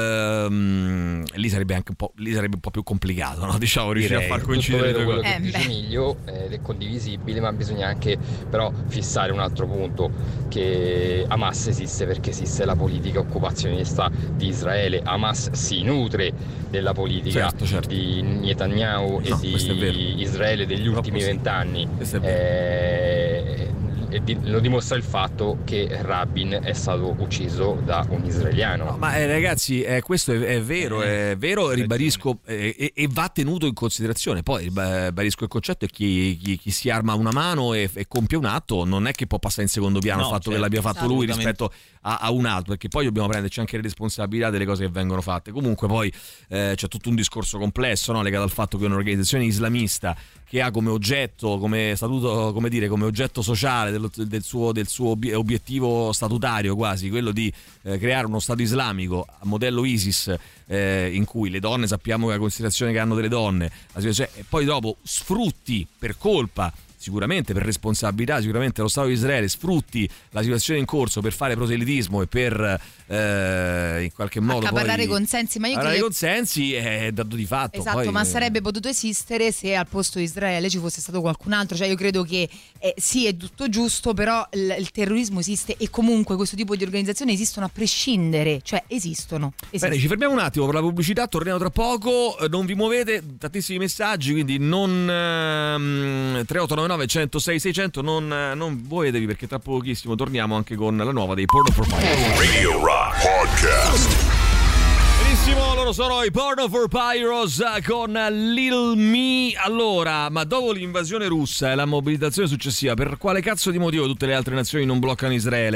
Speaker 3: Ehm, lì sarebbe anche un po', lì sarebbe un po' più complicato, no? Diciamo, riuscire
Speaker 14: Direi.
Speaker 3: a far coincidere le due cose.
Speaker 14: Quello che dice Emilio ed è condivisibile, ma bisogna anche però fissare un altro punto, che Hamas esiste perché esiste la politica occupazionista di Israele. Hamas si nutre della politica
Speaker 3: certo, certo.
Speaker 14: di Netanyahu
Speaker 3: no,
Speaker 14: e di Israele degli ultimi vent'anni. Eh, e di, lo dimostra il fatto che Rabin è stato ucciso da un israeliano.
Speaker 3: No, ma eh, ragazzi, eh, questo è, è vero, è vero, ribadisco, eh, e, e va tenuto in considerazione. Poi ribadisco il concetto è chi, chi, chi si arma una mano e, e compie un atto non è che può passare in secondo piano no, il fatto certo, che l'abbia fatto lui rispetto a, a un altro, perché poi dobbiamo prenderci anche le responsabilità delle cose che vengono fatte. Comunque poi eh, c'è tutto un discorso complesso, no, legato al fatto che un'organizzazione islamista che ha come oggetto, come statuto, come dire, come oggetto sociale del, del suo, del suo obiettivo statutario quasi, quello di eh, creare uno Stato islamico a modello ISIS, eh, in cui le donne sappiamo che la considerazione che hanno delle donne, cioè, e poi dopo sfrutti per colpa, sicuramente per responsabilità, sicuramente lo Stato di Israele sfrutti la situazione in corso per fare proselitismo e per eh, in qualche modo
Speaker 5: accaparrare consensi, ma io
Speaker 3: accaparrare
Speaker 5: credo...
Speaker 3: consensi è dato di fatto.
Speaker 5: Esatto,
Speaker 3: poi...
Speaker 5: ma sarebbe potuto esistere se al posto di Israele ci fosse stato qualcun altro. Cioè io credo che eh, sì, è tutto giusto, però il, il terrorismo esiste e comunque questo tipo di organizzazioni esistono a prescindere, cioè esistono, esistono.
Speaker 3: Bene, ci fermiamo un attimo per la pubblicità, torniamo tra poco, non vi muovete, tantissimi messaggi, quindi non ehm, tre otto nove nove uno zero sei sei zero zero, non, non muovetevi perché tra pochissimo torniamo anche con la nuova dei Porno for Pyros.
Speaker 18: Radio Rock Podcast.
Speaker 3: Benissimo, loro sono i Porno for Pyros con Lil Me. Allora, ma dopo l'invasione russa e la mobilitazione successiva, per quale cazzo di motivo tutte le altre nazioni non bloccano Israele?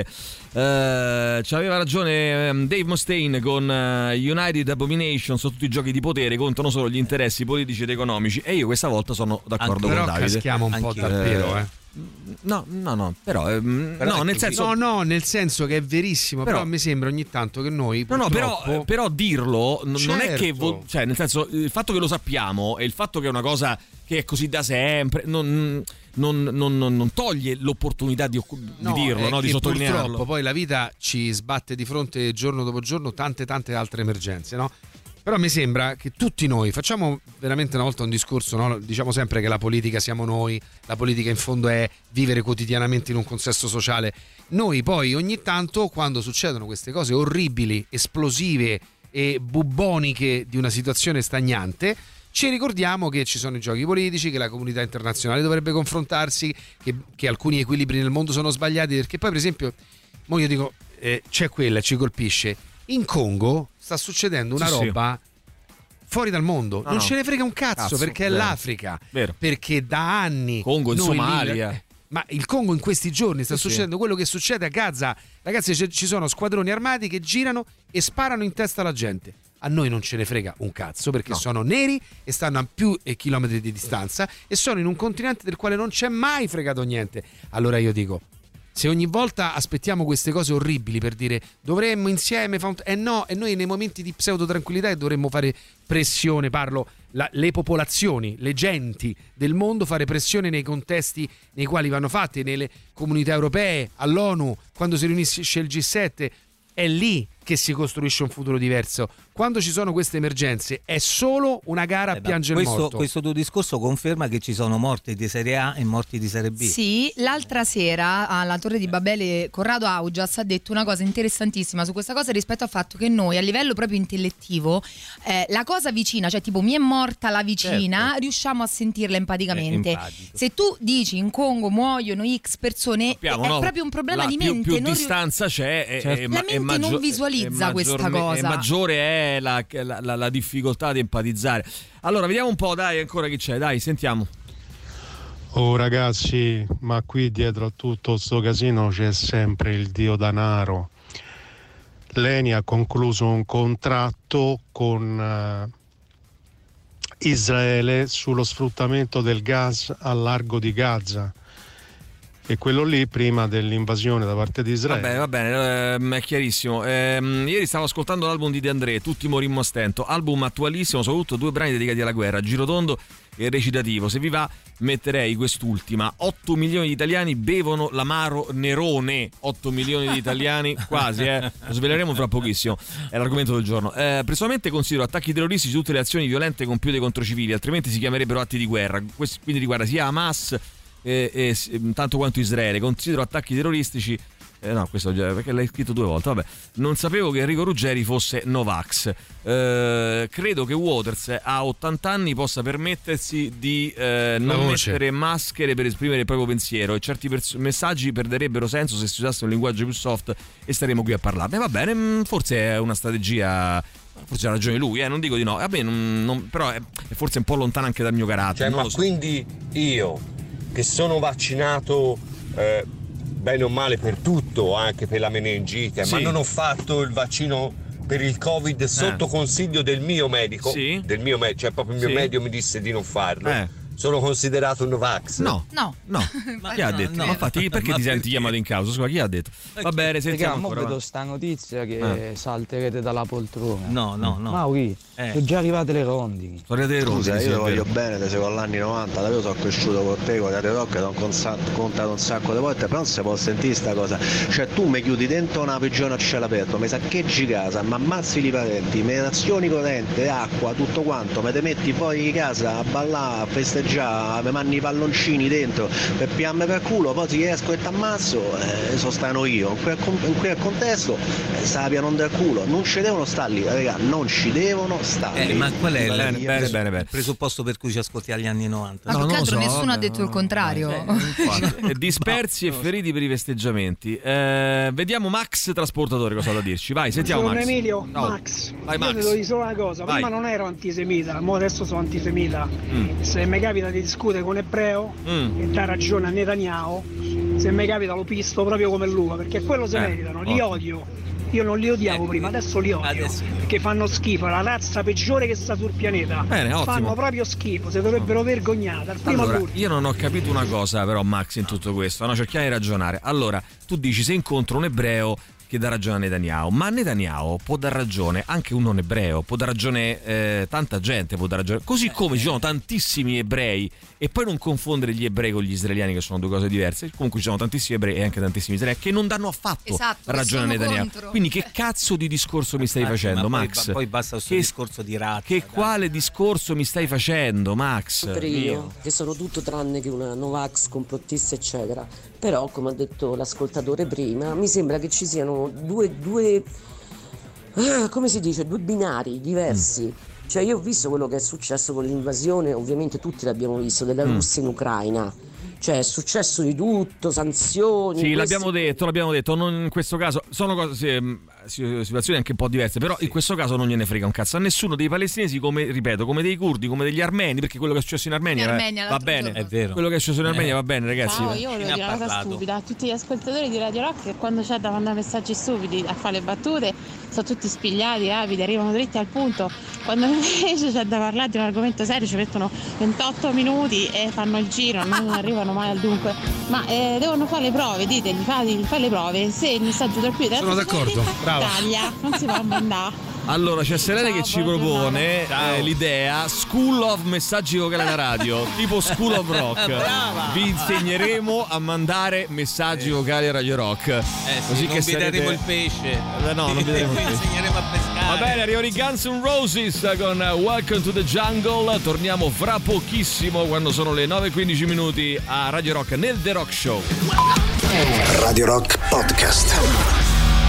Speaker 3: Uh, c'aveva ragione um, Dave Mustaine con uh, United Abomination, su tutti i giochi di potere contano solo gli interessi politici ed economici, e io questa volta sono d'accordo
Speaker 4: anche,
Speaker 3: con
Speaker 4: però
Speaker 3: Davide.
Speaker 4: Caschiamo un po' dal pelo, eh.
Speaker 3: No, no, no, però, ehm, però no, nel senso
Speaker 4: no, no, nel senso che è verissimo, però, però mi sembra ogni tanto che noi
Speaker 3: no, no, però, però dirlo n-
Speaker 4: certo.
Speaker 3: non è che vo- cioè, nel senso, il fatto che lo sappiamo e il fatto che è una cosa che è così da sempre non, non, non, non toglie l'opportunità di, di no, dirlo, no, di sottolinearlo.
Speaker 4: Purtroppo poi la vita ci sbatte di fronte giorno dopo giorno tante tante altre emergenze, no? Però mi sembra che tutti noi facciamo veramente una volta un discorso, no? Diciamo sempre che la politica siamo noi, la politica in fondo è vivere quotidianamente in un contesto sociale. Noi poi ogni tanto, quando succedono queste cose orribili, esplosive e bubboniche di una situazione stagnante, ci ricordiamo che ci sono i giochi politici, che la comunità internazionale dovrebbe confrontarsi, che, che alcuni equilibri nel mondo sono sbagliati, perché poi per esempio, mo io dico, eh, c'è quella, ci colpisce. In Congo sta succedendo una sì, roba sì. fuori dal mondo, no, non no. ce ne frega un cazzo, cazzo perché è vero. l'Africa,
Speaker 3: vero.
Speaker 4: perché da anni
Speaker 3: Congo in Somalia
Speaker 4: lì, ma il Congo in questi giorni sta sì, succedendo sì. quello che succede a Gaza, ragazzi, ci sono squadroni armati che girano e sparano in testa alla gente. A noi non ce ne frega un cazzo perché no. sono neri e stanno a più chilometri di distanza e sono in un continente del quale non c'è mai fregato niente. Allora io dico, se ogni volta aspettiamo queste cose orribili per dire dovremmo insieme fa un... eh no, e noi nei momenti di pseudo tranquillità dovremmo fare pressione, parlo la, le popolazioni, le genti del mondo, fare pressione nei contesti nei quali vanno fatte, nelle comunità europee, all'ONU, quando si riunisce il G sette, è lì che si costruisce un futuro diverso. Quando ci sono queste emergenze è solo una gara
Speaker 6: eh,
Speaker 4: a piangere
Speaker 6: questo,
Speaker 4: morto.
Speaker 6: Questo tuo discorso conferma che ci sono morti di Serie A e morti di Serie B.
Speaker 5: Sì, l'altra sera alla Torre di Babele Corrado Augias ha detto una cosa interessantissima su questa cosa rispetto al fatto che noi a livello proprio intellettivo eh, la cosa vicina, cioè tipo mi è morta la vicina, certo. riusciamo a sentirla empaticamente. Se tu dici in Congo muoiono X persone, Sappiamo, è no? proprio un problema
Speaker 3: la
Speaker 5: di
Speaker 3: più,
Speaker 5: mente.
Speaker 3: Più
Speaker 5: non
Speaker 3: distanza c'è,
Speaker 5: certo.
Speaker 3: e,
Speaker 5: la
Speaker 3: e,
Speaker 5: mente
Speaker 3: maggio-
Speaker 5: non visualizza. normalizza questa cosa.
Speaker 3: E maggiore è la, la, la, la difficoltà di empatizzare. Allora, vediamo un po', dai, ancora chi c'è, dai, sentiamo.
Speaker 8: Oh ragazzi, ma qui dietro a tutto sto casino c'è sempre il dio danaro. L'Eni ha concluso un contratto con uh, Israele sullo sfruttamento del gas al largo di Gaza, e quello lì prima dell'invasione da parte di Israele.
Speaker 3: Va bene, va bene, ehm, è chiarissimo. Ehm, ieri stavo ascoltando l'album di De André, Tutti morimmo a stento, album attualissimo, soprattutto due brani dedicati alla guerra, Girotondo e Recitativo. Se vi va metterei quest'ultima. otto milioni di italiani bevono l'amaro Nerone. otto milioni di italiani, quasi, eh. Lo sveleremo fra pochissimo, è l'argomento del giorno. Eh, personalmente considero attacchi terroristici tutte le azioni violente compiute contro civili, altrimenti si chiamerebbero atti di guerra. Questo quindi riguarda sia Hamas E, e, tanto quanto Israele. Considero attacchi terroristici eh, no, questo già, perché l'hai scritto due volte. Vabbè, non sapevo che Enrico Ruggeri fosse Novax. Eh, credo che Waters a ottanta anni possa permettersi di eh, non mettere maschere per esprimere il proprio pensiero, e certi pers- messaggi perderebbero senso se si usasse un linguaggio più soft, e staremo qui a parlarne. Va bene, forse è una strategia. Forse ha ragione lui, eh, non dico di no. Vabbè, non, non, però è, è forse un po' lontana anche dal mio carattere.
Speaker 19: Cioè, ma so. Quindi io, che sono vaccinato eh, bene o male per tutto, anche per la meningite, sì, ma non ho fatto il vaccino per il Covid sotto eh. consiglio del mio medico, sì, del mio medico, cioè proprio il mio sì. medico mi disse di non farlo. Eh. Sono considerato un Novax?
Speaker 3: No,
Speaker 5: no,
Speaker 3: no. Ma chi no, ha detto? No. Ma infatti, perché ma ti senti chiamato in causa? Scusa, chi ha detto? Va bene, sentiamo
Speaker 20: ancora. Ma
Speaker 3: vedo
Speaker 20: sta notizia che eh. salterete dalla poltrona.
Speaker 6: No, no, no.
Speaker 20: Ma qui, eh. sono già arrivate le rondini.
Speaker 3: Sono arrivate le rondini.
Speaker 15: Scusa,
Speaker 3: sì,
Speaker 15: io voglio bene, te sei con l'anni novanta, da io sono cresciuto con te, con Radio Rock, ho contato un sacco di volte, però non si può sentire sta cosa. Cioè tu mi chiudi dentro una prigione a cielo aperto, mi saccheggi casa, mi ammazzi i parenti, mi razioni corrente, acqua, tutto quanto, me te metti poi in casa a ballare, a festeggiare, mi i palloncini dentro per piamme per culo, poi ti esco e t'ammazzo, eh, sostano io in quel, in quel contesto, eh, sapiano del culo, non ci devono stare lì, raga, non ci devono stare
Speaker 6: eh, ma qual è
Speaker 3: bene, il, bene, bene, bene.
Speaker 6: presupposto per cui ci ascolti agli anni novanta?
Speaker 5: Ma
Speaker 3: no,
Speaker 5: più che altro
Speaker 3: so,
Speaker 5: nessuno
Speaker 3: no,
Speaker 5: ha detto
Speaker 3: no,
Speaker 5: il contrario.
Speaker 3: eh, dispersi no, e feriti per i festeggiamenti. eh, vediamo Max Trasportatore cosa ha da dirci, vai, sentiamo
Speaker 22: Sono
Speaker 3: Max.
Speaker 22: Emilio,
Speaker 3: no.
Speaker 22: Max,
Speaker 3: vai, Max.
Speaker 22: io ti devo dire solo una cosa,
Speaker 3: vai.
Speaker 22: Prima non ero antisemita, ma adesso sono antisemita. mm. Se mi capita di discutere con ebreo mm. e dà ragione a Netanyahu, se mi capita lo pisto proprio come Luca, perché quello se eh, meritano, li oh. odio. Io non li odiavo eh, prima, adesso li odio adesso. Perché fanno schifo, la razza peggiore che sta sul pianeta.
Speaker 3: Bene, ottimo.
Speaker 22: Fanno proprio schifo, si dovrebbero vergognare al primo
Speaker 3: allora,
Speaker 22: turno.
Speaker 3: Io non ho capito una cosa però, Max, in tutto questo, no? Cerchiamo di ragionare. Allora, tu dici se incontro un ebreo che dà ragione a Netanyahu, ma Netanyahu può dar ragione anche un non ebreo, può dar ragione eh, tanta gente, può dar ragione, così come ci sono tantissimi ebrei, e poi non confondere gli ebrei con gli israeliani che sono due cose diverse. Comunque ci sono tantissimi ebrei e anche tantissimi israeliani che non danno affatto
Speaker 5: esatto,
Speaker 3: ragione a Netanyahu.
Speaker 5: Contro.
Speaker 3: Quindi che cazzo di discorso mi stai
Speaker 6: ah,
Speaker 3: facendo,
Speaker 6: ma
Speaker 3: Max?
Speaker 6: Poi, poi basta questo
Speaker 3: che,
Speaker 6: discorso di razza.
Speaker 3: Che dai. Quale discorso mi stai facendo, Max?
Speaker 7: Per io, che sono tutto tranne che una Novax, complottista eccetera. Però, come ha detto l'ascoltatore prima, mi sembra che ci siano due, due ah, come si dice, due binari diversi. Mm. Cioè io ho visto quello che è successo con l'invasione, ovviamente tutti l'abbiamo visto, della mm. Russia in Ucraina. Cioè è successo di tutto, sanzioni.
Speaker 3: Sì,
Speaker 7: questi...
Speaker 3: l'abbiamo detto, l'abbiamo detto, non in questo caso sono cose, sì, situazioni anche un po' diverse, però sì. In questo caso non gliene frega un cazzo a nessuno dei palestinesi, come ripeto, come dei curdi, come degli armeni, perché quello che è successo in Armenia, in Armenia eh, va bene,
Speaker 6: giorno. È vero.
Speaker 3: Quello che è successo in Armenia eh. va bene, ragazzi.
Speaker 25: No, io volevo dire una cosa stupida a tutti gli ascoltatori di Radio Rock, che quando c'è da mandare messaggi stupidi a fare le battute sono tutti spigliati, rapidi, arrivano dritti al punto. Quando invece c'è da parlare di un argomento serio ci mettono ventotto minuti e fanno il giro, non arrivano mai al dunque. Ma eh, devono fare le prove, ditegli, fai, fai le prove. Se il messaggio torpido
Speaker 4: sono d'accordo, brava.
Speaker 25: Taglia, non si può mandare.
Speaker 3: Allora c'è Selene che ci propone eh, l'idea School of messaggi vocali alla radio, tipo School of Rock.
Speaker 6: Brava.
Speaker 3: Vi insegneremo a mandare messaggi eh. vocali a Radio Rock.
Speaker 6: Eh sì, così non che vi sarete... daremo il pesce.
Speaker 3: Eh, no, non vi daremo il pesce.
Speaker 6: Vi insegneremo a pescare.
Speaker 3: Va bene, arrivano i Guns N' Roses con Welcome to the Jungle. Torniamo fra pochissimo quando sono le nove e quindici minuti a Radio Rock nel The Rock Show.
Speaker 1: Radio Rock Podcast.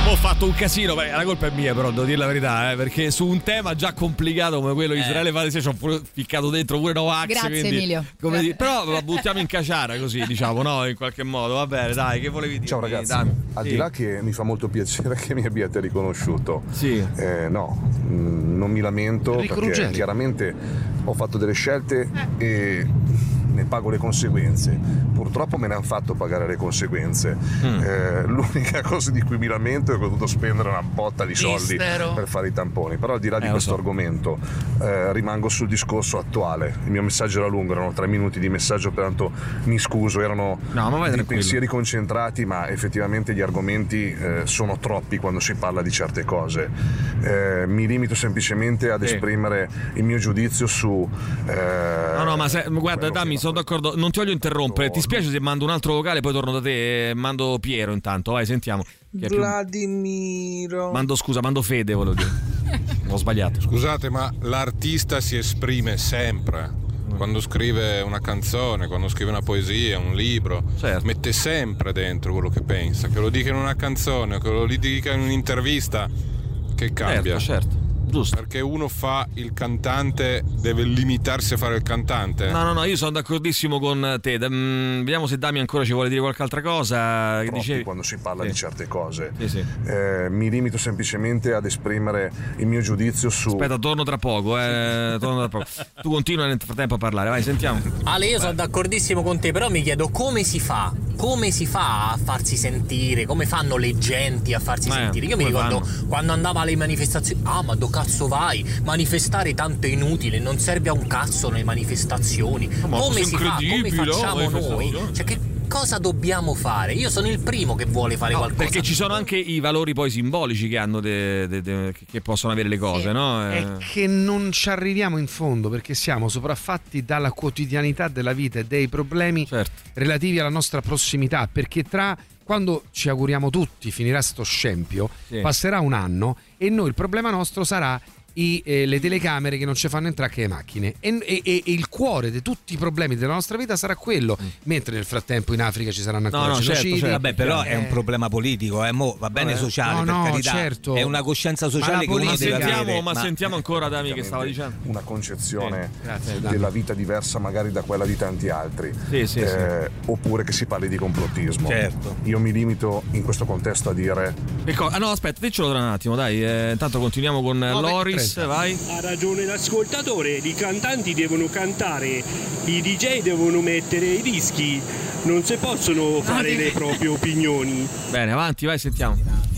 Speaker 3: Ho fatto un casino, beh, la colpa è mia, però devo dire la verità, eh, perché su un tema già complicato come quello di Israele-Palestina ci ho pure ficcato dentro pure Novax.
Speaker 5: Grazie
Speaker 3: quindi,
Speaker 5: Emilio.
Speaker 3: Come dire, però la buttiamo in caciara così, diciamo, no? In qualche modo, va bene, dai, che volevi dire?
Speaker 17: Ciao ragazzi,
Speaker 3: Dammi.
Speaker 17: al
Speaker 3: Sì.
Speaker 17: di là che mi fa molto piacere che mi abbiate riconosciuto,
Speaker 3: sì.
Speaker 17: eh, no, mh, non mi lamento
Speaker 4: Enrico
Speaker 17: perché
Speaker 4: Ruggeri.
Speaker 17: chiaramente ho fatto delle scelte e ne pago le conseguenze. Purtroppo me ne hanno fatto pagare le conseguenze.
Speaker 3: Mm.
Speaker 17: Eh, l'unica cosa di cui mi lamento è che ho dovuto spendere una botta di soldi
Speaker 3: Mistero.
Speaker 17: per fare i tamponi. Però al di là di
Speaker 3: Eh, lo
Speaker 17: questo
Speaker 3: so.
Speaker 17: argomento eh, rimango sul discorso attuale. Il mio messaggio era lungo, erano tre minuti di messaggio, pertanto mi scuso, erano
Speaker 3: No, ma vai
Speaker 17: dei
Speaker 3: tranquillo.
Speaker 17: pensieri concentrati, ma effettivamente gli argomenti eh, sono troppi quando si parla di certe cose. Eh, mi limito semplicemente ad
Speaker 3: Sì.
Speaker 17: esprimere il mio giudizio su eh,
Speaker 3: No, no, ma se, guarda, dammi, sono d'accordo, non ti voglio interrompere. Ti spiace se mando un altro vocale, poi torno da te e mando Piero intanto, vai, sentiamo. Che è più-
Speaker 2: Vladimiro.
Speaker 3: Mando scusa, mando Fede, volevo dire. Ho sbagliato.
Speaker 9: Scusate, ma l'artista si esprime sempre. Quando scrive una canzone, quando scrive una poesia, un libro,
Speaker 3: Certo.
Speaker 9: mette sempre dentro quello che pensa. Che lo dica in una canzone o che lo dica in un'intervista, che cambia.
Speaker 3: Certo, certo. Giusto.
Speaker 9: Perché uno fa il cantante, deve limitarsi a fare il cantante.
Speaker 3: No, no, no, io sono d'accordissimo con te. Mm, vediamo se Dami ancora ci vuole dire qualche altra cosa. Che
Speaker 17: troppi
Speaker 3: dicevi?
Speaker 17: quando si parla
Speaker 3: Sì.
Speaker 17: di certe cose.
Speaker 3: Sì, sì.
Speaker 17: Eh, mi limito semplicemente ad esprimere il mio giudizio su
Speaker 3: Aspetta, torno tra poco, eh, torno tra poco. Tu continua nel frattempo a parlare, vai, sentiamo.
Speaker 10: Ale, io sono d'accordissimo con te, però mi chiedo come si fa? Come si fa a farsi sentire? Come fanno le genti a farsi
Speaker 3: Eh,
Speaker 10: sentire? Io mi
Speaker 3: come
Speaker 10: ricordo
Speaker 3: fanno?
Speaker 10: quando andavo alle manifestazioni. Ah, ma dove cazzo vai? Manifestare tanto è inutile, non serve a un cazzo le manifestazioni.
Speaker 3: ma
Speaker 10: Come
Speaker 3: sei
Speaker 10: si fa? Come
Speaker 3: incredibile,
Speaker 10: facciamo
Speaker 3: oh,
Speaker 10: noi?
Speaker 3: manifestazioni.
Speaker 10: Cioè, che cosa dobbiamo fare? Io sono il primo che vuole fare
Speaker 3: No,
Speaker 10: qualcosa.
Speaker 3: perché ci sono anche i valori poi simbolici che hanno de- de- de- che possono avere le cose, no? Eh,
Speaker 4: È che non ci arriviamo in fondo perché siamo sopraffatti dalla quotidianità della vita e dei problemi
Speaker 3: Certo.
Speaker 4: relativi alla nostra prossimità, perché tra quando ci auguriamo tutti finirà sto scempio,
Speaker 3: Sì.
Speaker 4: passerà un anno e noi il problema nostro sarà i, eh, le telecamere che non ci fanno entrare che le macchine e, e- e il cuore di tutti i problemi della nostra vita sarà quello, mentre nel frattempo in Africa ci saranno ancora
Speaker 3: No, no, certo,
Speaker 4: genocidi.
Speaker 3: certo.
Speaker 6: Vabbè, però è un
Speaker 4: Eh,
Speaker 6: problema politico, eh, mo, va bene
Speaker 4: Vabbè.
Speaker 6: sociale,
Speaker 4: No,
Speaker 6: per
Speaker 4: no,
Speaker 6: carità.
Speaker 4: certo.
Speaker 6: È una coscienza
Speaker 4: Ma
Speaker 6: sociale
Speaker 4: la
Speaker 6: che uno
Speaker 3: ma
Speaker 6: deve
Speaker 3: sentiamo,
Speaker 6: avere.
Speaker 3: ma sentiamo ancora Dami che stava dicendo.
Speaker 17: una concezione
Speaker 3: Sì, grazie, Dami.
Speaker 17: della vita diversa magari da quella di tanti altri.
Speaker 3: Sì, sì,
Speaker 17: Eh, oppure che si parli di complottismo.
Speaker 6: Certo.
Speaker 17: Io mi limito in questo contesto a dire
Speaker 3: Che co- ah no, aspetta, diccelo tra un attimo, dai. Eh, intanto continuiamo con eh, Loris,
Speaker 4: trenta.
Speaker 3: vai.
Speaker 23: Ha ragione l'ascoltatore, i cantanti devono cantare, i D J devono mettere i dischi, non si possono fare le proprie opinioni.
Speaker 3: Bene, avanti, vai, sentiamo.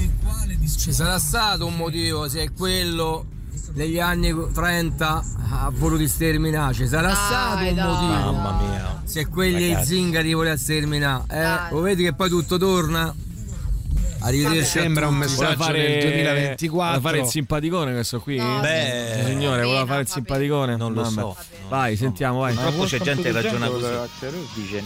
Speaker 2: Ci sarà stato un motivo, se è quello degli anni trenta ha voluto sterminare, ci sarà
Speaker 5: Dai,
Speaker 2: stato un
Speaker 5: dai.
Speaker 2: motivo.
Speaker 6: Mamma mia.
Speaker 2: Se quelli
Speaker 6: Ragazzi.
Speaker 2: zingari voleva sterminare, eh,
Speaker 5: Dai.
Speaker 2: lo vedi che poi tutto torna. Arrivederci a
Speaker 4: Sembra un
Speaker 2: tutti.
Speaker 4: messaggio
Speaker 3: Voleva fare,
Speaker 4: del duemilaventiquattro.
Speaker 3: voleva fare il simpaticone questo qui?
Speaker 5: No,
Speaker 6: Beh,
Speaker 3: Sì, signore, voleva
Speaker 5: va
Speaker 3: fare il
Speaker 5: bene.
Speaker 3: simpaticone?
Speaker 6: Non lo
Speaker 3: Vabbè.
Speaker 6: so.
Speaker 3: Vai, sentiamo, vai.
Speaker 6: Purtroppo c'è gente che ragiona così.
Speaker 20: Dice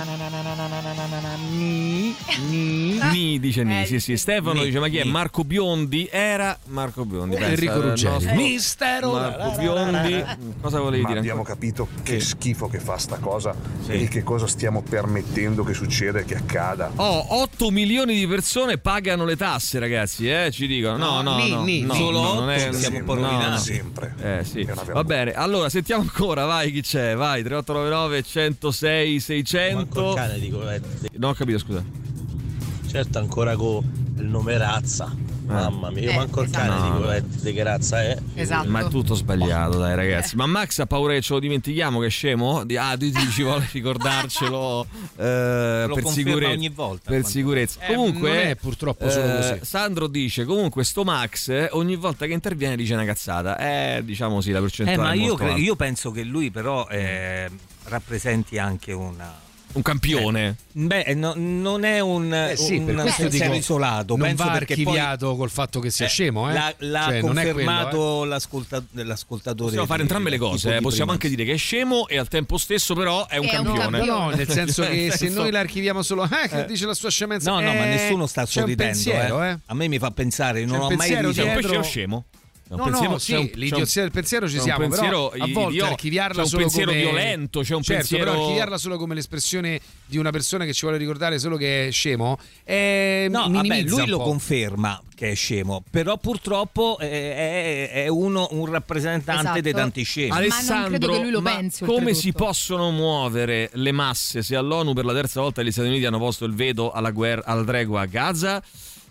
Speaker 3: Ni dice Ni,
Speaker 5: Eh,
Speaker 3: sì, sì. Stefano
Speaker 6: Ni,
Speaker 3: dice: ma chi è?
Speaker 6: Ni.
Speaker 3: Marco Biondi? Era Marco Biondi. pensa,
Speaker 4: Enrico
Speaker 3: il
Speaker 4: Ruggeri.
Speaker 3: nostro
Speaker 4: Mistero.
Speaker 3: Marco Biondi. Cosa volevi
Speaker 17: ma
Speaker 3: dire?
Speaker 17: abbiamo
Speaker 3: ancora?
Speaker 17: capito che
Speaker 3: Sì.
Speaker 17: schifo che fa sta cosa
Speaker 3: Sì.
Speaker 17: e che cosa stiamo permettendo che succeda e che accada.
Speaker 3: Oh, otto milioni di persone pagano le tasse, ragazzi, eh, ci dicono. No, no,
Speaker 4: Ni,
Speaker 3: no.
Speaker 4: ni,
Speaker 3: no,
Speaker 6: solo
Speaker 3: no, non
Speaker 6: otto,
Speaker 3: è-
Speaker 6: siamo un po'
Speaker 3: no, no.
Speaker 6: rovinati.
Speaker 17: Sempre.
Speaker 3: Eh sì,
Speaker 17: È una
Speaker 3: va
Speaker 17: vergogna.
Speaker 3: bene. Allora, sentiamo ancora, vai, chi c'è? Vai, tre otto nove nove centosei seicento.
Speaker 15: dico, eh,
Speaker 3: No, ho capito, scusa.
Speaker 15: certo ancora con il nome razza. Mamma mia, io
Speaker 5: Eh,
Speaker 15: manco il
Speaker 5: esatto.
Speaker 15: cane
Speaker 3: No,
Speaker 15: dico
Speaker 3: no.
Speaker 15: eh, di che razza è.
Speaker 5: Esatto.
Speaker 3: Ma è tutto sbagliato, dai ragazzi. Ma Max ha paura che ce lo dimentichiamo, che è scemo? Di- Ah, tu ci vuole ricordarcelo eh,
Speaker 6: Lo
Speaker 3: per
Speaker 6: conferma
Speaker 3: sicurezza.
Speaker 6: ogni volta,
Speaker 3: Per
Speaker 6: quando-
Speaker 3: sicurezza.
Speaker 4: Eh,
Speaker 3: Comunque,
Speaker 4: non è purtroppo solo
Speaker 3: eh,
Speaker 4: così.
Speaker 3: Sandro dice: comunque, sto Max eh, ogni volta che interviene dice una cazzata. Eh, diciamo sì, la
Speaker 6: Eh,
Speaker 3: percentuale
Speaker 6: ma
Speaker 3: è
Speaker 6: io,
Speaker 3: molto
Speaker 6: cre-
Speaker 3: alta.
Speaker 6: io penso che lui però eh, rappresenti anche una...
Speaker 3: Un campione.
Speaker 6: Beh, no- non è un,
Speaker 4: Eh sì,
Speaker 6: un
Speaker 4: per questo
Speaker 6: pensiero
Speaker 4: dico,
Speaker 6: isolato.
Speaker 4: non
Speaker 6: penso
Speaker 4: va
Speaker 6: perché
Speaker 4: archiviato col fatto che sia
Speaker 6: poi,
Speaker 4: scemo, eh?
Speaker 6: L'ha, l'ha
Speaker 4: Cioè, non è
Speaker 6: confermato
Speaker 4: quello,
Speaker 6: l'ascolta- l'ascoltatore.
Speaker 3: Possiamo fare
Speaker 6: di-
Speaker 3: entrambe le
Speaker 6: tipo
Speaker 3: cose.
Speaker 6: di
Speaker 3: eh. Possiamo
Speaker 6: prima.
Speaker 3: anche dire che è scemo e al tempo stesso, però, è un
Speaker 5: È un
Speaker 3: campione.
Speaker 4: No, no, nel senso che
Speaker 3: Nel
Speaker 4: se
Speaker 3: senso-
Speaker 4: noi l'archiviamo solo eh, che dice la sua scemenza.
Speaker 6: No, no, ma
Speaker 4: eh,
Speaker 6: nessuno sta
Speaker 4: c'è un
Speaker 6: sorridendo.
Speaker 4: pensiero,
Speaker 6: eh.
Speaker 4: eh.
Speaker 6: A me mi fa pensare, non
Speaker 4: C'è
Speaker 6: ho
Speaker 4: un
Speaker 6: mai
Speaker 4: pensiero
Speaker 6: visto.
Speaker 3: Sei un
Speaker 4: dietro.
Speaker 3: pesce o scemo? Un
Speaker 4: no,
Speaker 3: pensiero,
Speaker 4: no, sì,
Speaker 3: un,
Speaker 4: l'idiozia del pensiero ci siamo,
Speaker 3: pensiero
Speaker 4: però a volte
Speaker 3: idiota,
Speaker 4: archiviarla
Speaker 3: c'è
Speaker 4: solo
Speaker 3: un pensiero
Speaker 4: come...
Speaker 3: violento, c'è un
Speaker 4: certo,
Speaker 3: pensiero...
Speaker 4: però archiviarla solo come l'espressione di una persona che ci vuole ricordare solo che è scemo è
Speaker 6: no, vabbè, lui lo conferma che è scemo, però purtroppo è, è uno un rappresentante esatto. dei tanti scemi.
Speaker 3: Alessandro,
Speaker 5: ma non credo che lui lo
Speaker 3: ma
Speaker 5: pensi,
Speaker 3: come si possono muovere le masse se all'ONU per la terza volta gli Stati Uniti hanno posto il veto alla guerra, alla tregua a Gaza?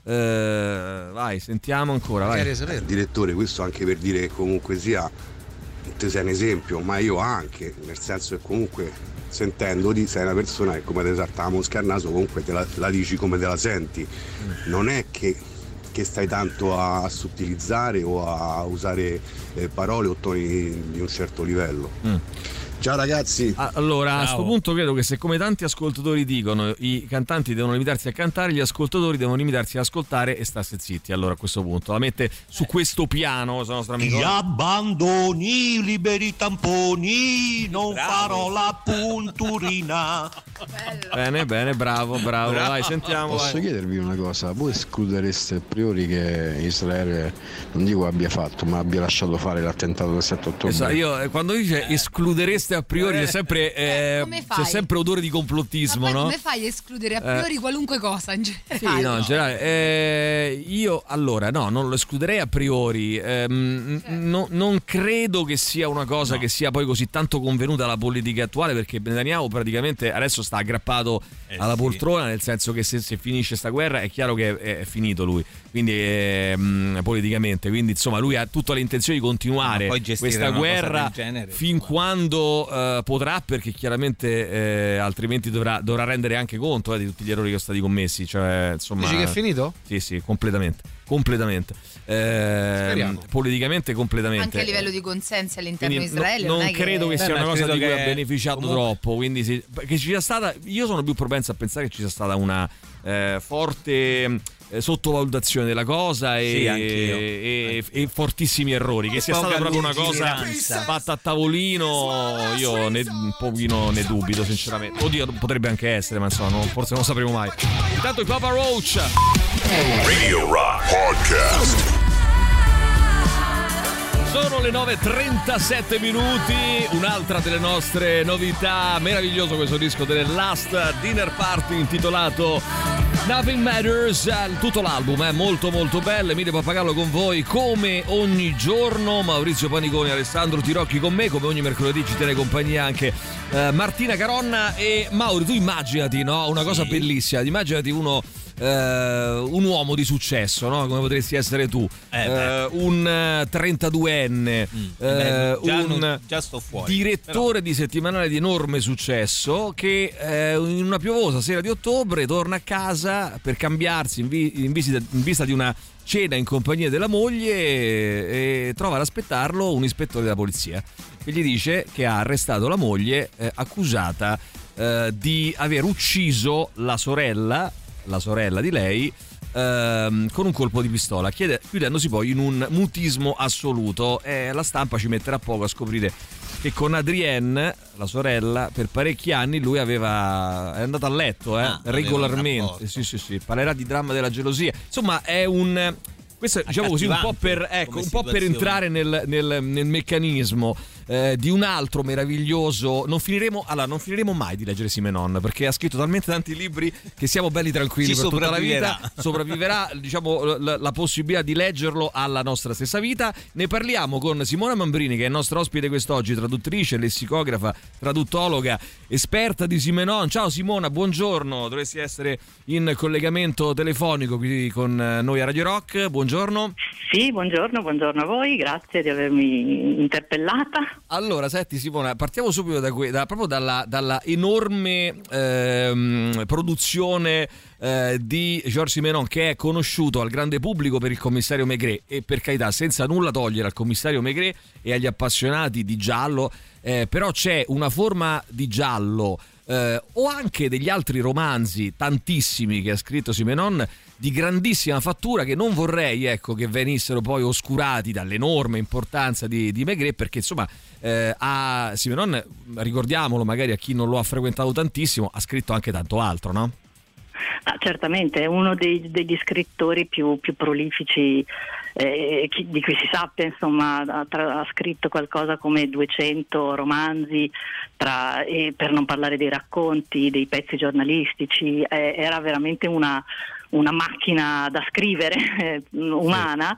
Speaker 3: Uh, vai, sentiamo ancora. Vai.
Speaker 12: Eh, direttore, questo anche per dire che comunque sia, te sei un esempio, ma io anche, nel senso che comunque sentendoti sei una persona che come te salta la mosca al naso, comunque te la, la dici come te la senti. Mm. Non è che, che stai tanto a, a sottilizzare o a usare eh, parole o toni di un certo livello. Mm. Ciao ragazzi.
Speaker 3: Allora, Ciao. A questo punto credo che se come tanti ascoltatori dicono i cantanti devono limitarsi a cantare, gli ascoltatori devono limitarsi ad ascoltare e starsi zitti. Allora a questo punto la mette su questo piano il nostro amico.
Speaker 13: Gli abbandoni, liberi tamponi, non bravo. Farò la punturina.
Speaker 3: Bene, bene, bravo, bravo, bravo. Vai, sentiamo.
Speaker 16: Posso
Speaker 3: vai.
Speaker 16: chiedervi una cosa? Voi escludereste a priori che Israele, non dico abbia fatto, ma abbia lasciato fare l'attentato del sette ottobre?
Speaker 3: Esatto, io quando dice escludereste a priori c'è sempre, eh, c'è sempre odore di complottismo,
Speaker 5: ma
Speaker 3: no?
Speaker 5: Come fai a escludere a priori eh, qualunque cosa in generale?
Speaker 3: Sì, no, in generale. Eh, io allora no, non lo escluderei a priori. Eh, certo. no, non credo che sia una cosa no. che sia poi così tanto convenuta alla politica attuale, perché Netanyahu praticamente adesso sta aggrappato eh, alla sì. poltrona, nel senso che se, se finisce sta guerra è chiaro che è, è finito lui. Quindi eh, mh, politicamente, quindi insomma lui ha tutta l'intenzione di continuare questa guerra genere, fin insomma. quando Uh, potrà, perché chiaramente eh, altrimenti dovrà, dovrà rendere anche conto eh, di tutti gli errori che sono stati commessi. Cioè, insomma,
Speaker 4: dici che è finito?
Speaker 3: Sì, sì, completamente. Completamente. Eh, politicamente completamente.
Speaker 5: Anche a livello di consensi all'interno
Speaker 3: quindi
Speaker 5: di Israele.
Speaker 3: Non,
Speaker 5: non,
Speaker 3: non credo che,
Speaker 5: che
Speaker 3: sia
Speaker 5: Beh,
Speaker 3: una cosa di cui ha beneficiato
Speaker 6: comunque... troppo.
Speaker 3: Quindi sì, che ci sia stata. Io sono più propenso a pensare che ci sia stata una eh, forte sottovalutazione della cosa e,
Speaker 6: sì,
Speaker 3: e, e, e fortissimi errori, che sia stata proprio una cosa fatta a tavolino, io ne, un pochino ne dubito sinceramente. Oddio, potrebbe anche essere, ma insomma no, forse non lo sapremo mai. Intanto il Papa Roach
Speaker 18: Radio Rock Podcast.
Speaker 3: Sono le nove e trentasette minuti, un'altra delle nostre novità, meraviglioso questo disco delle Last Dinner Party intitolato Nothing Matters, tutto l'album è molto molto bello. Emilio Pappagallo con voi come ogni giorno, Maurizio Paniconi, Alessandro Tirocchi con me, come ogni mercoledì ci tiene compagnia anche eh, Martina Caronna. E Mauri, tu immaginati, no? Una cosa sì. bellissima, immaginati uno Uh, un uomo di successo, no? Come potresti essere tu, eh, uh, un trentaduenne, mm, uh,
Speaker 6: beh, già
Speaker 3: un
Speaker 6: non, già sto fuori,
Speaker 3: direttore
Speaker 6: però.
Speaker 3: di settimanale di enorme successo che uh, in una piovosa sera di ottobre torna a casa per cambiarsi in, vi- in, visita, in vista di una cena in compagnia della moglie e, e trova ad aspettarlo un ispettore della polizia che gli dice che ha arrestato la moglie eh, accusata eh, di aver ucciso la sorella la sorella di lei ehm, con un colpo di pistola, chiede, chiudendosi poi in un mutismo assoluto. E la stampa ci metterà poco a scoprire che con Adrienne, la sorella, per parecchi anni lui aveva è andato a letto eh, ah, regolarmente. Sì, sì, sì, parlerà di dramma della gelosia. Insomma, è un questo diciamo così un po' per ecco, un po' per entrare nel, nel, nel meccanismo eh, di un altro meraviglioso. Non finiremo allora non finiremo mai di leggere Simenon, perché ha scritto talmente tanti libri che siamo belli tranquilli
Speaker 6: Ci
Speaker 3: per tutta la vita. Sopravviverà diciamo la, la possibilità di leggerlo alla nostra stessa vita. Ne parliamo con Simona Mambrini, che è il nostro ospite quest'oggi, traduttrice, lessicografa, traduttologa, esperta di Simenon. Ciao Simona, buongiorno. Dovresti essere in collegamento telefonico qui con noi a Radio Rock. Buongiorno. Buongiorno.
Speaker 21: Sì, buongiorno, buongiorno a voi, grazie di avermi interpellata.
Speaker 3: Allora, senti Simona, partiamo subito da, que- da proprio dalla, dalla enorme ehm, produzione eh, di Georges Simenon, che è conosciuto al grande pubblico per il commissario Maigret, e per carità senza nulla togliere al commissario Maigret e agli appassionati di giallo, eh, però c'è una forma di giallo eh, o anche degli altri romanzi, tantissimi che ha scritto Simenon, di grandissima fattura, che non vorrei ecco che venissero poi oscurati dall'enorme importanza di, di Maigret, perché insomma eh, a Simenon, ricordiamolo magari a chi non lo ha frequentato tantissimo, ha scritto anche tanto altro, no?
Speaker 21: Ah, certamente è uno dei, degli scrittori più, più prolifici eh, chi, di cui si sappia, insomma, ha, tra, ha scritto qualcosa come duecento romanzi, tra, e per non parlare dei racconti, dei pezzi giornalistici, eh, era veramente una, una macchina da scrivere eh, umana.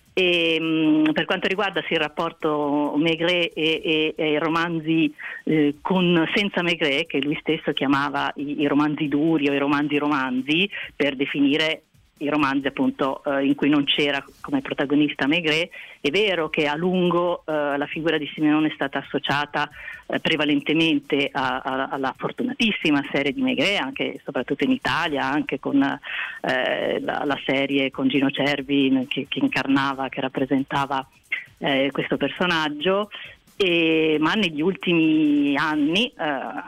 Speaker 21: E, mh, per quanto riguarda sì, il rapporto Maigret e, e, e i romanzi eh, con, senza Maigret, che lui stesso chiamava i, i romanzi duri o i romanzi romanzi, per definire i romanzi appunto eh, in cui non c'era come protagonista Maigret. È vero che a lungo eh, la figura di Simenon è stata associata eh, prevalentemente a, a, alla fortunatissima serie di Maigret, anche soprattutto in Italia, anche con eh, la, la serie con Gino Cervi che, che incarnava, che rappresentava eh, questo personaggio. E, ma negli ultimi anni, eh,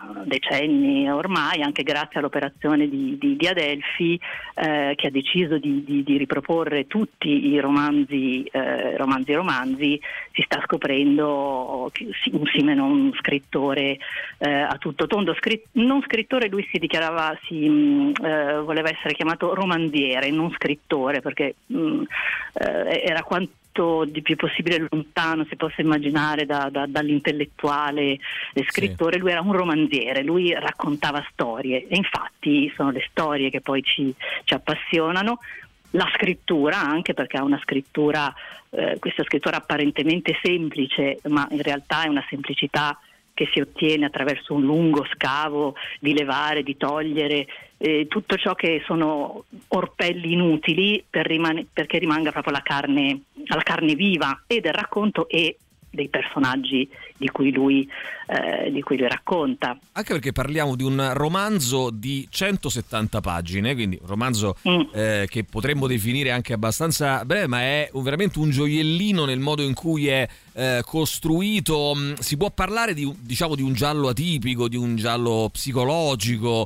Speaker 21: decenni ormai, anche grazie all'operazione di, di, di Adelphi, eh, che ha deciso di, di, di riproporre tutti i romanzi, eh, romanzi romanzi, si sta scoprendo un Simenon scrittore eh, a tutto tondo. Scritt- non scrittore, lui si dichiarava, si mh, eh, voleva essere chiamato romanziere, non scrittore, perché mh, eh, era quanto di più possibile lontano si possa immaginare da, da, dall'intellettuale scrittore. Sì. Lui era un romanziere, lui raccontava storie, e infatti sono le storie che poi ci, ci appassionano. La scrittura anche, perché ha una scrittura, eh, questa scrittura apparentemente semplice, ma in realtà è una semplicità che si ottiene attraverso un lungo scavo di levare, di togliere eh, tutto ciò che sono orpelli inutili per rimane- perché rimanga proprio la carne, la carne viva e del racconto e dei personaggi di cui lui eh, di cui lui racconta.
Speaker 3: Anche perché parliamo di un romanzo di centosettanta pagine, quindi un romanzo mm. eh, che potremmo definire anche abbastanza breve, ma è un, veramente un gioiellino nel modo in cui è eh, costruito. Si può parlare di, diciamo, di un giallo atipico, di un giallo psicologico,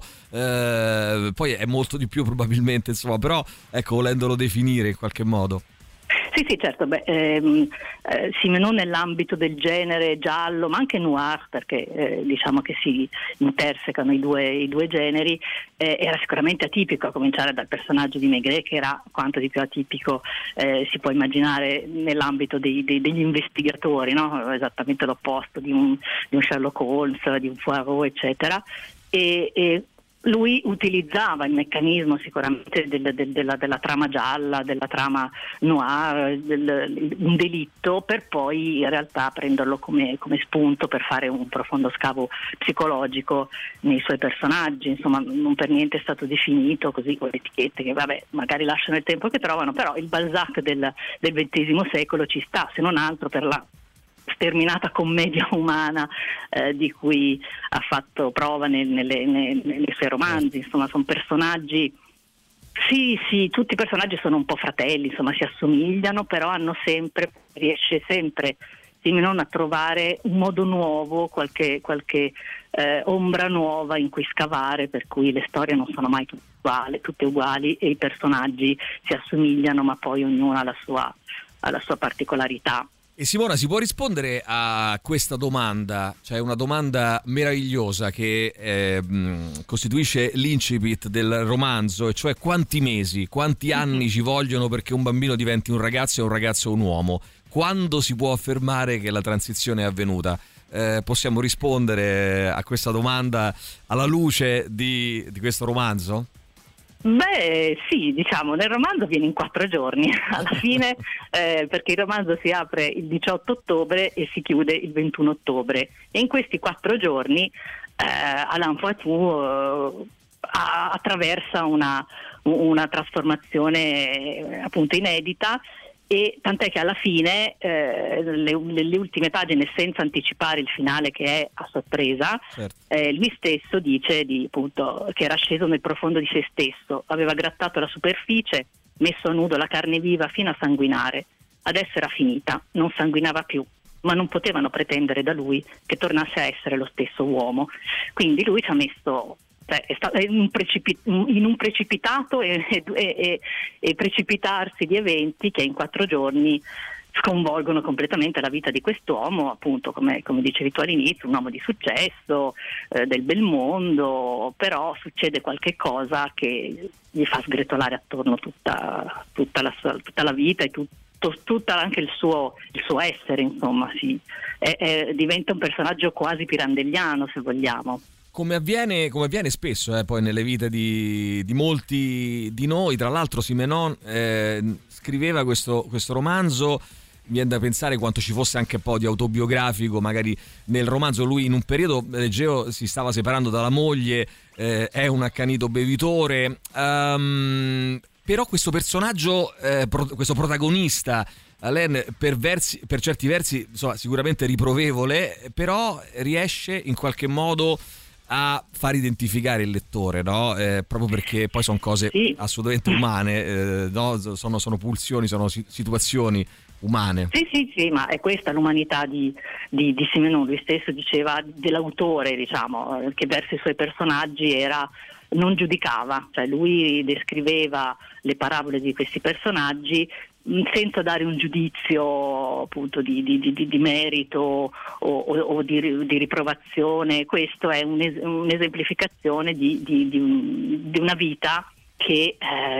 Speaker 3: eh, poi è molto di più probabilmente, insomma, però ecco, volendolo definire in qualche modo.
Speaker 21: Sì, sì, certo, beh, ehm, eh, Simenon nell'ambito del genere giallo, ma anche noir, perché eh, diciamo che si intersecano i due, i due generi, eh, era sicuramente atipico, a cominciare dal personaggio di Maigret, che era quanto di più atipico eh, si può immaginare nell'ambito dei, dei, degli investigatori, no? Esattamente l'opposto di un, di un Sherlock Holmes, di un Poirot, eccetera. E, e lui utilizzava il meccanismo sicuramente del, del, della, della trama gialla, della trama noir, del, un delitto, per poi in realtà prenderlo come, come spunto per fare un profondo scavo psicologico nei suoi personaggi. Insomma, non per niente è stato definito così con le etichette che vabbè magari lasciano il tempo che trovano, però il Balzac del, del ventesimo secolo ci sta, se non altro per la sterminata commedia umana eh, di cui ha fatto prova nel, nelle, nelle, nei suoi romanzi. Insomma, sono personaggi, sì, sì, tutti i personaggi sono un po' fratelli, insomma, si assomigliano, però hanno sempre, riesce sempre Simenon a trovare un modo nuovo, qualche, qualche eh, ombra nuova in cui scavare, per cui le storie non sono mai tutte uguali, tutte uguali e i personaggi si assomigliano, ma poi ognuno ha la sua, ha la sua particolarità.
Speaker 3: E Simona, si può rispondere a questa domanda? Cioè una domanda meravigliosa che eh, costituisce l'incipit del romanzo, e cioè quanti mesi, quanti anni ci vogliono perché un bambino diventi un ragazzo e un ragazzo un uomo? Quando si può affermare che la transizione è avvenuta? Eh, possiamo rispondere a questa domanda alla luce di, di questo romanzo?
Speaker 21: Beh sì, diciamo, nel romanzo viene in quattro giorni alla fine, eh, perché il romanzo si apre il diciotto ottobre e si chiude il ventuno ottobre, e in questi quattro giorni eh, Alain Poitou eh, attraversa una, una trasformazione appunto inedita, e tant'è che alla fine eh, le, le ultime pagine, senza anticipare il finale che è a sorpresa, certo. eh, lui stesso dice di, appunto, che era sceso nel profondo di se stesso, aveva grattato la superficie, messo a nudo la carne viva fino a sanguinare, adesso era finita, non sanguinava più, ma non potevano pretendere da lui che tornasse a essere lo stesso uomo. Quindi lui ci ha messo, cioè, è stato in un, precipit- in un precipitato e, e, e, e precipitarsi di eventi che in quattro giorni sconvolgono completamente la vita di quest'uomo, appunto, come, come dicevi tu all'inizio, un uomo di successo, eh, del bel mondo, però succede qualche cosa che gli fa sgretolare attorno tutta, tutta, la, sua, tutta la vita e tu, to, tutta anche il suo, il suo essere, insomma, sì. è, è, diventa un personaggio quasi pirandelliano, se vogliamo.
Speaker 3: Come avviene, come avviene spesso eh, poi nelle vite di, di molti di noi. Tra l'altro Simenon eh, scriveva questo, questo romanzo, mi viene da pensare quanto ci fosse anche un po' di autobiografico magari nel romanzo. Lui in un periodo, leggevo, si stava separando dalla moglie, eh, è un accanito bevitore, um, però questo personaggio, eh, pro, questo protagonista Alain, per, versi, per certi versi insomma, sicuramente riprovevole, però riesce in qualche modo a far identificare il lettore, no? Eh, proprio perché poi sono cose sì. assolutamente umane, eh, no? sono, sono pulsioni, sono situazioni umane.
Speaker 21: Sì, sì, sì, ma è questa l'umanità di, di, di Simenon. Lui stesso diceva dell'autore, diciamo, che verso i suoi personaggi era non giudicava, cioè lui descriveva le parabole di questi personaggi senza dare un giudizio appunto di, di, di, di merito o, o, o di, di riprovazione. Questo è un es- un'esemplificazione di, di, di, un, di una vita che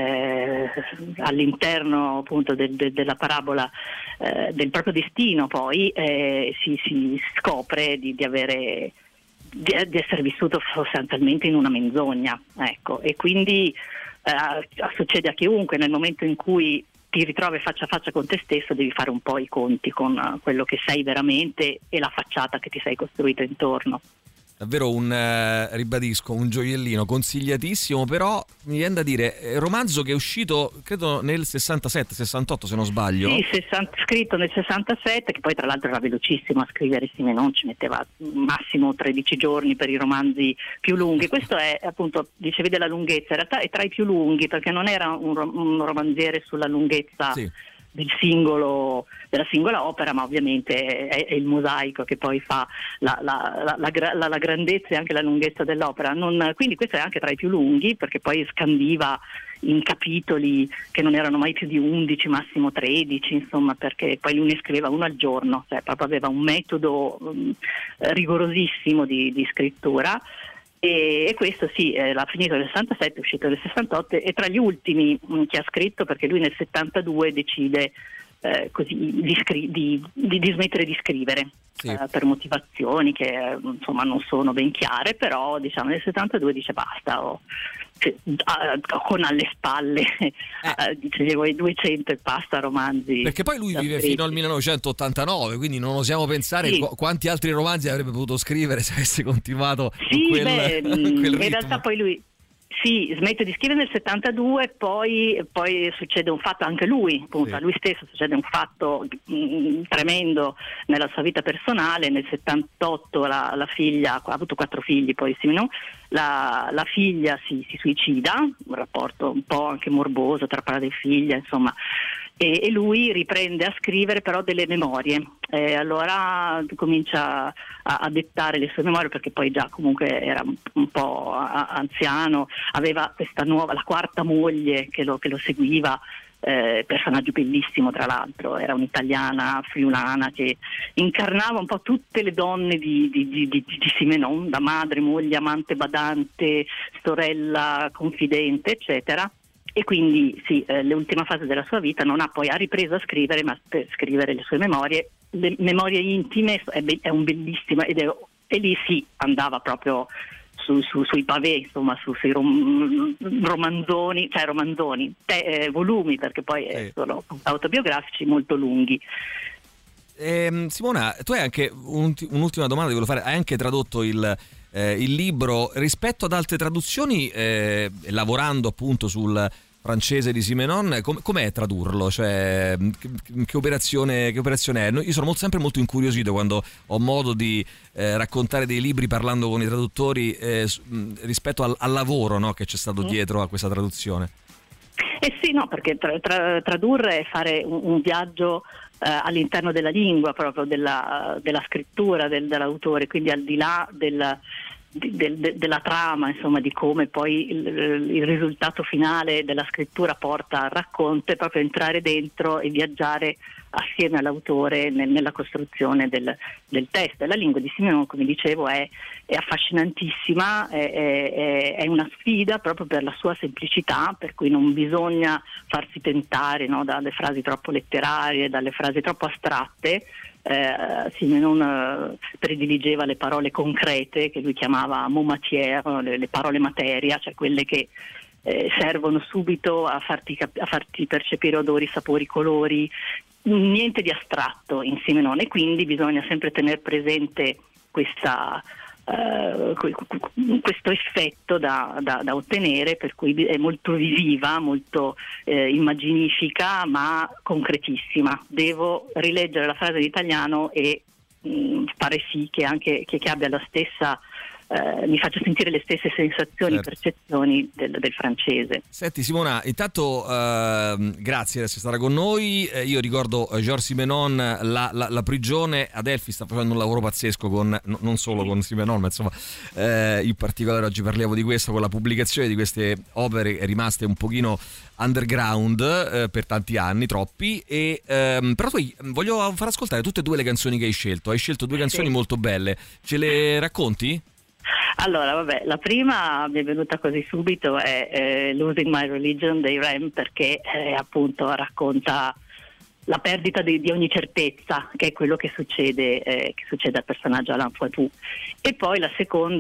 Speaker 21: eh, all'interno appunto del, del, della parabola eh, del proprio destino poi eh, si, si scopre di, di avere di, di essere vissuto sostanzialmente in una menzogna, ecco. E quindi eh, succede a chiunque nel momento in cui ti ritrovi faccia a faccia con te stesso, devi fare un po' i conti con quello che sei veramente e la facciata che ti sei costruito intorno.
Speaker 3: Davvero un, eh, ribadisco, un gioiellino consigliatissimo, però mi viene da dire, è un romanzo che è uscito credo nel sessantasette sessantotto se non sbaglio.
Speaker 21: Sì, sessanta, scritto nel sessantasette, che poi tra l'altro era velocissimo a scrivere, Simenon ci metteva massimo tredici giorni per i romanzi più lunghi. Questo è appunto, dicevi della lunghezza, in realtà è tra i più lunghi perché non era un, un romanziere sulla lunghezza sì. del singolo, della singola opera, ma ovviamente è, è il mosaico che poi fa la, la, la, la, la, la grandezza e anche la lunghezza dell'opera. Non, quindi questo è anche tra i più lunghi perché poi scandiva in capitoli che non erano mai più di undici, massimo tredici, insomma, perché poi lui ne scriveva uno al giorno, cioè proprio aveva un metodo um, rigorosissimo di, di scrittura. E, e questo sì, eh, l'ha finito nel sessantasette, è uscito nel sessantotto, e tra gli ultimi mh, che ha scritto, perché lui nel settantadue decide eh, così di, scri- di, di, di smettere di scrivere sì. eh, per motivazioni che eh, insomma non sono ben chiare, però diciamo nel settantadue dice basta, ho, cioè, con alle spalle eh. dicevo i duecento e passa romanzi,
Speaker 3: perché poi lui vive fino al millenovecentottantanove, quindi non osiamo pensare sì. qu- quanti altri romanzi avrebbe potuto scrivere se avesse continuato
Speaker 21: sì,
Speaker 3: in quel,
Speaker 21: beh,
Speaker 3: in quel
Speaker 21: in realtà poi lui sì, smette di scrivere nel settantadue, poi, poi succede un fatto anche lui, appunto, sì. a lui stesso succede un fatto mh, tremendo nella sua vita personale. Nel settantotto la, la figlia, ha avuto quattro figli poi Simenon, la, la figlia si, si suicida, un rapporto un po' anche morboso tra padre e figlia, insomma, e, e lui riprende a scrivere però delle memorie. E allora comincia a, a dettare le sue memorie, perché poi già comunque era un, un po' a, anziano, aveva questa nuova, la quarta moglie che lo, che lo seguiva, eh, personaggio bellissimo tra l'altro, era un'italiana friulana che incarnava un po' tutte le donne di, di, di, di, di Simenon, da madre, moglie, amante, badante, sorella, confidente, eccetera. E quindi sì, eh, l'ultima fase della sua vita non ha poi ha ripreso a scrivere, ma per scrivere le sue memorie, le memorie intime, è, be- è un bellissimo, ed è, e lì sì, andava proprio su, su, sui pavé, insomma, su, sui rom- romanzoni, cioè romanzoni, te- eh, volumi, perché poi eh, sono autobiografici molto lunghi.
Speaker 3: Eh, Simona, tu hai anche un, un'ultima domanda, devo fare, hai anche tradotto il, eh, il libro rispetto ad altre traduzioni, eh, lavorando appunto sul francese di Simenon, com- com'è tradurlo? Cioè, che, che, operazione, che operazione è? Io sono molto, sempre molto incuriosito quando ho modo di eh, raccontare dei libri parlando con i traduttori eh, rispetto al, al lavoro, no, che c'è stato mm. dietro a questa traduzione.
Speaker 21: Eh sì, no, perché tra, tra, tradurre è fare un, un viaggio eh, all'interno della lingua, proprio della, della scrittura del, dell'autore, quindi al di là del di, de, de, della trama, insomma, di come poi il, il risultato finale della scrittura porta al racconto, è proprio entrare dentro e viaggiare assieme all'autore nel, nella costruzione del, del testo. E la lingua di Simenon, come dicevo, è, è affascinantissima, è, è, è una sfida proprio per la sua semplicità, per cui non bisogna farsi tentare, no, dalle frasi troppo letterarie, dalle frasi troppo astratte. Eh, Simenon eh, prediligeva le parole concrete, che lui chiamava mot matière, le, le parole materia, cioè quelle che eh, servono subito a farti, cap- a farti percepire odori, sapori, colori, niente di astratto in Simenon, e quindi bisogna sempre tenere presente questa Uh, questo effetto da, da, da ottenere, per cui è molto visiva, molto eh, immaginifica, ma concretissima. Devo rileggere la frase in italiano e mh, fare sì che anche che, che abbia la stessa eh, mi faccia sentire le stesse sensazioni, certo, percezioni del, del francese.
Speaker 3: Senti Simona, intanto eh, grazie di essere stata con noi. Eh, io ricordo eh, Georges Simenon, la, la, la prigione. Adelphi sta facendo un lavoro pazzesco con, no, non solo con Simenon, ma insomma eh, in particolare oggi parliamo di questo, con la pubblicazione di queste opere rimaste un pochino underground eh, per tanti anni, troppi. E ehm, però tu voglio far ascoltare tutte e due le canzoni che hai scelto. Hai scelto due canzoni, sì, molto belle. Ce le racconti?
Speaker 21: Allora, vabbè, la prima mi è venuta così subito, è eh, Losing My Religion dei R E M, perché eh, appunto racconta la perdita di, di ogni certezza, che è quello che succede, eh, che succede al personaggio Alain Poitou. E poi la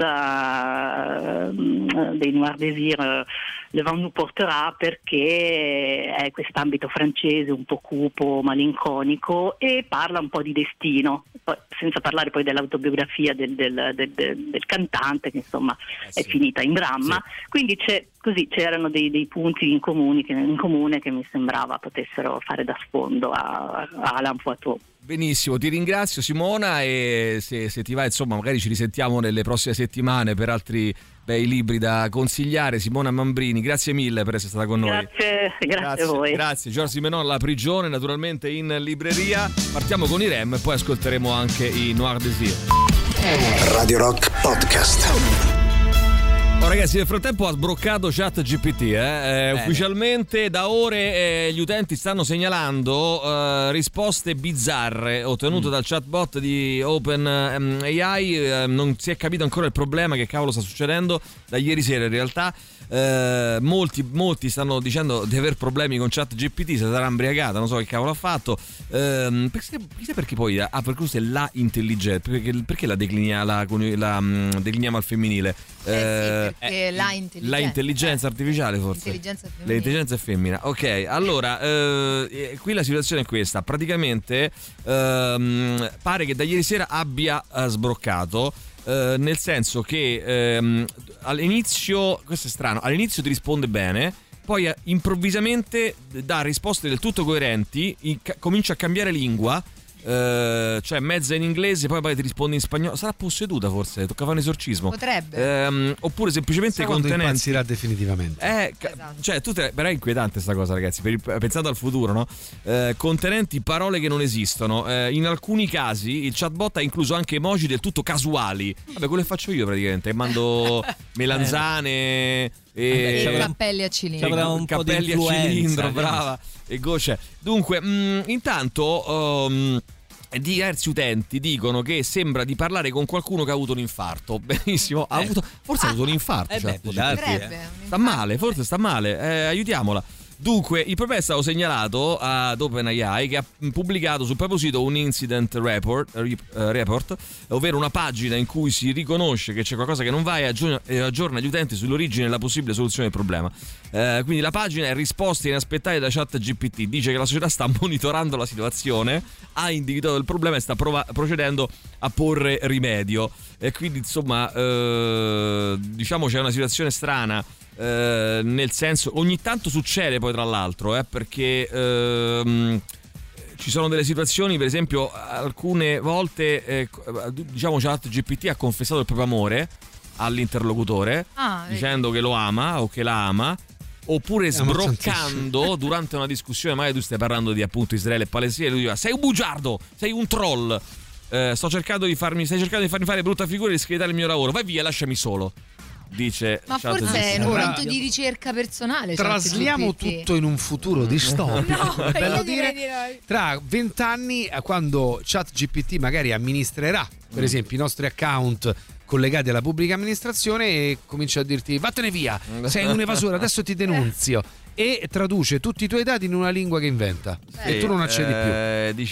Speaker 21: seconda eh, dei Noir Désir, eh, Le Vent nous portera, perché è quest'ambito francese un po' cupo, malinconico, e parla un po' di destino, poi, senza parlare poi dell'autobiografia del, del, del, del, del cantante, che insomma eh sì. è finita in dramma. Sì. Quindi c'è, così c'erano dei, dei punti in, comuni, che, in comune che mi sembrava potessero fare da sfondo a, a Alain Poitou.
Speaker 3: Benissimo, ti ringrazio Simona, e se, se ti va insomma magari ci risentiamo nelle prossime settimane per altri bei libri da consigliare. Simona Mambrini, grazie mille per essere stata con noi.
Speaker 21: Grazie, grazie, grazie a voi.
Speaker 3: Grazie, Georges Simenon, La prigione, naturalmente in libreria. Partiamo con i R E M e poi ascolteremo anche i Noir Désir.
Speaker 1: Radio Rock Podcast.
Speaker 3: Oh, ragazzi, nel frattempo ha sbroccato ChatGPT, eh? Eh, ufficialmente da ore eh, gli utenti stanno segnalando eh, risposte bizzarre ottenute mm. dal chatbot di OpenAI. Eh, non si è capito ancora il problema, che cavolo sta succedendo da ieri sera in realtà. Eh, molti, molti stanno dicendo di aver problemi con ChatGPT, se sarà imbriagata, non so che cavolo ha fatto. Eh, perché, perché poi ah, per questo è la intelligente, perché, perché la, declinia, la, la um, decliniamo al femminile?
Speaker 5: Eh, eh, sì, perché eh, la intelligenza,
Speaker 3: la intelligenza artificiale, forse
Speaker 5: intelligenza
Speaker 3: l'intelligenza è femmina. Ok, allora eh, qui la situazione è questa: praticamente ehm, pare che da ieri sera abbia eh, sbroccato. Uh, nel senso che um, all'inizio, questo è strano, all'inizio ti risponde bene, poi uh, improvvisamente dà risposte del tutto coerenti, in, ca- comincia a cambiare lingua, uh, cioè mezza in inglese, poi, poi ti risponde in spagnolo. Sarà posseduta forse, tocca fare un esorcismo.
Speaker 5: Potrebbe.
Speaker 3: Um, oppure semplicemente
Speaker 4: Sai
Speaker 3: contenenti.
Speaker 4: Quando impazzirà definitivamente.
Speaker 3: Eh, esatto. Cioè, tu te, però è inquietante sta cosa, ragazzi, per il, pensando al futuro, no? Eh, contenenti parole che non esistono. Eh, in alcuni casi il chatbot ha incluso anche emoji del tutto casuali. Vabbè, quello che faccio io praticamente, mando melanzane e,
Speaker 5: e cappelli a cilindro.
Speaker 3: Un cappelli a cilindro, brava, e gocce. Dunque, mh, intanto um, diversi utenti dicono che sembra di parlare con qualcuno che ha avuto un infarto. Benissimo, ha
Speaker 6: Eh.
Speaker 3: avuto, forse ha avuto un infarto.
Speaker 6: Eh
Speaker 3: cioè,
Speaker 6: beh, può darsi,
Speaker 5: Potrebbe,
Speaker 6: eh.
Speaker 5: un
Speaker 3: sta male, forse sta male, eh, aiutiamola. Dunque, il problema è stato segnalato ad OpenAI, che ha pubblicato sul proprio sito un incident report, uh, report, ovvero una pagina in cui si riconosce che c'è qualcosa che non va e aggiorna, e aggiorna gli utenti sull'origine e la possibile soluzione del problema. Uh, quindi la pagina è risposte inaspettate da ChatGPT, dice che la società sta monitorando la situazione, ha individuato il problema e sta prova- procedendo a porre rimedio. E quindi insomma, uh, diciamo c'è una situazione strana. Uh, nel senso, ogni tanto succede poi tra l'altro eh, perché uh, ci sono delle situazioni, per esempio alcune volte eh, diciamo ChatGPT ha confessato il proprio amore all'interlocutore,
Speaker 5: ah,
Speaker 3: dicendo che lo ama o che la ama, oppure sbroccando durante una discussione, magari tu stai parlando di appunto Israele e Palestina e lui dice sei un bugiardo, sei un troll. eh, sto cercando di farmi stai cercando di farmi fare brutta figura e di screditare il mio lavoro. Vai via, lasciami solo. Dice
Speaker 5: ma
Speaker 3: Chat
Speaker 5: forse è un
Speaker 4: Ora,
Speaker 5: momento di ricerca personale.
Speaker 4: Trasliamo tutto in un futuro distopico.
Speaker 5: No,
Speaker 4: bello
Speaker 5: io
Speaker 4: dire,
Speaker 5: direi di no.
Speaker 4: tra vent'anni, quando ChatGPT magari amministrerà per esempio i nostri account collegati alla pubblica amministrazione e comincia a dirti vattene via, sei un evasore, adesso ti denunzio, e traduce tutti i tuoi dati in una lingua che inventa
Speaker 3: Sì,
Speaker 4: e tu non accedi
Speaker 3: eh, più.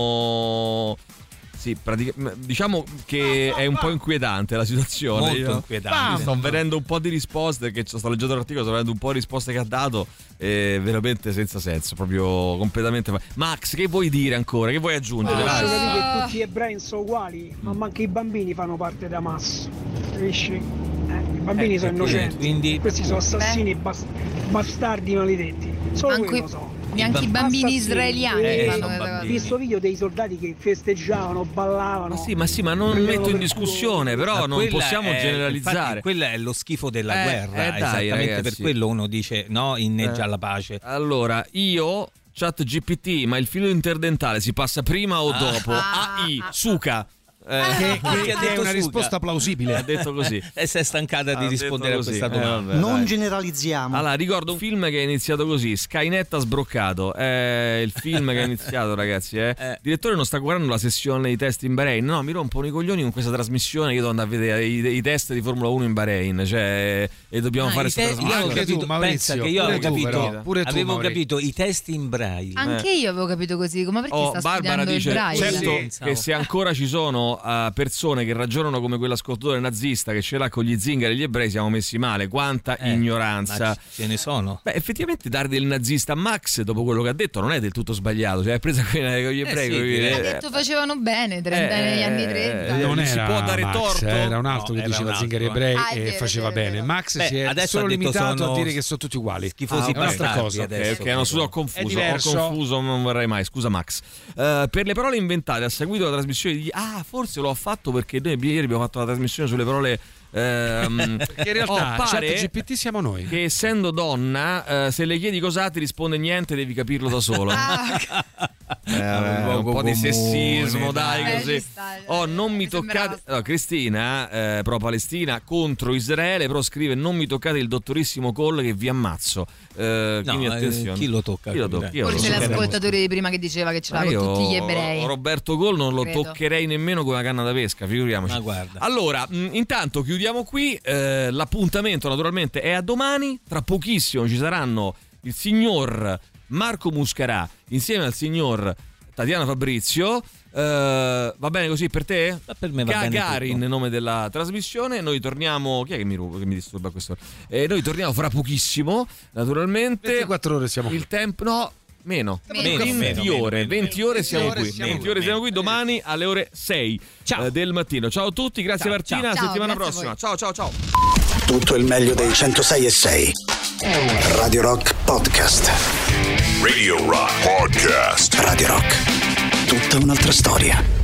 Speaker 3: Diciamo sì, pratica- diciamo che è un po' inquietante la situazione.
Speaker 6: Molto
Speaker 3: Io
Speaker 6: inquietante.
Speaker 3: Sto vedendo un po' di risposte che sto leggendo l'articolo, sto vedendo un po' di risposte che ha dato, eh, veramente senza senso, proprio completamente. Max, che vuoi dire ancora? Che vuoi aggiungere?
Speaker 22: Posso
Speaker 3: Vai.
Speaker 22: capire che tutti gli ebrei sono uguali, ma anche i bambini fanno parte da Hamas, capisci? Eh, I bambini
Speaker 6: Eh,
Speaker 22: sono
Speaker 6: quindi-
Speaker 22: innocenti,
Speaker 6: quindi-
Speaker 22: questi sono assassini e bas- bastardi maledetti. Solo
Speaker 5: Anche-
Speaker 22: quello so.
Speaker 5: neanche i bambini
Speaker 22: Assassini.
Speaker 5: israeliani
Speaker 22: Eh,
Speaker 5: fanno
Speaker 22: sono
Speaker 5: questa cosa.
Speaker 22: Ho visto video dei soldati che festeggiavano, ballavano.
Speaker 3: Ma sì, ma sì, ma non
Speaker 22: prendevano
Speaker 3: metto in
Speaker 22: per
Speaker 3: discussione,
Speaker 22: culo.
Speaker 3: però
Speaker 6: Ma
Speaker 3: non
Speaker 6: quella
Speaker 3: possiamo
Speaker 6: è-
Speaker 3: generalizzare.
Speaker 6: infatti, quello è lo schifo della
Speaker 3: Eh,
Speaker 6: guerra,
Speaker 3: eh, dai,
Speaker 6: esattamente
Speaker 3: ragazzi.
Speaker 6: per quello uno dice no, inneggia
Speaker 3: Eh.
Speaker 6: alla pace.
Speaker 3: Allora, io ChatGPT, ma il filo interdentale si passa prima o dopo? A I, Suca. Eh,
Speaker 4: Che, che-
Speaker 6: Chi ha
Speaker 4: che è
Speaker 6: detto
Speaker 4: una
Speaker 6: Suca?
Speaker 4: risposta plausibile.
Speaker 3: ha detto così.
Speaker 6: E si è stancata di
Speaker 3: Ha
Speaker 6: rispondere a
Speaker 3: detto
Speaker 6: questa
Speaker 3: così. Eh,
Speaker 6: domanda.
Speaker 3: vabbè,
Speaker 8: Non
Speaker 3: dai.
Speaker 8: generalizziamo.
Speaker 3: Allora, ricordo un film che è iniziato così, Skynet ha sbroccato, è il film che è iniziato, ragazzi, eh. Il direttore non sta guardando la sessione dei test in Bahrain, no, mi rompono i coglioni con questa trasmissione, io devo andare a vedere i, i test di Formula uno in Bahrain, cioè, e dobbiamo
Speaker 6: Ah,
Speaker 3: fare
Speaker 6: i
Speaker 3: questa
Speaker 6: te- io
Speaker 3: trasmissione.
Speaker 6: avevo
Speaker 4: Anche tu,
Speaker 6: capito,
Speaker 4: Maurizio,
Speaker 6: pensa che io
Speaker 4: pure
Speaker 6: avevo
Speaker 4: tu,
Speaker 6: capito,
Speaker 4: però, pure tu,
Speaker 6: avevo
Speaker 4: Maurizio.
Speaker 6: capito i test in braille.
Speaker 5: Anche io avevo capito così, ma perché
Speaker 3: Oh,
Speaker 5: sta
Speaker 3: Barbara
Speaker 5: studiando
Speaker 3: dice
Speaker 5: il braille?
Speaker 3: certo
Speaker 6: Sì.
Speaker 3: che se ancora ci sono uh, persone che ragionano come quell'ascoltatore nazista che ce l'ha con gli zingari e gli ebrei, siamo messi male. Quanta
Speaker 6: Eh,
Speaker 3: ignoranza.
Speaker 6: ma ce ne sono.
Speaker 3: Beh, effettivamente dare del nazista a Max dopo quello che ha detto non è del tutto sbagliato, cioè è presa con gli ebrei.
Speaker 6: sì,
Speaker 3: con gli-
Speaker 6: direi.
Speaker 5: Ha
Speaker 3: eh,
Speaker 5: detto facevano bene trenta
Speaker 3: eh,
Speaker 5: negli anni
Speaker 3: eh,
Speaker 5: trenta.
Speaker 3: eh,
Speaker 4: Non
Speaker 3: gli si
Speaker 4: era
Speaker 3: può dare
Speaker 4: Max,
Speaker 3: torto?
Speaker 4: era un altro
Speaker 6: No,
Speaker 4: che
Speaker 6: era
Speaker 4: diceva
Speaker 6: un
Speaker 4: zingari
Speaker 6: altro,
Speaker 4: ebrei
Speaker 5: Ah, è
Speaker 4: e
Speaker 5: vero,
Speaker 4: faceva
Speaker 5: è vero, è
Speaker 4: bene.
Speaker 5: vero.
Speaker 4: Max
Speaker 6: Beh,
Speaker 4: si è
Speaker 6: adesso
Speaker 4: solo
Speaker 6: ha detto
Speaker 4: limitato
Speaker 6: sono
Speaker 4: a dire che sono tutti uguali.
Speaker 6: Schifosi
Speaker 4: Ah, è un'altra
Speaker 6: bastardi
Speaker 4: cosa.
Speaker 6: adesso.
Speaker 3: Ok, ok, no, scusa, ho
Speaker 4: È
Speaker 3: confuso, ho
Speaker 4: diverso.
Speaker 3: confuso, non vorrei mai, scusa Max. Eh, per le parole inventate, ha seguito la trasmissione di... Ah, forse lo ha fatto perché noi ieri abbiamo fatto la trasmissione sulle parole... Ehm,
Speaker 4: Che in realtà
Speaker 3: oh, pare
Speaker 4: ChatGPT siamo noi.
Speaker 3: che essendo donna, eh, se le chiedi cosa ti risponde niente, devi capirlo da solo. Eh, vabbè, un po' di sessismo, dai,
Speaker 5: Eh,
Speaker 3: così.
Speaker 5: ci sta,
Speaker 3: Oh, non mi
Speaker 5: mi sembrava
Speaker 3: toccate. Allora, Cristina, eh, pro Palestina contro Israele, però scrive: non mi toccate il dottorissimo Cole che vi ammazzo. Eh,
Speaker 6: No,
Speaker 3: quindi
Speaker 6: eh,
Speaker 3: attenzione.
Speaker 6: chi lo tocca?
Speaker 3: Chi lo
Speaker 6: Quindi,
Speaker 3: tocca?
Speaker 6: dai.
Speaker 3: Io lo
Speaker 5: Forse
Speaker 3: toccherei.
Speaker 5: l'ascoltatore di prima che diceva che ce
Speaker 3: Ma
Speaker 5: l'ha con
Speaker 3: io,
Speaker 5: tutti gli ebrei.
Speaker 3: Roberto Cole non lo
Speaker 5: Credo.
Speaker 3: toccherei nemmeno con una canna da pesca, figuriamoci.
Speaker 6: Ma guarda.
Speaker 3: Allora, mh, intanto chiudiamo qui. eh, l'appuntamento naturalmente è a domani. Tra pochissimo ci saranno il signor Marco Muscarà insieme al signor Tatiana Fabrizio. Eh, va bene così per te?
Speaker 6: Per me va bene
Speaker 3: Gagarin,
Speaker 6: tutto.
Speaker 3: nome della trasmissione. Noi torniamo. Chi è che mi, ruba, che mi disturba a quest'ora? Eh, noi torniamo fra pochissimo, naturalmente.
Speaker 4: ventiquattro ore siamo qui.
Speaker 3: Il tempo. No. Meno,
Speaker 5: Meno,
Speaker 3: venti
Speaker 6: meno,
Speaker 3: ore,
Speaker 6: meno,
Speaker 3: venti
Speaker 6: meno.
Speaker 3: ore siamo
Speaker 4: ore
Speaker 3: qui.
Speaker 4: siamo
Speaker 3: venti
Speaker 4: qui.
Speaker 3: ore siamo qui domani alle ore sei eh, del mattino. Ciao a tutti, grazie
Speaker 6: Ciao,
Speaker 3: Martina,
Speaker 5: ciao.
Speaker 3: a settimana
Speaker 5: Ciao, grazie a
Speaker 3: prossima. Ciao ciao ciao.
Speaker 1: Tutto il meglio dei centosei e sei. Radio Rock Podcast.
Speaker 18: Radio Rock Podcast.
Speaker 1: Radio Rock. Tutta un'altra storia.